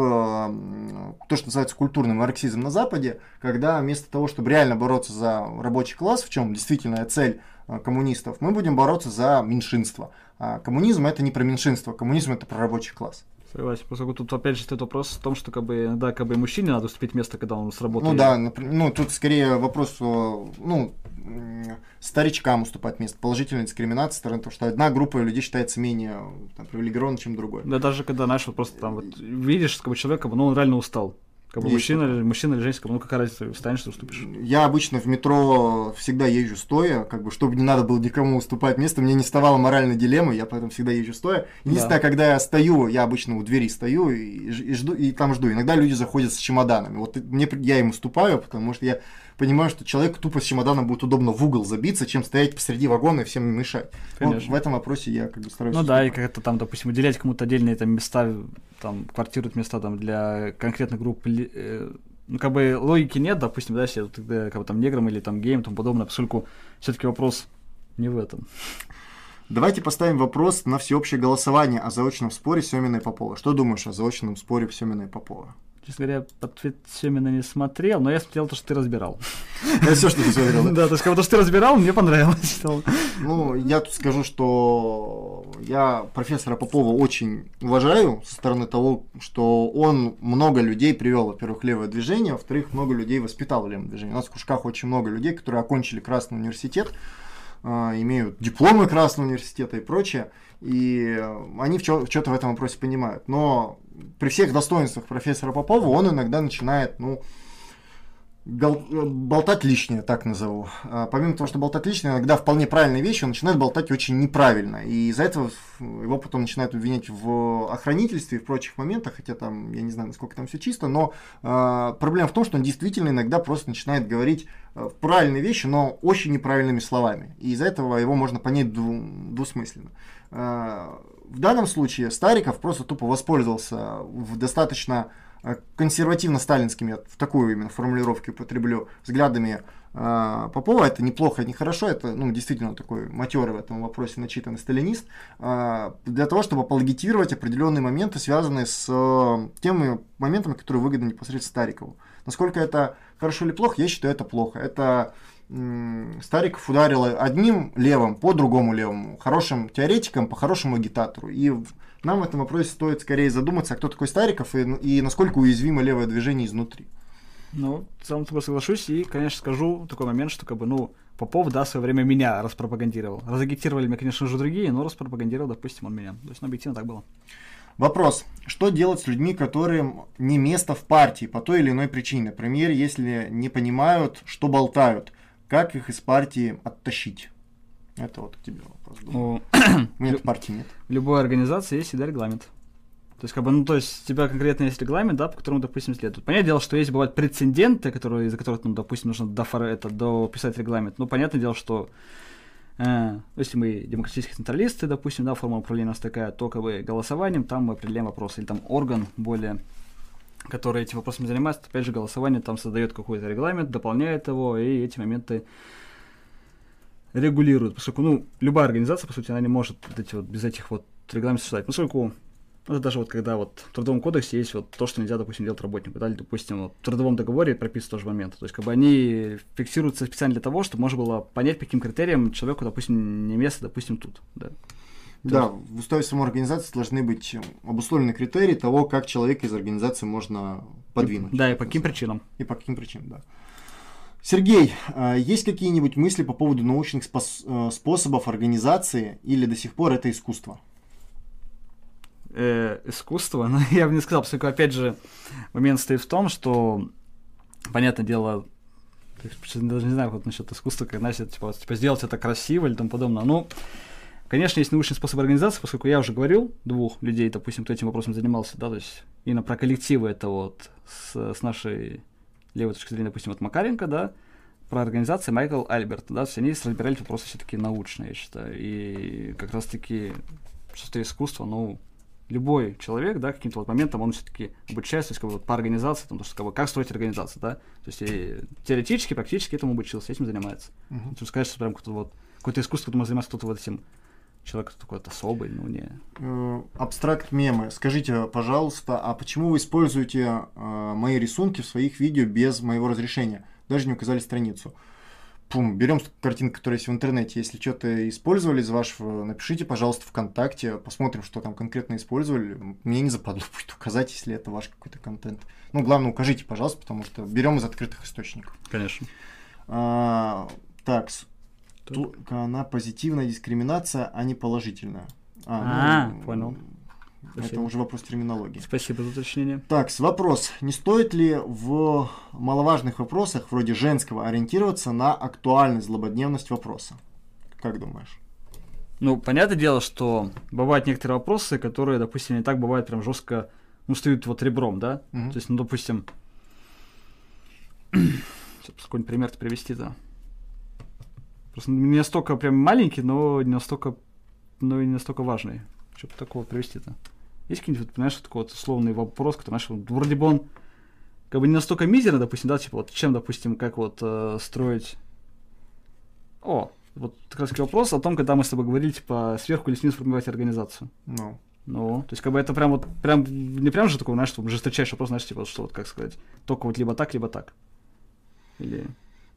э, то, что называется культурный марксизм на Западе, когда вместо того, чтобы реально бороться за рабочий класс, в чем действительно цель э, коммунистов, мы будем бороться за меньшинство. А коммунизм это не про меньшинство, коммунизм это про рабочий класс. Согласен. Поскольку тут опять же стоит вопрос в том, что как бы иногда как бы мужчине надо уступить место, когда он с работы. Ну да, напр- ну тут скорее вопрос, о, ну, м, старичкам уступать место, положительная дискриминация, стороны того, что одна группа людей считается менее там, привилегированной, чем другой. Да даже когда, знаешь, вот просто там вот видишь, как бы человек, как бы, ну он реально устал. Как бы Есть мужчина, такое. или, мужчина или женщина, как бы, ну какая разница, встанешь, ты уступишь. Я обычно в метро всегда езжу стоя, как бы, чтобы не надо было никому уступать место, мне не вставала моральная дилемма, я поэтому всегда езжу стоя. Единственное, Да. когда я стою, я обычно у двери стою и, ж- и жду, и там жду. Иногда люди заходят с чемоданами. Вот мне, при- я им уступаю, потому что я понимаю, что человеку тупо с чемоданом будет удобно в угол забиться, чем стоять посреди вагона и всем мешать. Вот Конечно. в этом вопросе я как бы стараюсь Ну да, и уступать. как-то там, допустим, уделять кому-то отдельные там места, там, квартируют места там для конкретных групп. ли- э, Ну, как бы логики нет, допустим, да, если вот тогда как бы там неграм или там геям и тому подобное, поскольку все-таки вопрос не в этом. Давайте поставим вопрос на всеобщее голосование о заочном споре Сёмина и Попова. Что думаешь о заочном споре Сёмина и Попова? Честно говоря, ответ Семина не смотрел, но я смотрел то, что ты разбирал. Это все, что ты смотрел. да? Да, то есть, как бы то, что ты разбирал, мне понравилось. Ну, я тут скажу, что я профессора Попова очень уважаю со стороны того, что он много людей привел, во-первых, в левое движение, во-вторых, много людей воспитал в левом движении. У нас в Кушках очень много людей, которые окончили Красный университет, э, имеют дипломы Красного университета и прочее, и они в что-то в этом вопросе понимают. Но при всех достоинствах профессора Попова он иногда начинает, ну, гол- болтать лишнее, так назову. А помимо того, что болтать лишнее, иногда вполне правильные вещи он начинает болтать очень неправильно. И из-за этого его потом начинают обвинять в охранительстве и в прочих моментах, хотя там, я не знаю, насколько там все чисто, но э, проблема в том, что он действительно иногда просто начинает говорить э, правильные вещи, но очень неправильными словами. И из-за этого его можно понять дву- двусмысленно. Э, в данном случае Стариков просто тупо воспользовался в достаточно консервативно-сталинскими, я в такую именно формулировку употреблю, взглядами э, Попова. Это неплохо, это нехорошо, это ну, действительно такой матерый в этом вопросе начитанный сталинист, э, для того, чтобы апологетировать определенные моменты, связанные с э, теми моментами, которые выгодны непосредственно Старикову. Насколько это хорошо или плохо, я считаю, это плохо. Это м, Стариков ударил одним левым по другому левому, хорошим теоретиком по хорошему агитатору. И нам в этом вопросе стоит скорее задуматься, а кто такой Стариков и, и насколько уязвимо левое движение изнутри. Ну, в целом с тобой соглашусь, и, конечно, скажу такой момент, что, как бы, ну, Попов, да, в свое время меня распропагандировал. Разагитировали меня, конечно же, другие, но распропагандировал, допустим, он меня. То есть, ну, объективно так было. Вопрос. Что делать с людьми, которым не место в партии по той или иной причине? Например, если не понимают, что болтают, как их из партии оттащить? Это вот к тебе вопрос. Ну, у меня в партии нет. В любой организации есть всегда регламент. То есть, как бы, ну, то есть, у тебя конкретно есть регламент, да, по которому, допустим, следует. Понятное дело, что есть, бывают прецеденты, которые, из-за которых, ну, допустим, нужно дофор, это, дописать регламент. Ну, понятное дело, что э, если мы демократические централисты, допустим, да, формула управления у нас такая, то, как бы, голосованием там мы определяем вопросы. Или там орган более, который этим вопросами занимается, опять же, голосование там создает какой-то регламент, дополняет его, и эти моменты регулирует. Поскольку, ну, любая организация, по сути, она не может вот эти вот, без этих вот регламентов существовать. Поскольку это даже вот когда вот в Трудовом кодексе есть вот то, что нельзя, допустим, делать работнику, да, или, допустим, вот в Трудовом договоре прописан тот же момент. То есть, как бы они фиксируются специально для того, чтобы можно было понять, по каким критериям человеку, допустим, не место, допустим, тут, да. Да, в уставе самоорганизации должны быть обусловлены критерии того, как человека из организации можно подвинуть. Да, и по каким причинам. И по каким причинам, да. Сергей, есть какие-нибудь мысли по поводу научных спос- способов организации или до сих пор это искусство? Э, искусство, но я бы не сказал, поскольку, опять же, момент стоит в том, что, понятное дело, даже не знаю, вот насчет искусства, как, значит, типа, типа, сделать это красиво или тому подобное. Ну, конечно, есть научный способ организации, поскольку я уже говорил, двух людей, допустим, кто этим вопросом занимался, да, то есть именно про коллективы это вот с, с нашей левой точки зрения, допустим, вот Макаренко, да, про организации Майкл Альберт, да, то есть они разбирали вопросы все-таки научные, я считаю, и как раз-таки что-то искусство, ну, любой человек, да, каким-то вот моментом он все-таки обучается, то есть, как бы, вот, по организации, там, то, что, как, бы, как строить организацию, да, то есть и теоретически, практически этому обучился, этим занимается. Uh-huh. То есть сказать, что прям какое-то вот какое-то искусство, которым занимается кто-то вот этим человек такой вот особый, ну не. Абстракт мемы. Скажите, пожалуйста, а почему вы используете э, мои рисунки в своих видео без моего разрешения? Даже не указали страницу. Пум, берем картинку, которая есть в интернете. Если что-то использовали из вашего, напишите, пожалуйста, ВКонтакте, посмотрим, что там конкретно использовали. Мне не западло будет указать, если это ваш какой-то контент. Ну, главное, укажите, пожалуйста, потому что берем из открытых источников. Конечно. А, так, только она позитивная дискриминация, а не положительная. А, а ну, понял. Это Спасибо. уже вопрос терминологии. Спасибо за уточнение. Так, вопрос. Не стоит ли в маловажных вопросах, вроде женского, ориентироваться на актуальность, злободневность вопроса? Как думаешь? Ну, понятное дело, что бывают некоторые вопросы, которые, допустим, не так бывает прям жестко, ну, стоят вот ребром, да? Угу. То есть, ну, допустим, сейчас какой-нибудь пример-то привести-то. Просто не настолько прям маленький, но не настолько, но и не настолько важный. Что бы такого привести-то? Есть какие-нибудь, понимаешь, такой вот условный вопрос, который, знаешь, вот, вроде бы он как бы не настолько мизерный, допустим, да, типа вот чем, допустим, как вот э, строить... О, вот как раз таки вопрос о том, когда мы с тобой говорили, типа, сверху или снизу формировать организацию. Ну. Ну, то есть, как бы это прям вот, прям, не прям же такой, знаешь, что жесточайший вопрос, знаешь, типа, что вот, как сказать, только вот либо так, либо так. Или...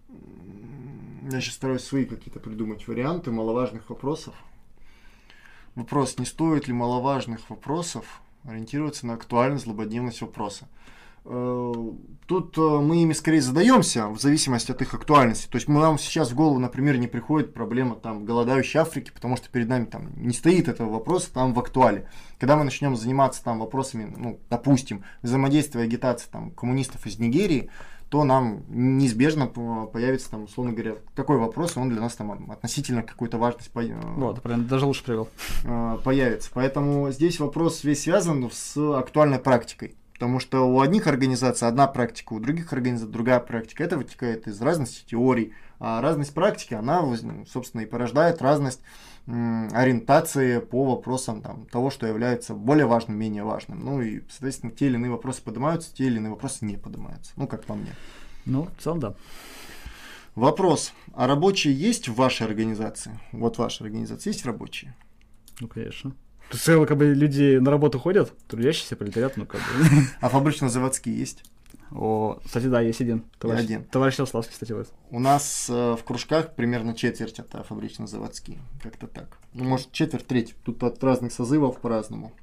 Я сейчас стараюсь свои какие-то придумать варианты маловажных вопросов. Вопрос, не стоит ли маловажных вопросов ориентироваться на актуальность, злободневность вопроса. Тут мы ими скорее задаемся в зависимости от их актуальности. То есть нам сейчас в голову, например, не приходит проблема там голодающей Африки, потому что перед нами там не стоит этого вопроса там в актуале. Когда мы начнем заниматься там вопросами, ну, допустим, взаимодействия агитации там коммунистов из Нигерии, то нам неизбежно появится там, условно говоря, такой вопрос, он для нас там относительно какой-то важность по... Вот, прям даже лучше привел. Появится. Поэтому здесь вопрос весь связан с актуальной практикой. Потому что у одних организаций одна практика, у других организаций другая практика. Это вытекает из разности теорий. А разность практики, она, собственно, и порождает разность м, ориентации по вопросам там, того, что является более важным, менее важным. Ну и, соответственно, те или иные вопросы поднимаются, те или иные вопросы не поднимаются. Ну, как по мне. Ну, в целом, да. Вопрос. А рабочие есть в вашей организации? Вот ваша организация есть рабочие? Ну, конечно. В целом, как бы, люди на работу ходят, трудящиеся, пролетариат, ну, как бы. А фабрично-заводские есть? О, кстати, да, есть один. Товарищ, один. Товарищ Ярославский, кстати, вот. У нас э, в кружках примерно четверть это фабрично-заводские. Как-то так. Ну, может, четверть, треть. Тут от разных созывов по-разному.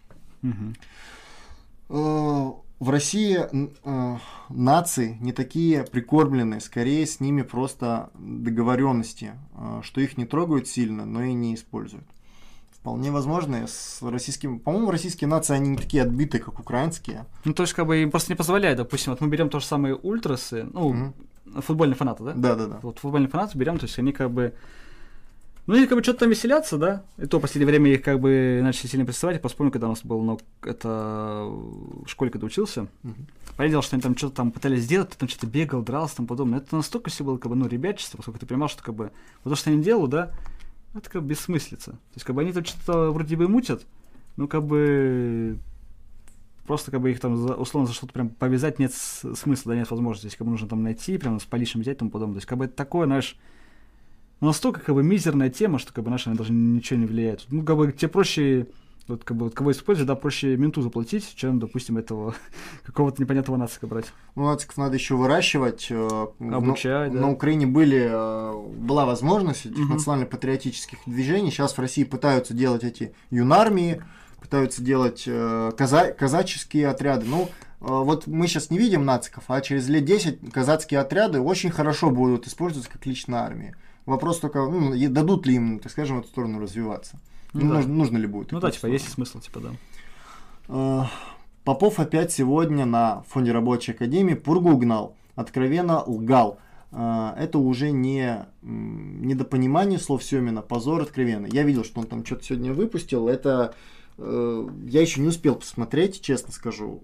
В России э, нации не такие прикормленные, скорее с ними просто договоренности, э, что их не трогают сильно, но и не используют. Вполне возможно, с российским, по-моему, российские нации, они не такие отбитые, как украинские. Ну, то есть, как бы им просто не позволяет, допустим, вот мы берем то же самое ультрасы, ну, угу. футбольные фанаты, да? Да, да, да. Вот футбольные фанаты берем, то есть они как бы. Ну, они как бы что-то там веселятся, да? И то в последнее время их как бы начали сильно прессовать. Я просто помню, когда у нас был, ну, это в школе, когда учился. Uh-huh. Понятное дело, что они там что-то там пытались сделать, ты там что-то бегал, дрался, там подобное. Это настолько все было, как бы, ну, ребячество, поскольку ты понимал, что как бы вот то, что они делают, да, это как бы бессмыслица. То есть, как бы они тут что-то вроде бы мутят, ну, как бы просто как бы их там за, условно за что-то прям повязать нет смысла, да, нет возможности. Если как бы нужно там найти, прям с полишем взять и тому подобное. То есть, как бы это такое, знаешь, ну, настолько как бы мизерная тема, что как бы наша даже ничего не влияет. Ну, как бы тебе проще, вот как бы вот кого использовать, да, проще менту заплатить, чем, допустим, этого какого-то непонятного нацика брать. Ну, нациков надо еще выращивать. Обучать, на, да. На Украине были, была возможность этих угу. национально-патриотических движений. Сейчас в России пытаются делать эти юнармии, пытаются делать каза- казаческие отряды. Ну, вот мы сейчас не видим нациков, а через лет десять казацкие отряды очень хорошо будут использоваться как личная армия. Вопрос только, ну, дадут ли им, так скажем, в эту сторону развиваться. Ну, ну, да. нужно, нужно ли будет. Ну да, типа, сторону. Есть смысл, типа, да. Попов опять сегодня на фоне рабочей академии пургу гнал, откровенно лгал. Это уже не недопонимание слов Семина, позор откровенно. Я видел, что он там что-то сегодня выпустил. Это я еще не успел посмотреть, честно скажу.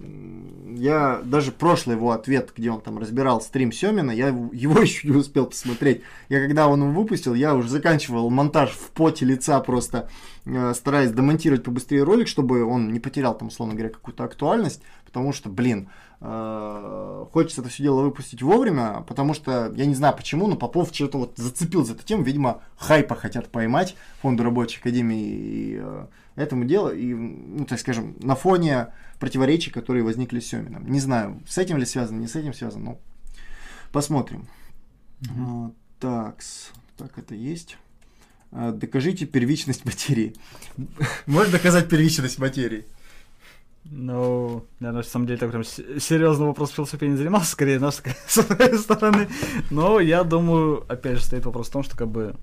Я даже прошлый его ответ, где он там разбирал стрим Семина, я его еще не успел посмотреть. Я когда он его выпустил, я уже заканчивал монтаж в поте лица, просто э, стараясь демонтировать побыстрее ролик, чтобы он не потерял там, условно говоря, какую-то актуальность, потому что, блин, э, хочется это все дело выпустить вовремя, потому что, я не знаю почему, но Попов что-то вот зацепил за эту тему, видимо, хайпа хотят поймать фонду рабочей академии и э, этому делу, и, ну, так скажем, на фоне противоречий, которые возникли с Семиным. Не знаю, с этим ли связано, не с этим связано, но посмотрим. Mm-hmm. Так, так это есть. Докажите первичность материи. Можно доказать первичность материи? Ну, я на самом деле так прям серьезный вопрос философии не занимался, скорее, с своей стороны. Но я думаю, опять же, стоит вопрос в том, что как бы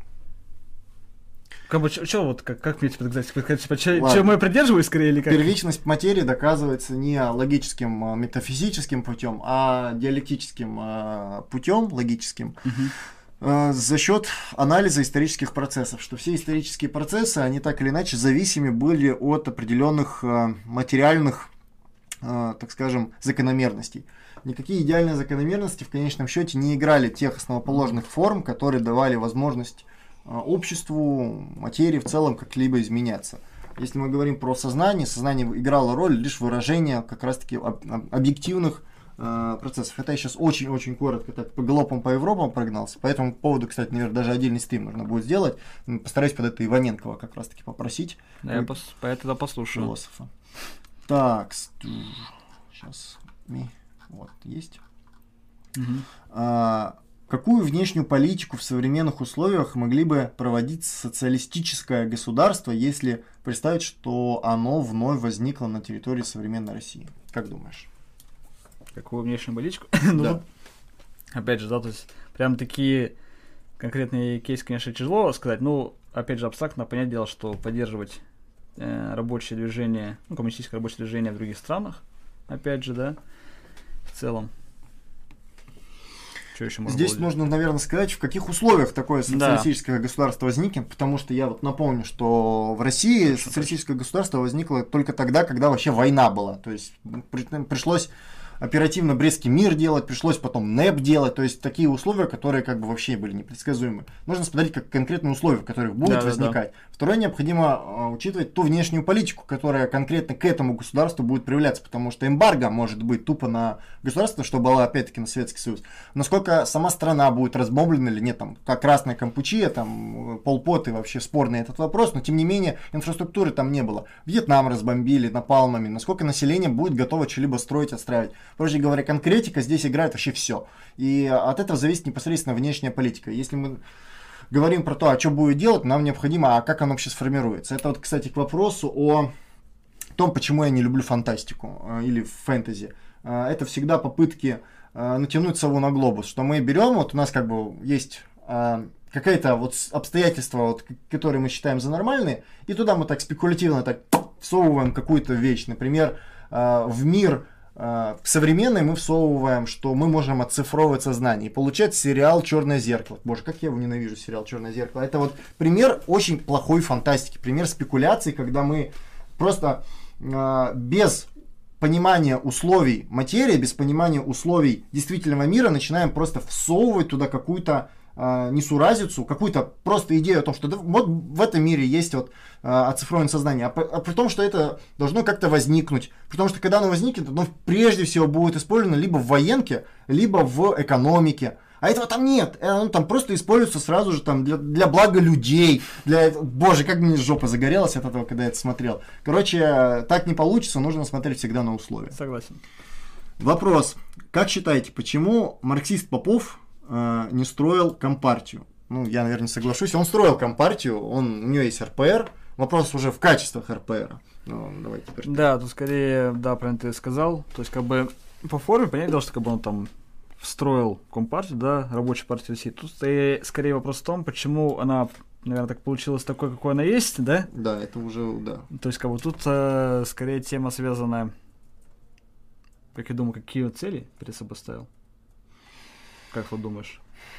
Как бы, что вот, как, как мне тебе доказать? Типа, чему я придерживаюсь, скорее, или как? Первичность материи доказывается не логическим, метафизическим путем, а диалектическим путем, логическим, угу. за счет анализа исторических процессов, что все исторические процессы, они так или иначе зависимы были от определенных материальных, так скажем, закономерностей. Никакие идеальные закономерности в конечном счете не играли тех основоположных форм, которые давали возможность обществу, материи в целом как-либо изменяться. Если мы говорим про сознание, сознание играло роль лишь выражения как раз-таки об, об, объективных э, процессов. Это я сейчас очень-очень коротко так по галопам, по Европам прогнался. По этому поводу, кстати, наверное, даже отдельный стрим нужно будет сделать. Постараюсь под это Иваненкова как раз-таки попросить. Да, я пос- по это послушаю. Философа. Так, сейчас. Вот, есть. Угу. А, Какую внешнюю политику в современных условиях могли бы проводить социалистическое государство, если представить, что оно вновь возникло на территории современной России? Как думаешь? Какую внешнюю политику? Да. Ну, опять же, да, то есть прям такие конкретные кейсы, конечно, тяжело сказать. Ну, опять же, абстрактно понять дело, что поддерживать э, рабочее движение, ну, коммунистическое рабочее движение в других странах, опять же, да, в целом. Здесь можно, наверное, сказать, в каких условиях такое социалистическое да. государство возникнет, потому что я вот напомню, что в России Конечно, социалистическое государство возникло только тогда, когда вообще война была. То есть пришлось оперативно Брестский мир делать, пришлось потом НЭП делать, то есть такие условия, которые как бы вообще были непредсказуемы. Нужно смотреть как конкретные условия, в которых будут да, возникать. Да, да. Второе, необходимо uh, учитывать ту внешнюю политику, которая конкретно к этому государству будет проявляться, потому что эмбарго может быть тупо на государство, что было опять-таки на Советский Союз. Насколько сама страна будет разбомблена или нет, там, как Красная Кампучия, там, Пол Пот и вообще спорный этот вопрос, но тем не менее инфраструктуры там не было. Вьетнам разбомбили напалмами, насколько население будет готово что-либо строить, отстраивать. Проще говоря, конкретика здесь играет вообще все. И от этого зависит непосредственно внешняя политика. Если мы говорим про то, а что будет делать, нам необходимо, а как оно вообще сформируется. Это вот, кстати, к вопросу о в том, почему я не люблю фантастику э, или фэнтези. Э, это всегда попытки э, натянуть сову на глобус, что мы берем, вот у нас как бы есть э, какие-то вот обстоятельства, вот, которые мы считаем за нормальные, и туда мы так спекулятивно так всовываем какую-то вещь. Например, э, в мир э, современный мы всовываем, что мы можем оцифровывать сознание и получать сериал «Черное зеркало». Боже, как я его ненавижу, сериал «Черное зеркало». Это вот пример очень плохой фантастики, пример спекуляции, когда мы просто э, без понимания условий материи, без понимания условий действительного мира начинаем просто всовывать туда какую-то э, несуразицу, какую-то просто идею о том, что да, вот в этом мире есть вот э, оцифрованное сознание, а, а при том, что это должно как-то возникнуть, потому что когда оно возникнет, оно прежде всего будет использовано либо в военке, либо в экономике. А этого там нет, оно там просто используется сразу же там для, для блага людей, для... Боже, как мне жопа загорелась от этого, когда я это смотрел. Короче, так не получится, нужно смотреть всегда на условия. Согласен. Вопрос. Как считаете, почему марксист Попов э, не строил компартию? Ну, я, наверное, соглашусь. Он строил компартию, он, у него есть эр пэ эр. Вопрос уже в качествах эр пэ эр. Ну, давайте теперь. Да, тут скорее, да, правильно ты сказал. То есть, как бы, по форме, понятно, что как бы он там встроил Компартию, да, Рабочую партию России. Тут скорее вопрос в том, почему она, наверное, так получилась такой, какой она есть, да? Да, это уже, да. То есть, как бы тут э, скорее тема связана, как я думаю, какие цели перед собой ставил? Как вы думаешь?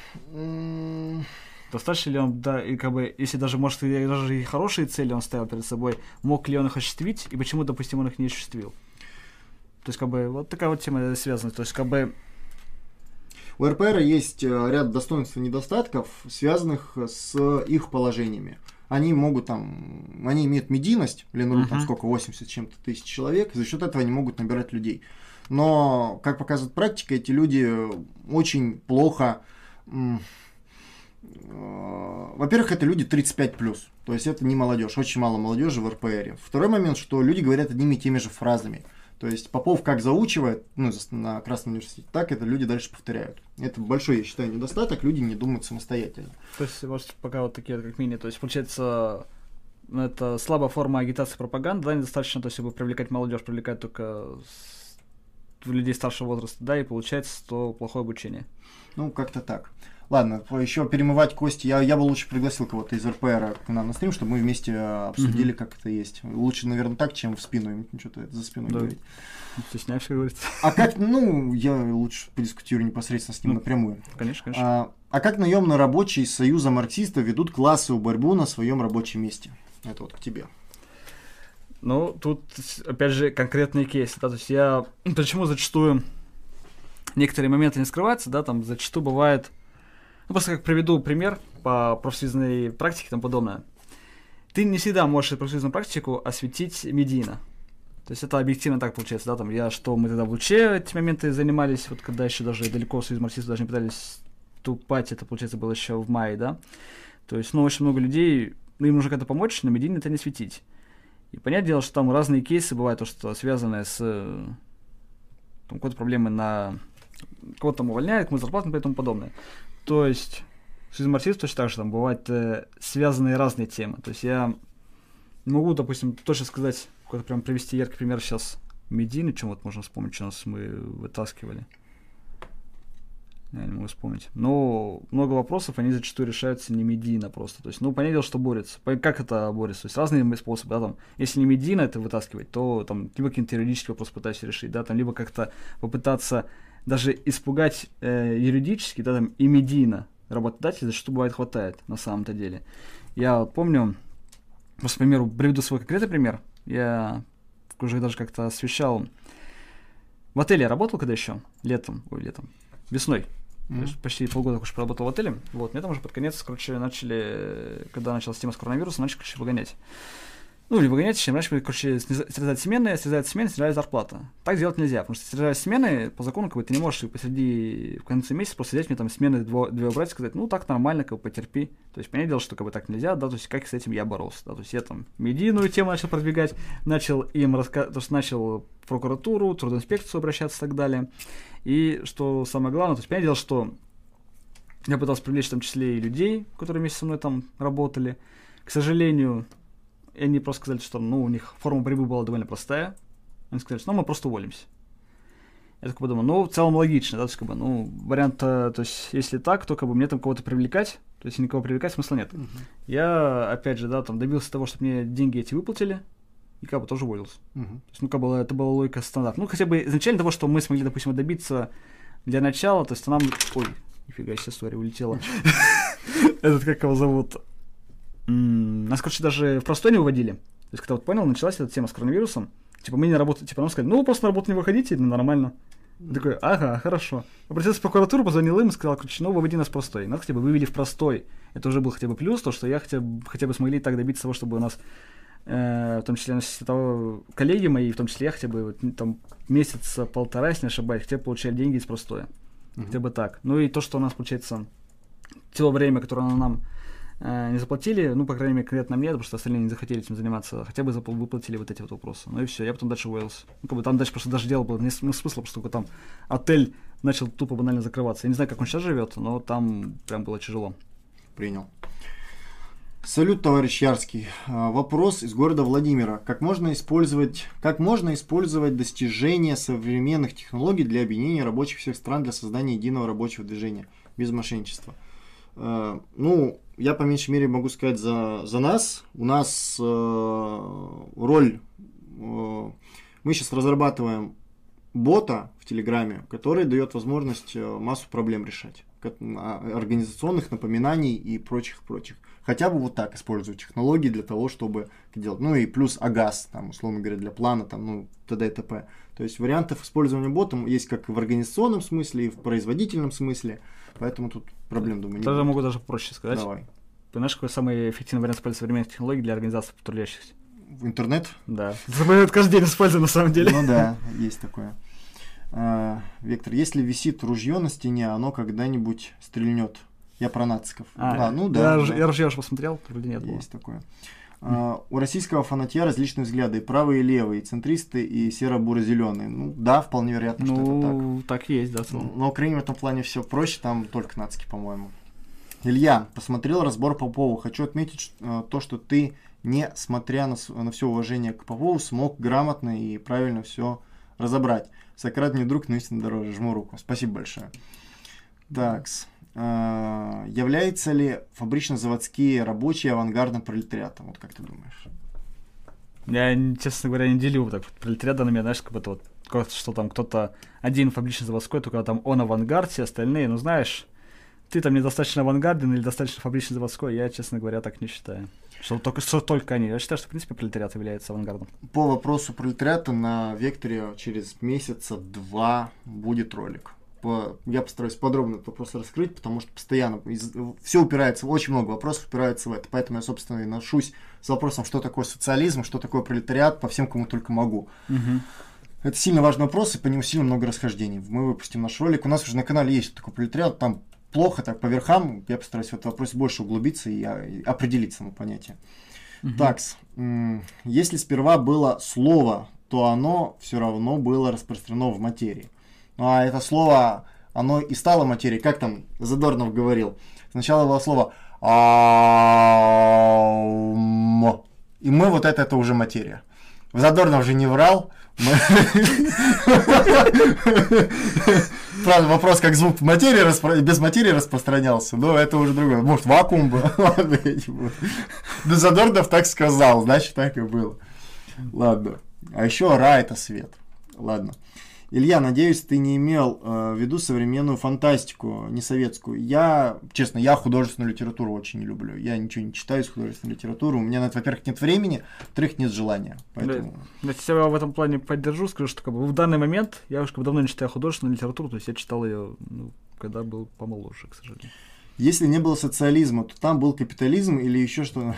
Mm. Достаточно ли он, да, и как бы, если даже, может, и, даже и хорошие цели он ставил перед собой, мог ли он их осуществить, и почему, допустим, он их не осуществил? То есть, как бы, вот такая вот тема связана. То есть, как бы, у эр пэ эр есть ряд достоинств и недостатков, связанных с их положениями. Они могут там, они имеют медийность, Ленру uh-huh. там сколько, восемьдесят с чем-то тысяч человек, и за счет этого они могут набирать людей. Но, как показывает практика, эти люди очень плохо... Во-первых, это люди тридцать пять плюс, то есть это не молодежь, очень мало молодежи в эр пэ эр. Второй момент, что люди говорят одними и теми же фразами. То есть Попов как заучивает, ну, на Красном университете, так это люди дальше повторяют. Это большой, я считаю, недостаток, люди не думают самостоятельно. То есть, может, пока вот такие как мини, то есть, получается, это слабая форма агитации и пропаганды, да, недостаточно, то есть, чтобы привлекать молодежь, привлекать только людей старшего возраста, да, и получается, то плохое обучение. Ну, как-то так. Ладно, еще перемывать кости. Я, я бы лучше пригласил кого-то из эр пэ эр к нам на стрим, чтобы мы вместе обсудили, mm-hmm. как это есть. Лучше, наверное, так, чем в спину им что-то это за спину да. говорить. Стесняешься, говорится. А как, ну, я лучше подискутирую непосредственно с ним ну, напрямую. Конечно, конечно. А, а как наемно рабочие из Союза марксистов ведут классовую борьбу на своем рабочем месте? Это вот к тебе. Ну, тут, опять же, конкретные кейсы. Да, то есть я... Почему зачастую некоторые моменты не скрываются, да, там зачастую бывает... Ну, просто как приведу пример по профсоюзной практике и тому подобное. Ты не всегда можешь эту профсоюзную практику осветить медийно. То есть это объективно так получается, да, там я, что мы тогда в Луче эти моменты занимались, вот когда еще даже далеко Союз марксистов даже не пытались вступать, это, получается, было еще в мае, да. То есть, ну, очень много людей, ну, им нужно как-то помочь, но медийно это не светить. И понятное дело, что там разные кейсы бывают, то, что связанные с там, какой-то проблемой на... Кого-то там увольняют, кому-то зарплату и тому подобное. То есть, Союз марксистов точно так же там бывают э, связанные разные темы. То есть я могу, допустим, точно сказать, какой-то прям привести яркий пример сейчас медийный, чем вот можно вспомнить, что нас мы вытаскивали. Я не могу вспомнить. Но много вопросов, они зачастую решаются не медийно просто. То есть, ну, понятное дело, что борется. Как это борется? То есть разные способы, да, там, если не медийно это вытаскивать, то там либо какие-то юридические вопросы пытаются решить, да, там, либо как-то попытаться даже испугать э, юридически, да, там, и медийно работодателя, что бывает хватает на самом-то деле. Я вот помню, просто, к примеру, приведу свой конкретный пример. Я уже даже как-то освещал. В отеле я работал когда еще? Летом, ой, летом, весной. Mm-hmm. То есть почти полгода уж проработал в отеле. Вот, мне там уже под конец, короче, начали, когда началась тема с коронавирусом, начали, короче, выгонять. Ну, или выгонять, чем раньше, короче, срезать смены, срезать смены, срезать зарплата. Так делать нельзя, потому что срезать смены, по закону, как бы, ты не можешь посреди, в конце месяца просто взять мне там смены дво, две убрать и сказать, ну, так нормально, как бы, потерпи. То есть, понятное дело, что, как бы, так нельзя, да, то есть, как с этим я боролся, да, то есть, я там медийную тему начал продвигать, начал им рассказывать, то есть, начал в прокуратуру, трудоинспекцию обращаться и так далее. И, что самое главное, то есть, понятное дело, что я пытался привлечь в том числе и людей, которые вместе со мной там работали. К сожалению, и они просто сказали, что, ну, у них форма борьбы была довольно простая. Они сказали, что, ну, мы просто уволимся. Я такой подумал, ну, в целом логично, да, то есть, как бы, ну, вариант, то есть, если так, то, как бы, мне там кого-то привлекать, то есть, никого привлекать смысла нет. Uh-huh. Я, опять же, да, там, добился того, чтобы мне деньги эти выплатили, и, как бы, тоже уволился. Uh-huh. То есть, ну, как бы, это была логика стандарт. Ну, хотя бы изначально того, что мы смогли, допустим, добиться для начала, то есть, нам... Ой, нифига себе, история улетела. Этот, как его зовут? Нас, короче, даже в простой не выводили. То есть, когда вот понял, началась эта тема с коронавирусом, типа, мы не работали, типа, нам сказали, ну, вы просто на работу не выходите, ну, нормально. Я такой, ага, хорошо. Обратился в прокуратуру, позвонил им и сказал, короче, ну, выводи нас в простой. Нас хотя бы вывели в простой. Это уже был хотя бы плюс, то, что я хотя бы, хотя бы смогли так добиться того, чтобы у нас, э, в том числе, того, коллеги мои, в том числе я хотя бы вот, там месяца полтора, если не ошибаюсь, хотя бы получали деньги из простоя. Mm-hmm. Хотя бы так. Ну и то, что у нас, получается, то время, которое нам э, не заплатили, ну, по крайней мере, конкретно мне, потому что остальные не захотели этим заниматься, хотя бы запл- выплатили вот эти вот вопросы. Ну и все, я потом дальше уволился. Ну, как бы там дальше просто даже дело было, не ну, смысла, потому что там отель начал тупо банально закрываться. Я не знаю, как он сейчас живет, но там прям было тяжело. Принял. Салют, товарищ Ярский. Вопрос из города Владимира. Как можно использовать, как можно использовать достижения современных технологий для объединения рабочих всех стран для создания единого рабочего движения без мошенничества? Ну, я по меньшей мере могу сказать за, за нас. У нас э, роль... Э, мы сейчас разрабатываем бота в Телеграме, который дает возможность массу проблем решать. Организационных напоминаний и прочих-прочих. Хотя бы вот так использовать технологии для того, чтобы это делать. Ну и плюс АГАС, там, условно говоря, для плана, там, ну, т.д. и т.п. То есть вариантов использования бота есть как в организационном смысле, и в производительном смысле. Поэтому тут проблем, думаю, не Тогда будет. могу даже проще сказать. Давай. Понимаешь, какой самый эффективный вариант использования современных технологий для организации трудящихся? В интернет? Да. Мы каждый день используем на самом деле. Ну да, есть такое. А, Вектор, если висит ружье на стене, оно когда-нибудь стрельнет. Я про нациков. А, а, ну да. Я, да. я ружье уже посмотрел, вроде нет. Есть было. Такое. А, у российского фанатья различные взгляды, и правые, и левые, и центристы, и серо-буро-зеленые. Ну да, вполне вероятно, ну, что это так. Ну, так и есть, да. Но, но в Украине в этом плане все проще, там только нацики, по-моему. Илья, посмотрел разбор Попова. Хочу отметить то, что ты, несмотря на, на все уважение к Попову, смог грамотно и правильно все разобрать. Сократ мне друг, но истинно дороже. Жму руку. Спасибо большое. Такс. А, являются ли фабрично-заводские рабочие авангардным пролетариатом? Вот как ты думаешь? Я, честно говоря, не делю так пролетариат на меня, знаешь, как будто вот, что там кто-то один фабрично-заводской, только там он авангард, все остальные, ну знаешь, ты там недостаточно авангарден или достаточно фабрично-заводской, я, честно говоря, так не считаю. Что только, что только они. Я считаю, что, в принципе, пролетариат является авангардом. По вопросу пролетариата на Векторе через месяца два будет ролик. По, я постараюсь подробно этот вопрос раскрыть, потому что постоянно из, все упирается, очень много вопросов упирается в это. Поэтому я, собственно, и ношусь с вопросом, что такое социализм, что такое пролетариат, по всем, кому только могу. Угу. Это сильно важный вопрос, и по нему сильно много расхождений. Мы выпустим наш ролик. У нас уже на канале есть такой пролетариат, там плохо, так по верхам. Я постараюсь в этот вопрос больше углубиться и, и определить само понятие. Угу. Так, если сперва было слово, то оно все равно было распространено в материи. Ну а это слово, оно и стало материей. Как там Задорнов говорил? Сначала было слово «аум», и мы вот это, это уже материя. Задорнов же не врал. Правда, вопрос, как звук в материи распро... без материи распространялся, но это уже другое. Может, вакуум был? Ладно, я не буду. Да Задорнов так сказал, значит, так и было.Ладно. А еще Ра — это свет. Ладно. Илья, надеюсь, ты не имел э, в виду современную фантастику, не советскую. Я, честно, я художественную литературу очень не люблю. Я ничего не читаю из художественной литературы. У меня, во-первых, нет времени, во-вторых, нет желания. Поэтому... Я тебя в этом плане поддержу, скажу, что как бы, в данный момент я уж как бы давно не читаю художественную литературу, то есть я читал ее, ну, когда был помоложе, к сожалению. Если не было социализма, то там был капитализм или еще что-то?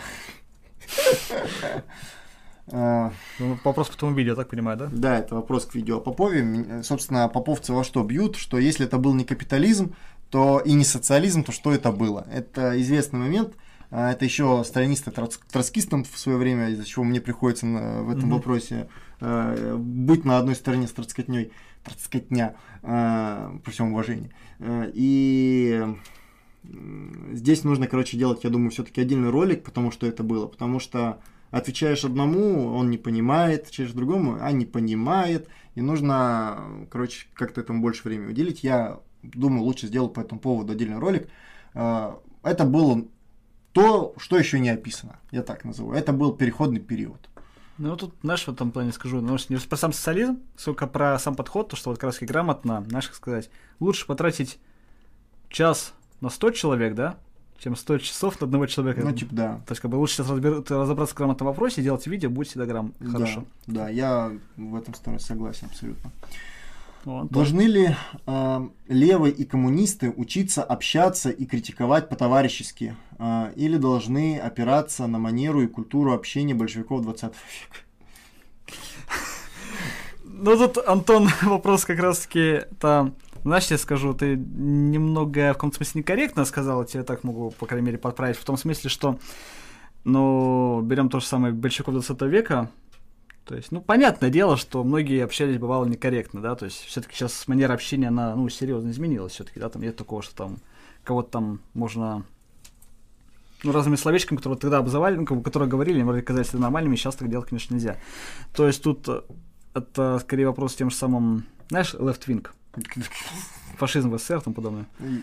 Вопрос к этому видео, я так понимаю, да? Да, это вопрос к видео о Попове. Собственно, поповцы во что бьют, что если это был не капитализм, то и не социализм, то что это было? Это известный момент. Это еще сторонисты троцкистам в свое время, из-за чего мне приходится в этом mm-hmm. вопросе быть на одной стороне с троцкотней, троцкотня, при всем уважении. И здесь нужно, короче, делать, я думаю, все-таки отдельный ролик, потому что это было, потому что отвечаешь одному, он не понимает, отвечаешь другому, а не понимает. И нужно, короче, как-то этому больше времени уделить. Я думаю, лучше сделал по этому поводу отдельный ролик. Это было то, что еще не описано, я так назову. Это был переходный период. Ну, тут, знаешь, в этом плане скажу, ну, не про сам социализм, сколько про сам подход, то, что вот как раз грамотно, знаешь, как сказать, лучше потратить час на сто человек, да, чем сто часов на одного человека. Ну, типа, да. То есть, как бы лучше сейчас разбер... разобраться в грамотном вопросе, делать видео, будет всегда грам... да, хорошо. Да, я в этом стороне согласен абсолютно. Вон, Должны ли э, левые и коммунисты учиться общаться и критиковать по-товарищески? Э, или должны опираться на манеру и культуру общения большевиков двадцатого века? Ну, тут, Антон, вопрос как раз-таки, там, знаешь, я скажу, ты немного в каком-то смысле некорректно сказал, я тебе так могу, по крайней мере, подправить, в том смысле, что, ну, берем то же самое большевиков двадцатого века. То есть, ну, понятное дело, что многие общались, бывало, некорректно, да, то есть, все-таки сейчас манера общения, она, ну, серьезно изменилась все-таки, да, там нет такого, что там кого-то там можно, ну, разными словечками, которые тогда обзывали, ну, которые говорили, вроде казались нормальными, сейчас так делать, конечно, нельзя. То есть, тут это, скорее, вопрос с тем же самым, знаешь, left-wing, фашизм в СССР и тому подобное.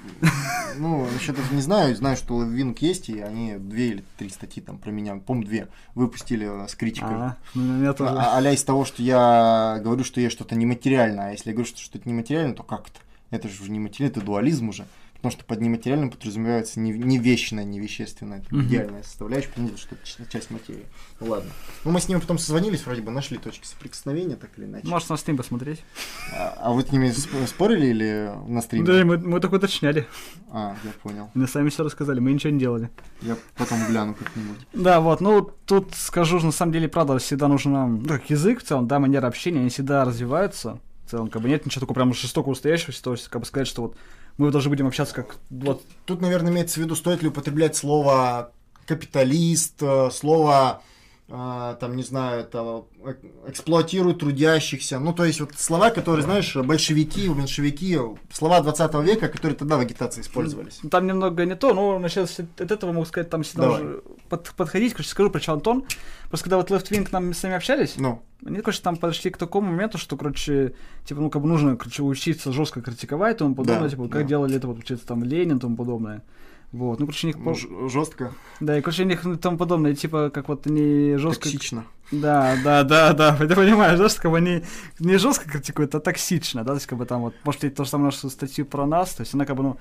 Ну, насчет этого не знаю. Знаю, что Левинг есть, и они две или три статьи там про меня, по-моему, две выпустили с критикой. А, ну, меня тоже. А, а-ля из того, что я говорю, что есть что-то нематериальное. А если я говорю, что что-то нематериальное, то как это? Это же уже не материально, это дуализм уже. Потому что под нематериальным подразумевается не, не вещное, не вещественное, это uh-huh. идеальная составляющая, понятно, что это часть материи. Ну ладно. Ну мы с ним потом созвонились, вроде бы нашли точки соприкосновения, так или иначе. Можешь на стрим посмотреть. А, а вы с ними спорили или на стриме? Да, мы, мы только уточняли. А, я понял. Мы сами все рассказали, мы ничего не делали. Я потом гляну как-нибудь. Да, вот, ну тут скажу, на самом деле, правда, всегда нужен нам, ну, как язык в целом, да, манера общения, они всегда развиваются. В целом, как бы нет ничего такого прям жестокого устоящегося, то есть, как бы сказать, что вот мы должны будем общаться как... Вот. Тут, тут, наверное, имеется в виду, стоит ли употреблять слово капиталист, слово, э, там, не знаю, это, эксплуатирует трудящихся. Ну, то есть, вот слова, которые, знаешь, большевики, меньшевики, слова двадцатого века, которые тогда в агитации использовались. Там немного не то, но сейчас от этого могу сказать, там всегда уже под, подходить. Короче, скажу про что, Антон. Просто когда вот Left Wing нам с нами общались, ну. они, короче, там подошли к такому моменту, что, короче, типа, ну, как бы нужно, короче, учиться жестко критиковать и тому подобное, да, типа, как да. делали это, вот, учиться там Ленин и тому подобное. Вот, ну, короче, у них... Ж- жестко. Да, и, короче, у них тому подобное, типа, как вот они жестко... Токсично. Да, да, да, да, ты понимаешь, да, что как бы они не жестко критикуют, а токсично, да, то есть, как бы там вот, может быть, то же самое нашу статью про нас, то есть она как бы, ну,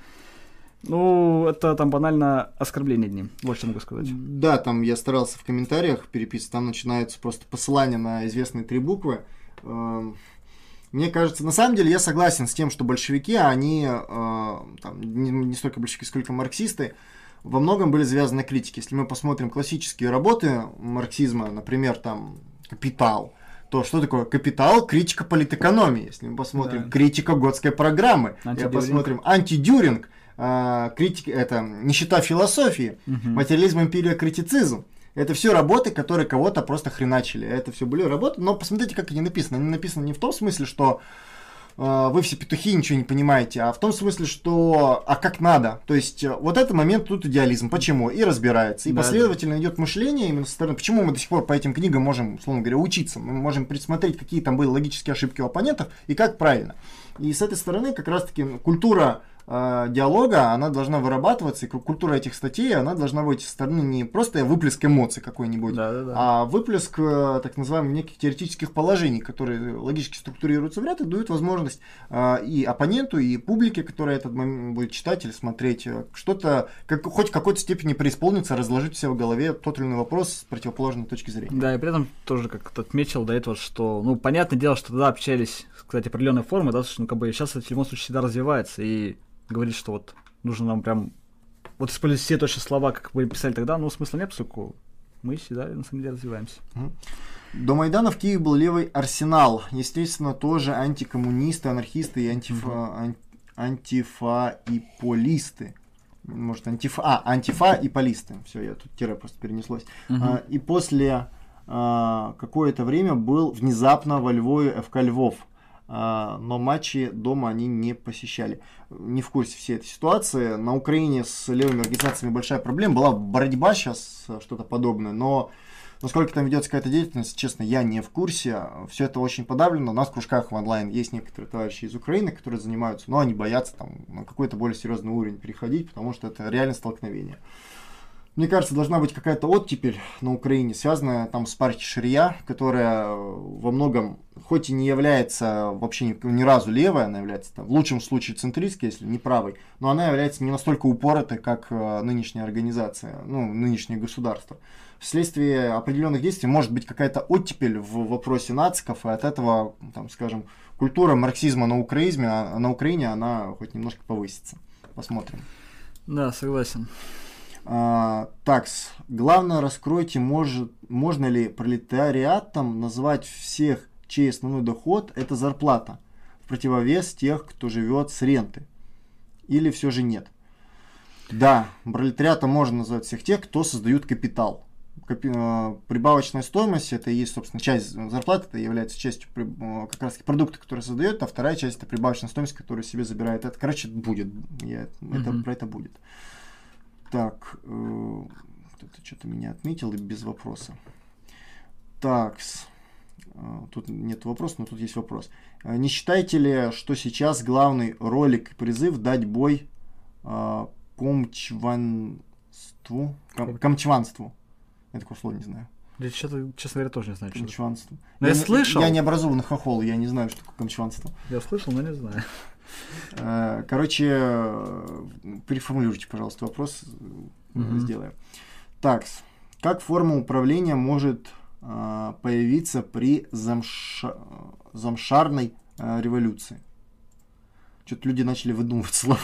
ну, это там банально оскорбление днем, вот что могу сказать. Да, там я старался в комментариях переписывать, там начинаются просто посылания на известные три буквы. Мне кажется, на самом деле я согласен с тем, что большевики, они, там, не, не столько большевики, сколько марксисты, во многом были завязаны на критике. Если мы посмотрим классические работы марксизма, например, там, «Капитал», то что такое «Капитал»? Критика политэкономии. Если мы посмотрим да. критика Готской программы, если посмотрим «Антидюринг», Uh, критика, это нищета философии, uh-huh. материализм, империя, критицизм. Это все работы, которые кого-то просто хреначили. Это все были работы, но посмотрите, как они написаны. Они написаны не в том смысле, что uh, вы все петухи, ничего не понимаете, а в том смысле, что а как надо. То есть вот этот момент тут идеализм. Почему? И разбирается. И да, последовательно да. идет мышление именно со стороны. Почему мы до сих пор по этим книгам можем, условно говоря, учиться? Мы можем присмотреть, какие там были логические ошибки у оппонентов и как правильно. И с этой стороны как раз-таки культура диалога, она должна вырабатываться, и культура этих статей, она должна быть со стороны не просто выплеск эмоций какой-нибудь, да, да, да. а выплеск так называемых неких теоретических положений, которые логически структурируются в ряд и дают возможность и оппоненту, и публике, которая этот момент будет читать или смотреть, что-то, как, хоть в какой-то степени преисполниться, разложить себе в голове тот или иной вопрос с противоположной точки зрения. Да, и при этом тоже, как ты отметил до этого, что, ну, понятное дело, что тогда общались, кстати, определенные формы, да, что, ну, как бы сейчас это в любом случае всегда развивается, и говорит, что вот нужно нам прям вот использовать все точно слова, как вы писали тогда, ну, смысла нет, поскольку мы всегда, на самом деле, развиваемся. До Майдана в Киеве был левый арсенал. Естественно, тоже антикоммунисты, анархисты и антифа, mm-hmm. ан, антифа-и-полисты. Может, антифа... А, антифа и полисты. Все, я тут тире просто перенеслось. Mm-hmm. А, и после а, какое-то время был внезапно во Львове эф ка Львов. Но матчи дома они не посещали. Не в курсе всей этой ситуации. На Украине с левыми организациями большая проблема. Была борьба сейчас, что-то подобное, но Насколько там ведется какая-то деятельность, честно, я не в курсе. Все это очень подавлено. У нас в кружках в онлайн есть некоторые товарищи из Украины, которые занимаются, но они боятся там на какой-то более серьезный уровень переходить, потому что это реально столкновение. Мне кажется, должна быть какая-то оттепель на Украине, связанная там с партией Шария, которая во многом, хоть и не является вообще ни, ни разу левой, она является там, в лучшем случае центристской, если не правой, но она является не настолько упоротой, как э, нынешняя организация, ну, нынешнее государство. Вследствие определенных действий может быть какая-то оттепель в вопросе нациков, и от этого, там, скажем, культура марксизма на Украине, на Украине, она хоть немножко повысится. Посмотрим. Да, согласен. А, такс. Главное, раскройте, может, можно ли пролетариатом назвать всех, чей основной доход – это зарплата, в противовес тех, кто живет с ренты. Или все же нет? Да, пролетариатом можно назвать всех тех, кто создают капитал. Капи, э, прибавочная стоимость – это и есть, собственно, часть зарплаты, это является частью э, как раз продукта, который создает, а вторая часть – это прибавочная стоимость, которую себе забирает. Это, короче, будет. Я, mm-hmm. это, про это будет. Так, э, кто-то что-то меня отметил и без вопроса. Так, э, тут нет вопроса, но тут есть вопрос. Э, не считаете ли, что сейчас главный ролик и призыв дать бой э, комчванству? Ком, комчванству. Я такого слова не знаю. Я что-то, честно говоря, тоже не знаю. Комчванство. Но я, я слышал. Я не образованный хохол, я не знаю, что такое комчванство. Я слышал, но не знаю. Короче, переформулируйте, пожалуйста, вопрос, mm-hmm. сделаем. Так, как форма управления может а, появиться при замша... замшарной а, революции? Что-то люди начали выдумывать слова.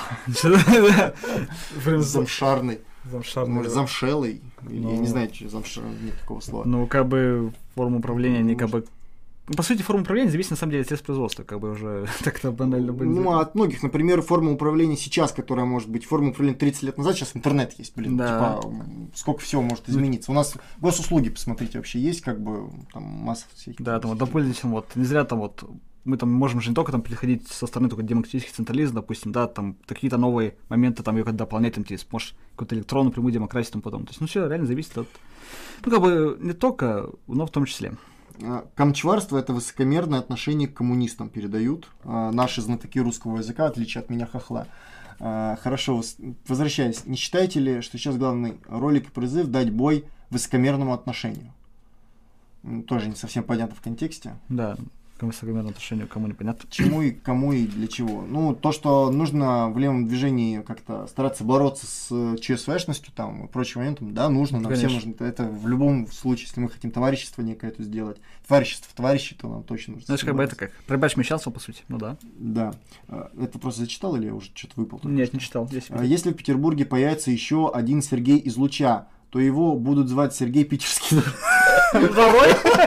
Замшарный. Может, замшелый? Я не знаю, что замшелый, нет такого слова. Ну, как бы форма управления, не как бы... По сути, форма управления зависит, на самом деле, от сельхозпроизводства, как бы уже так-то банально будет. Ну, от многих, например, форма управления сейчас, которая может быть, форма управления тридцать лет назад, сейчас интернет есть, блин, да. Типа, сколько всего может измениться. У нас госуслуги, посмотрите, вообще есть, как бы, там, масса всяких. Да, там, вот, допустим, вот, не зря там вот, мы там можем же не только там переходить со стороны только демократический централизм, допустим, да, там, какие-то новые моменты, там, ее когда дополнять, там, ты можешь какую-то электронную прямую демократию, там, потом. То есть, ну, все реально зависит от, ну, как бы, не только, но в том числе. Камчварство – это высокомерное отношение к коммунистам передают наши знатоки русского языка, в отличие от меня, хохла. Хорошо, возвращаясь, не считаете ли, что сейчас главный ролик и призыв дать бой высокомерному отношению? Тоже не совсем понятно в контексте. Да, высокомерное отношение к кому непонятно. Чему и кому и для чего? Ну, то, что нужно в левом движении как-то стараться бороться с ЧСВшностью там и прочим моментом, да, нужно, нам всем нужно. Это в любом случае, если мы хотим товарищество некое это сделать, товарищество в товарищи, то нам точно нужно. Знаешь, как бы это как? Прибавь мещанство, по сути, ну да. Да. Это просто зачитал или я уже что-то выпал? Нет, что? Не читал. Здесь если в Петербурге появится еще один Сергей из Луча, то его будут звать Сергей Питерский. Второй?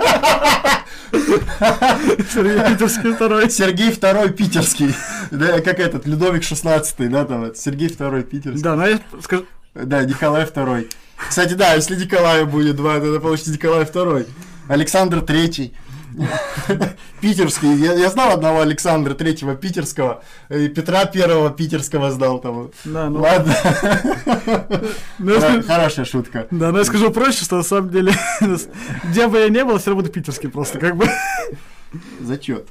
Сергей Питерский второй. Сергей второй Питерский. Да, как этот, Людовик шестнадцатый, да, там, вот, Сергей второй Питерский. Да, ну я скажу... Да, Николай второй. Кстати, да, если Николаю будет два, тогда получится Николай второй. Александр третий. Питерский. Я, я знал одного Александра третьего питерского, и Петра первого питерского знал там. Да, ну... Ладно. Хорошая шутка. Да, но я скажу проще, что на самом деле, где бы я не был, все равно буду питерский просто, как бы. Зачет.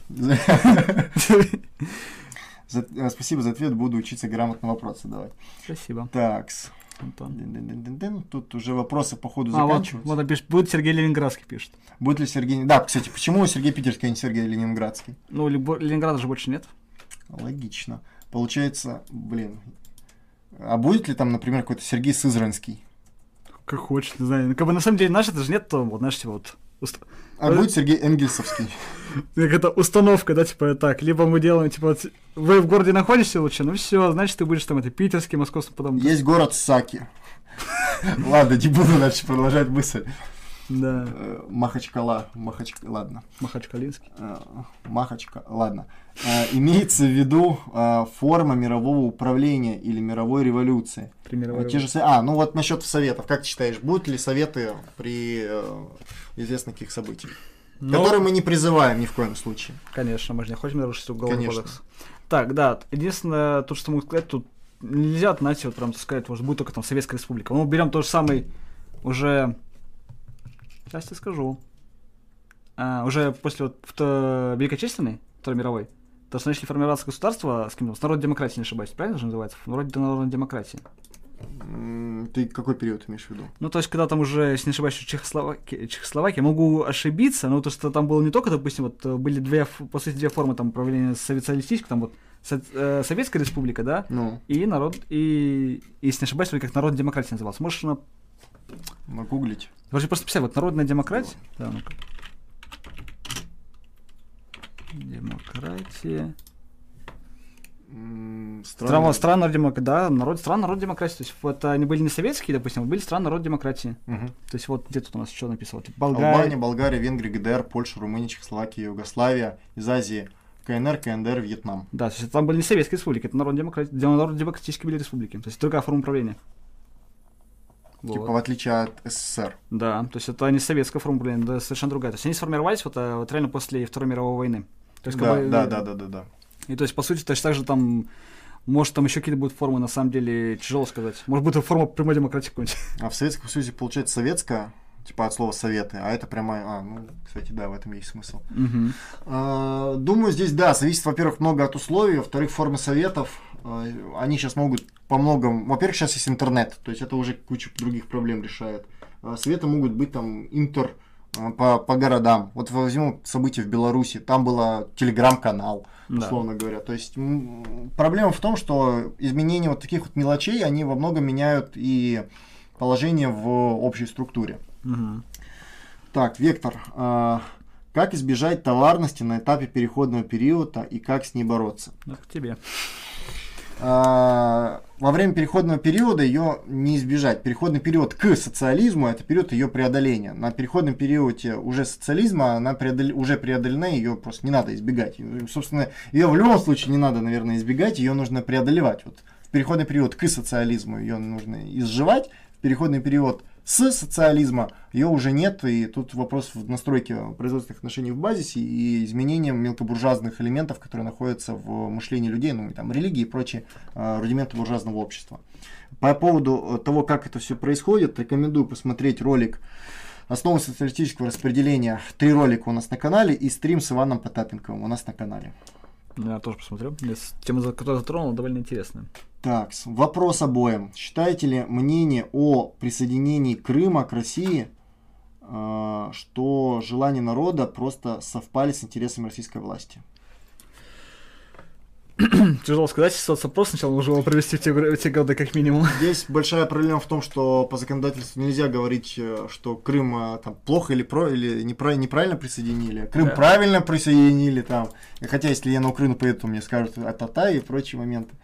Спасибо за ответ, буду учиться грамотно вопросы давать. Спасибо. Такс. Антон. Тут уже вопросы по ходу а, заканчиваются. Вот, вот пишет, будет Сергей Ленинградский, пишет. Будет ли Сергей... Да, кстати, почему Сергей Питерский, а не Сергей Ленинградский? Ну, Ленинграда же больше нет. Логично. Получается, блин... А будет ли там, например, какой-то Сергей Сызранский? Как хочешь, не знаю. Ну, как бы на самом деле, наш это же нет, то, вот, знаешь, типа вот... Уст... А вот... будет Сергей Энгельсовский? Как это установка, да, типа так. Либо мы делаем, типа, вот, вы в городе находишься лучше, ну все, значит, ты будешь там, это, питерский, московский, потом... Есть город Саки. Ладно, не буду дальше продолжать мысль. Да. Махачкала. Махачка... Ладно. Махачкалинский. Махачка... Ладно. Имеется в виду форма мирового управления или мировой революции. При мировой Те же... А, ну вот насчет советов. Как ты считаешь, будут ли советы при известных каких событиях? Но... Которые мы не призываем ни в коем случае. Конечно, мы же не хотим нарушить уголовный кодекс. Так, да. Единственное, тут что могу сказать, тут нельзя, знаете, вот прям сказать, может, будет только там Советская Республика. Ну, берем тот же самый уже Сейчас тебе скажу. А, уже после вот в, Великой Отечественной, Второй мировой, то, что начали формироваться государства с кем-то, с народной демократией, не ошибаюсь, правильно же называется? Вроде народной демократии. Ты какой период имеешь в виду? Ну, то есть, когда там уже, если не ошибаюсь, Чехословакия, Чехословакия, могу ошибиться, но то, что там было не только, допустим, вот были две, по сути, две формы там правления социалистической, там вот со- Советская Республика, да, ну. и народ, и, если не ошибаюсь, вроде как народная демократия называлась. Можешь на... Нагуглить. Вроде просто писать, вот народная демократия. Да, ну-ка. Демократия. Страна, страна народной демократии, да, народ, страна народной демократии. То есть вот они были не советские, допустим, а были страны народной демократии. Угу. То есть вот где тут у нас еще написано? Болгария, Албания, Болгария, Венгрия, ГДР, Польша, Румыния, Чехословакия, Югославия, из Азии, КНР, КНДР, Вьетнам. Да, то есть там были не советские республики, это народно-демократические были республики. То есть другая форма правления. Типа Вот. в отличие от СССР. Да, то есть это не советская форма правления, да, совершенно другая. То есть они сформировались вот, вот реально после Второй мировой войны. То есть, да, как бы, да, да, да, да, да. И то есть, по сути, точно так же там, может, там еще какие-то будут формы, на самом деле, тяжело сказать. Может, будет форма прямой демократии какой-нибудь. А в Советском Союзе, получается, советская, типа от слова советы, а это прямая... А, ну, кстати, да, в этом есть смысл. Угу. А, думаю, здесь, да, зависит, во-первых, много от условий, во-вторых, формы советов, они сейчас могут по многому... Во-первых, сейчас есть интернет, то есть это уже кучу других проблем решает. Советы могут быть там интер... По, по городам. Вот возьмем события в Беларуси, там был телеграм-канал, условно да. говоря. То есть м- проблема в том, что изменения вот таких вот мелочей, они во многом меняют и положение в общей структуре. Угу. Так, Вектор, а, как избежать товарности на этапе переходного периода и как с ней бороться? Это к тебе. А, во время переходного периода ее не избежать. Переходный период к социализму – это период ее преодоления. На переходном периоде уже социализма она преодол... уже преодолена, ее просто не надо избегать. И, собственно, ее в любом случае не надо, наверное, избегать, ее нужно преодолевать. Вот в переходный период к социализму ее нужно изживать, в переходный период с социализма ее уже нет, и тут вопрос в настройке производственных отношений в базисе и изменением мелкобуржуазных элементов, которые находятся в мышлении людей, ну, там, религии и прочие э, рудименты буржуазного общества. По поводу того, как это все происходит, рекомендую посмотреть ролик «Основы социалистического распределения». Три ролика у нас на канале и стрим с Иваном Потапенковым у нас на канале. Я тоже посмотрю. Тема, которую затронул, довольно интересная. Так, вопрос обоим. Считаете ли мнение о присоединении Крыма к России, э, что желания народа просто совпали с интересами российской власти? Тяжело сказать, соцопрос сначала нужно его провести в те, в те годы как минимум. Здесь большая проблема в том, что по законодательству нельзя говорить, что Крым там плохо или, про, или неправ, неправильно присоединили. Крым да. правильно присоединили там. Хотя если я на Украину поеду, то мне скажут а-та-та и прочие моменты.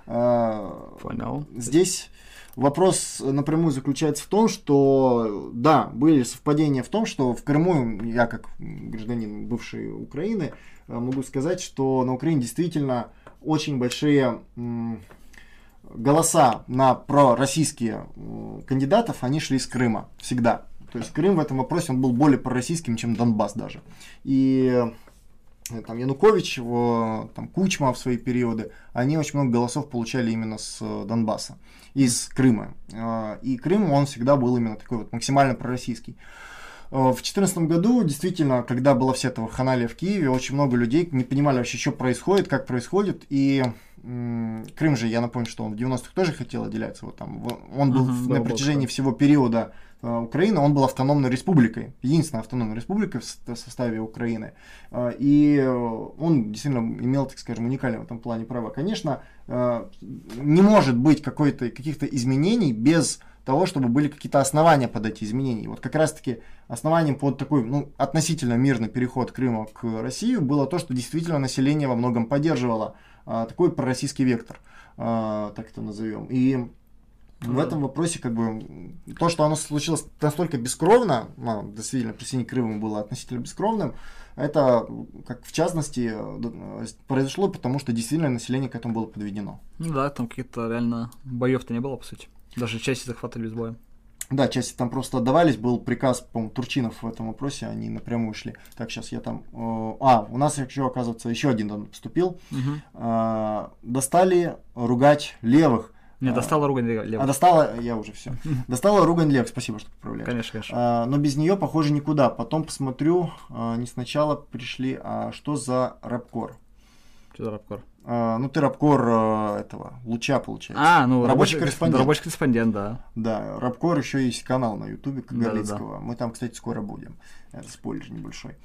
Понял. Здесь вопрос напрямую заключается в том, что да, были совпадения в том, что в Крыму, я как гражданин бывшей Украины, могу сказать, что на Украине действительно очень большие м, голоса на пророссийские м, кандидатов, они шли из Крыма всегда. То есть Крым в этом вопросе он был более пророссийским, чем Донбасс даже. И там Янукович, там, Кучма в свои периоды, они очень много голосов получали именно с Донбасса, из Крыма. И Крым, он всегда был именно такой вот максимально пророссийский. В две тысячи четырнадцатом году, действительно, когда была вся эта вакханалия в Киеве, очень много людей не понимали вообще, что происходит, как происходит. И м- Крым же, я напомню, что он в девяностых тоже хотел отделяться. Вот там, он был uh-huh, на протяжении всего периода э, Украины, он был автономной республикой, единственной автономной республикой в, в составе Украины. Э, и он действительно имел, так скажем, уникальные в этом плане права. Конечно, э, не может быть какой-то, каких-то изменений без того, чтобы были какие-то основания под эти изменения. Вот как раз-таки основанием под такой ну, относительно мирный переход Крыма к России было то, что действительно население во многом поддерживало а, такой пророссийский вектор, а, так это назовем. И mm-hmm. в этом вопросе как бы то, что оно случилось настолько бескровно, ну, действительно присоединение к Крыму было относительно бескровным, это, как в частности, произошло, потому что действительно население к этому было подведено. Ну да, там каких-то реально боев-то не было, по сути. Даже части захватывали без боя. Да, части там просто отдавались, был приказ, по-моему, Турчинов в этом вопросе, они напрямую шли. Так, сейчас я там... Э, а, у нас еще, оказывается, еще один поступил. Угу. Э, достали ругать левых Не, достала ругань левых. А достала, я уже все. Достала ругань левых, спасибо, что поправляешь. Конечно, конечно. А, но без нее, похоже, никуда. Потом посмотрю, а, не сначала пришли, а что за рэпкор? Что за рэпкор? А, ну, ты рэпкор а, этого, Луча, получается. А, ну, рабочий, рабочий корреспондент. Рабочий корреспондент, да. Да, рэпкор еще есть канал на ютубе Кагарлицкого. Да, да, да. Мы там, кстати, скоро будем. Это спойлер небольшой.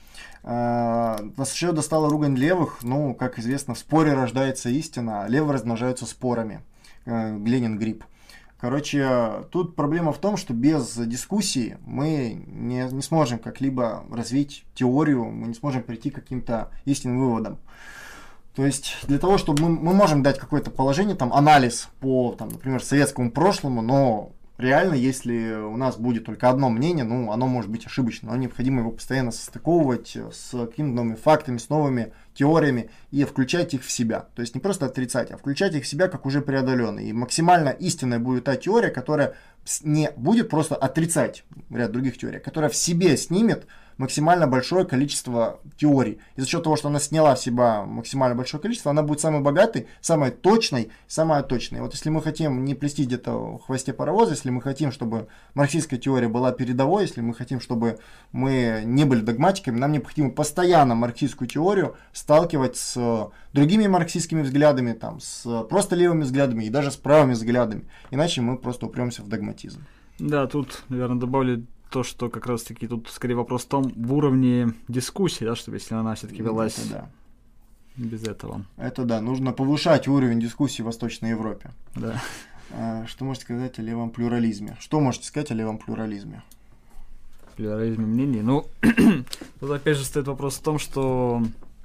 А, еще достала ругань левых. Ну, как известно, в споре рождается истина, а левые размножаются спорами. Ленин грипп. Короче, тут проблема в том, что без дискуссии мы не, не сможем как-либо развить теорию, мы не сможем прийти к каким-то истинным выводам. То есть для того, чтобы мы, мы можем дать какое-то положение, там, анализ по, там, например, советскому прошлому, но реально, если у нас будет только одно мнение, ну, оно может быть ошибочным, но необходимо его постоянно состыковывать с какими-то новыми фактами, с новыми теориями и включать их в себя. То есть не просто отрицать, а включать их в себя как уже преодоленные. И максимально истинная будет та теория, которая не будет просто отрицать ряд других теорий, которая в себе снимет максимально большое количество теорий. И за счет того, что она сняла в себя максимально большое количество, она будет самой богатой, самой точной, самая точная. Вот если мы хотим не плести где-то в хвосте паровоза, если мы хотим, чтобы марксистская теория была передовой, если мы хотим, чтобы мы не были догматиками, нам необходимо постоянно марксистскую теорию сталкивать с другими марксистскими взглядами, там, с просто левыми взглядами и даже с правыми взглядами. Иначе мы просто упремся в догматизм. Да, тут, наверное, добавлю то, что как раз-таки тут скорее вопрос в том, в уровне дискуссии, да, чтобы если она все-таки велась это да. без этого. Это да, нужно повышать уровень дискуссии в Восточной Европе. Да. А, что можете сказать о левом плюрализме? Что можете сказать о левом плюрализме? Плюрализме мнений? Ну, тут опять же стоит вопрос в том, что,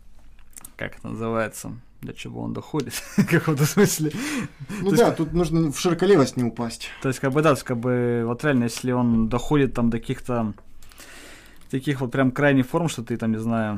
как это называется, до чего он доходит, в каком-то смысле. Ну да, есть, тут нужно в широколевость не упасть. То есть, как бы, да, то есть, как бы, вот реально, если он доходит там до каких-то таких вот прям крайних форм, что ты там, не знаю,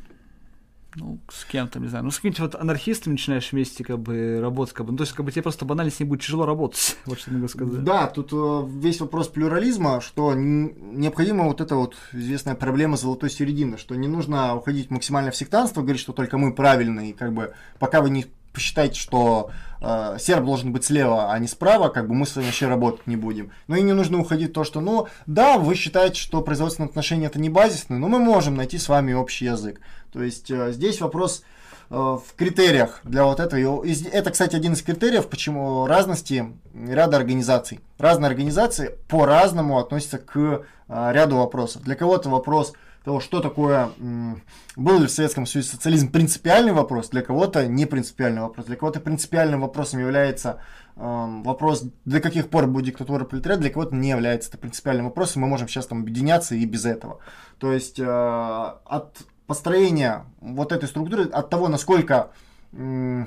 ну, с кем-то, не знаю, ну, с какими-то вот анархистами начинаешь вместе, как бы, работать, как бы, ну, то есть, как бы, тебе просто банально с ней будет тяжело работать, вот что я могу сказать. Да, тут э, весь вопрос плюрализма, что н- необходима вот эта вот известная проблема золотой середины, что не нужно уходить максимально в сектантство, говорить, что только мы правильные, и, как бы, пока вы не посчитаете, что э, серб должен быть слева, а не справа, как бы мы с вами вообще работать не будем. Но и не нужно уходить в то, что, ну, да, вы считаете, что производственные отношения это не базисные, но мы можем найти с вами общий язык. То есть э, здесь вопрос э, в критериях для вот этого. И это, кстати, один из критериев, почему разности ряда организаций. Разные организации по-разному относятся к э, ряду вопросов. Для кого-то вопрос того, что такое, был ли в Советском Союзе социализм, принципиальный вопрос, для кого-то не принципиальный вопрос. Для кого-то принципиальным вопросом является э, вопрос, до каких пор будет диктатура пролетариата, для кого-то не является это принципиальным вопросом, мы можем сейчас там объединяться и без этого. То есть э, от построения вот этой структуры, от того, насколько э,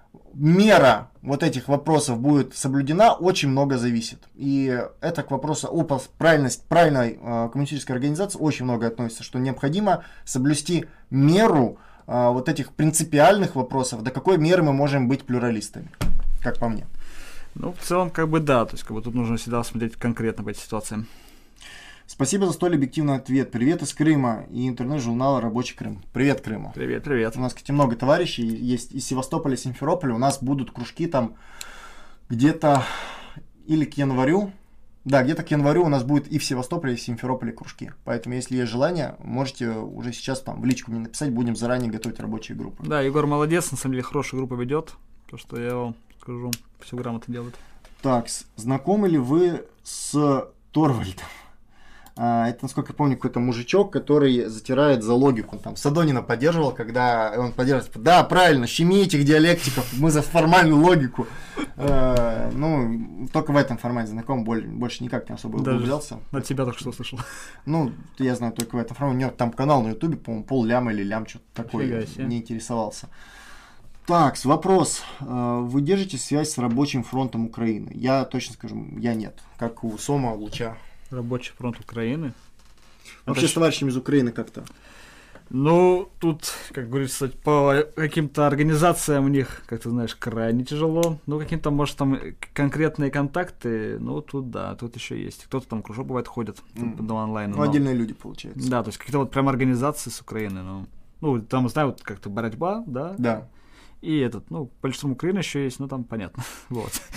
мера вот этих вопросов будет соблюдена, очень много зависит. И это к вопросу о правильности, правильной э, коммунистической организации очень много относится, что необходимо соблюсти меру э, вот этих принципиальных вопросов, до какой меры мы можем быть плюралистами, как по мне. Ну, в целом, как бы да, то есть как бы тут нужно всегда смотреть конкретно по этой ситуации. Спасибо за столь объективный ответ. Привет из Крыма и интернет-журнала «Рабочий Крым». Привет, Крыму. Привет, привет. У нас, кстати, много товарищей есть из Севастополя, Симферополя. У нас будут кружки там где-то или к январю. Да, где-то к январю у нас будет и в Севастополе, и в Симферополе кружки. Поэтому, если есть желание, можете уже сейчас там в личку мне написать, будем заранее готовить рабочие группы. Да, Егор молодец, на самом деле хорошая группа ведет. То, что я вам скажу, все грамотно делает. Так, знакомы ли вы с Торвальдом? А, это, насколько я помню, какой-то мужичок, который затирает за логику. Там Садонина поддерживал, когда он поддерживает, да, правильно, щеми этих диалектиков, мы за формальную логику. А, ну, только в этом формате знаком, больше никак не особо углублялся. От тебя только что слышал. Ну, я знаю только в этом формате. У него там канал на ютубе, по-моему, пол ляма или лям, что-то такое, не интересовался. Так, вопрос. Вы держите связь с рабочим фронтом Украины? Я точно скажу, я нет. Как у Сома, Луча. Рабочий фронт Украины. Вообще Это с товарищами из Украины как-то? Ну, тут, как говорится, по каким-то организациям у них, как ты знаешь, крайне тяжело. Ну, каким-то, может, там конкретные контакты, ну, тут да, тут еще есть. Кто-то там кружок бывает ходит mm. до онлайна. Ну, но... отдельные люди, получается. Да, то есть какие-то вот прям организации с Украины, ну, ну там, знаю, вот как-то борьба, да? Да. И этот, ну, большинство Украины еще есть, ну, там понятно, вот.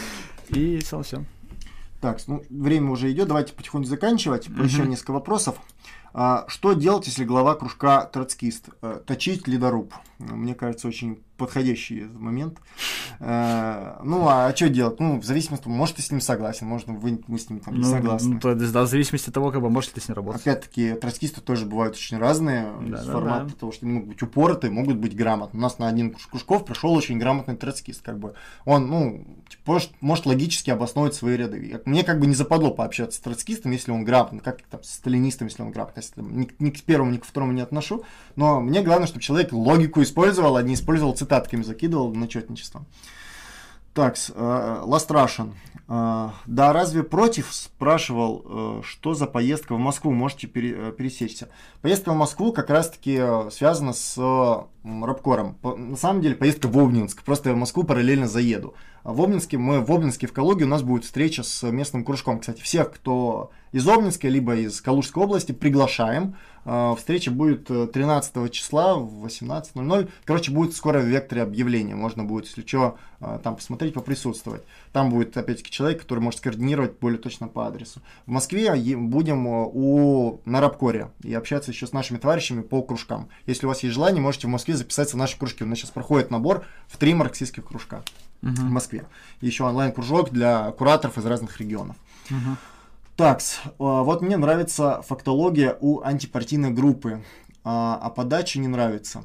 И все. Так, ну, время уже идет, давайте потихоньку заканчивать. Mm-hmm. Еще несколько вопросов. А, что делать, если глава кружка троцкист? А, точить ледоруб? Мне кажется, очень подходящий момент. А, ну, а что делать? Ну, в зависимости, может, ты с ним согласен, может, вы, вы с ним там, не ну, согласны. Ну, то, да, в зависимости от того, как бы, может ли ты с ним работать. Опять-таки, троцкисты тоже бывают очень разные. Да, да, формата да. того, что они могут быть упоротые, могут быть грамотные. У нас на один из кружков пришел очень грамотный троцкист. Как бы. Он, ну, типа, может логически обосновывать свои ряды. Мне как бы не западло пообщаться с троцкистом, если он грамотный, как там, с сталинистом, если он грамотный. Если, ни, ни к первому, ни к второму не отношу. Но мне главное, чтобы человек логику использовал, а не использовал цитатками, закидывал начетничество. Так, uh, Last Russian. Uh, да, разве против? Спрашивал, uh, что за поездка в Москву, можете пере, uh, пересечься. Поездка в Москву как раз-таки uh, связана с uh, Рабкором. По, на самом деле поездка в Обнинск, просто я в Москву параллельно заеду. А в Обнинске, мы в Обнинске в Калуге у нас будет встреча с местным кружком. Кстати, всех, кто из Обнинска, либо из Калужской области, приглашаем. Uh, встреча будет тринадцатого числа в восемнадцать ноль ноль. Короче, будет скоро в векторе объявления. Можно будет, если что, uh, там посмотреть, поприсутствовать. Там будет, опять-таки, человек, который может скоординировать более точно по адресу. В Москве будем у, на Рабкоре и общаться еще с нашими товарищами по кружкам. Если у вас есть желание, можете в Москве записаться в наши кружки. У нас сейчас проходит набор в три марксистских кружка uh-huh. в Москве. И еще онлайн-кружок для кураторов из разных регионов. Uh-huh. Так, вот мне нравится фактология у антипартийной группы, а, а подача не нравится.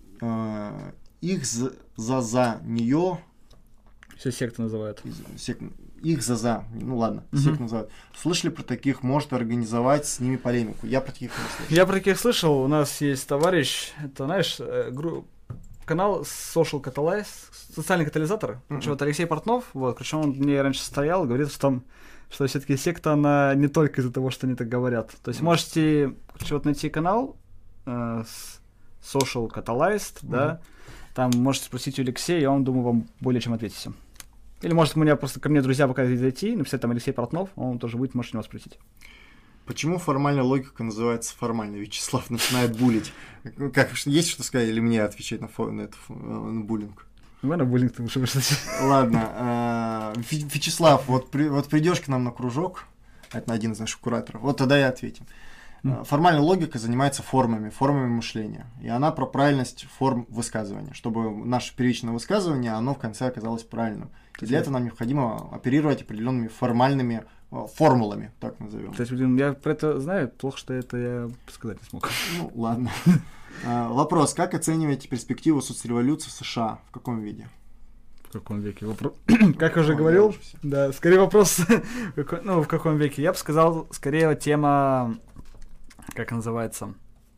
Их за за, за нее... Все секты называют. Сек, их за за, ну ладно, угу. сект называют. Слышали про таких, может организовать с ними полемику? Я про таких не слышал. Я про таких слышал, у нас есть товарищ, это, знаешь, гру... канал Social Catalyst, социальный катализатор, mm-hmm. вот Алексей Портнов, вот, короче, он мне раньше стоял, говорит, что там что все-таки секта, она не только из-за того, что они так говорят. То есть mm-hmm. можете короче, вот найти канал э, Social Catalyst, mm-hmm. да, там можете спросить у Алексея, и он, думаю, вам более чем ответите. Или, может, у меня просто ко мне друзья пока зайти, написать там Алексей Портнов, он тоже будет, можете у него спросить. Почему формальная логика называется формальной? Вячеслав начинает булить. Как, есть что сказать, или мне отвечать на, фо, на, это, на буллинг? Ну, на буллинг ты лучше что-то. Ладно. Вячеслав, вот, при, вот придешь к нам на кружок, это на один из наших кураторов, вот тогда и ответим. Mm. Формальная логика занимается формами, формами мышления. И она про правильность форм высказывания. Чтобы наше первичное высказывание, оно в конце оказалось правильным. И для этого нам необходимо оперировать определенными формальными формулами, так назовем. То есть, блин, я про это знаю, плохо, что это я сказать не смог. Ну, ладно. Вопрос. Как оцениваете перспективу соцреволюции в США? В каком виде? В каком веке? Вопрос. Как уже говорил, да, скорее вопрос, ну, в каком веке? Я бы сказал, скорее тема, как называется,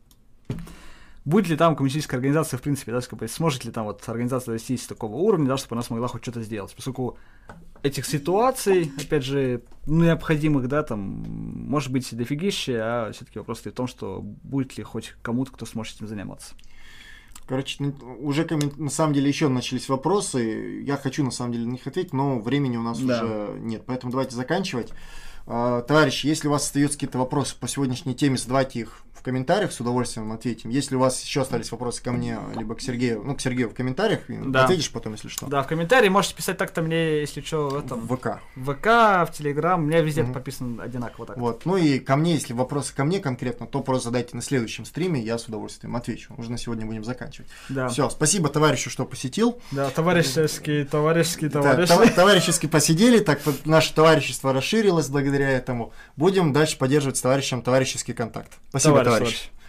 будет ли там коммунистическая организация, в принципе, да, сможет ли там вот организация достичь такого уровня, да, чтобы она смогла хоть что-то сделать, поскольку этих ситуаций, опять же, необходимых, да, там, может быть, дофигище, а все-таки вопрос в том, что будет ли хоть кому-то, кто сможет этим заниматься. Короче, уже на самом деле еще начались вопросы, я хочу на самом деле на них ответить, но времени у нас да. уже нет, поэтому давайте заканчивать. Товарищи, если у вас остаются какие-то вопросы по сегодняшней теме, задавайте их в комментариях, с удовольствием ответим. Если у вас еще остались вопросы ко мне, либо к Сергею, ну, к Сергею в комментариях, да. ответишь потом, если что. Да, в комментарии можете писать так-то мне, если что, в этом. В ВК. В ВК, в Телеграм, у меня везде угу. подписано одинаково так. Вот, ну и ко мне, если вопросы ко мне конкретно, то просто задайте на следующем стриме, я с удовольствием отвечу. Уже на сегодня будем заканчивать. Да. Все, спасибо товарищу, что посетил. Да, товарищеский, товарищеский, товарищеский. Да, товарищески посидели, так вот наше товарищество расширилось благодаря этому. Будем дальше поддерживать с товарищем товарищеский контакт. Спасибо, товарищ. товарищ.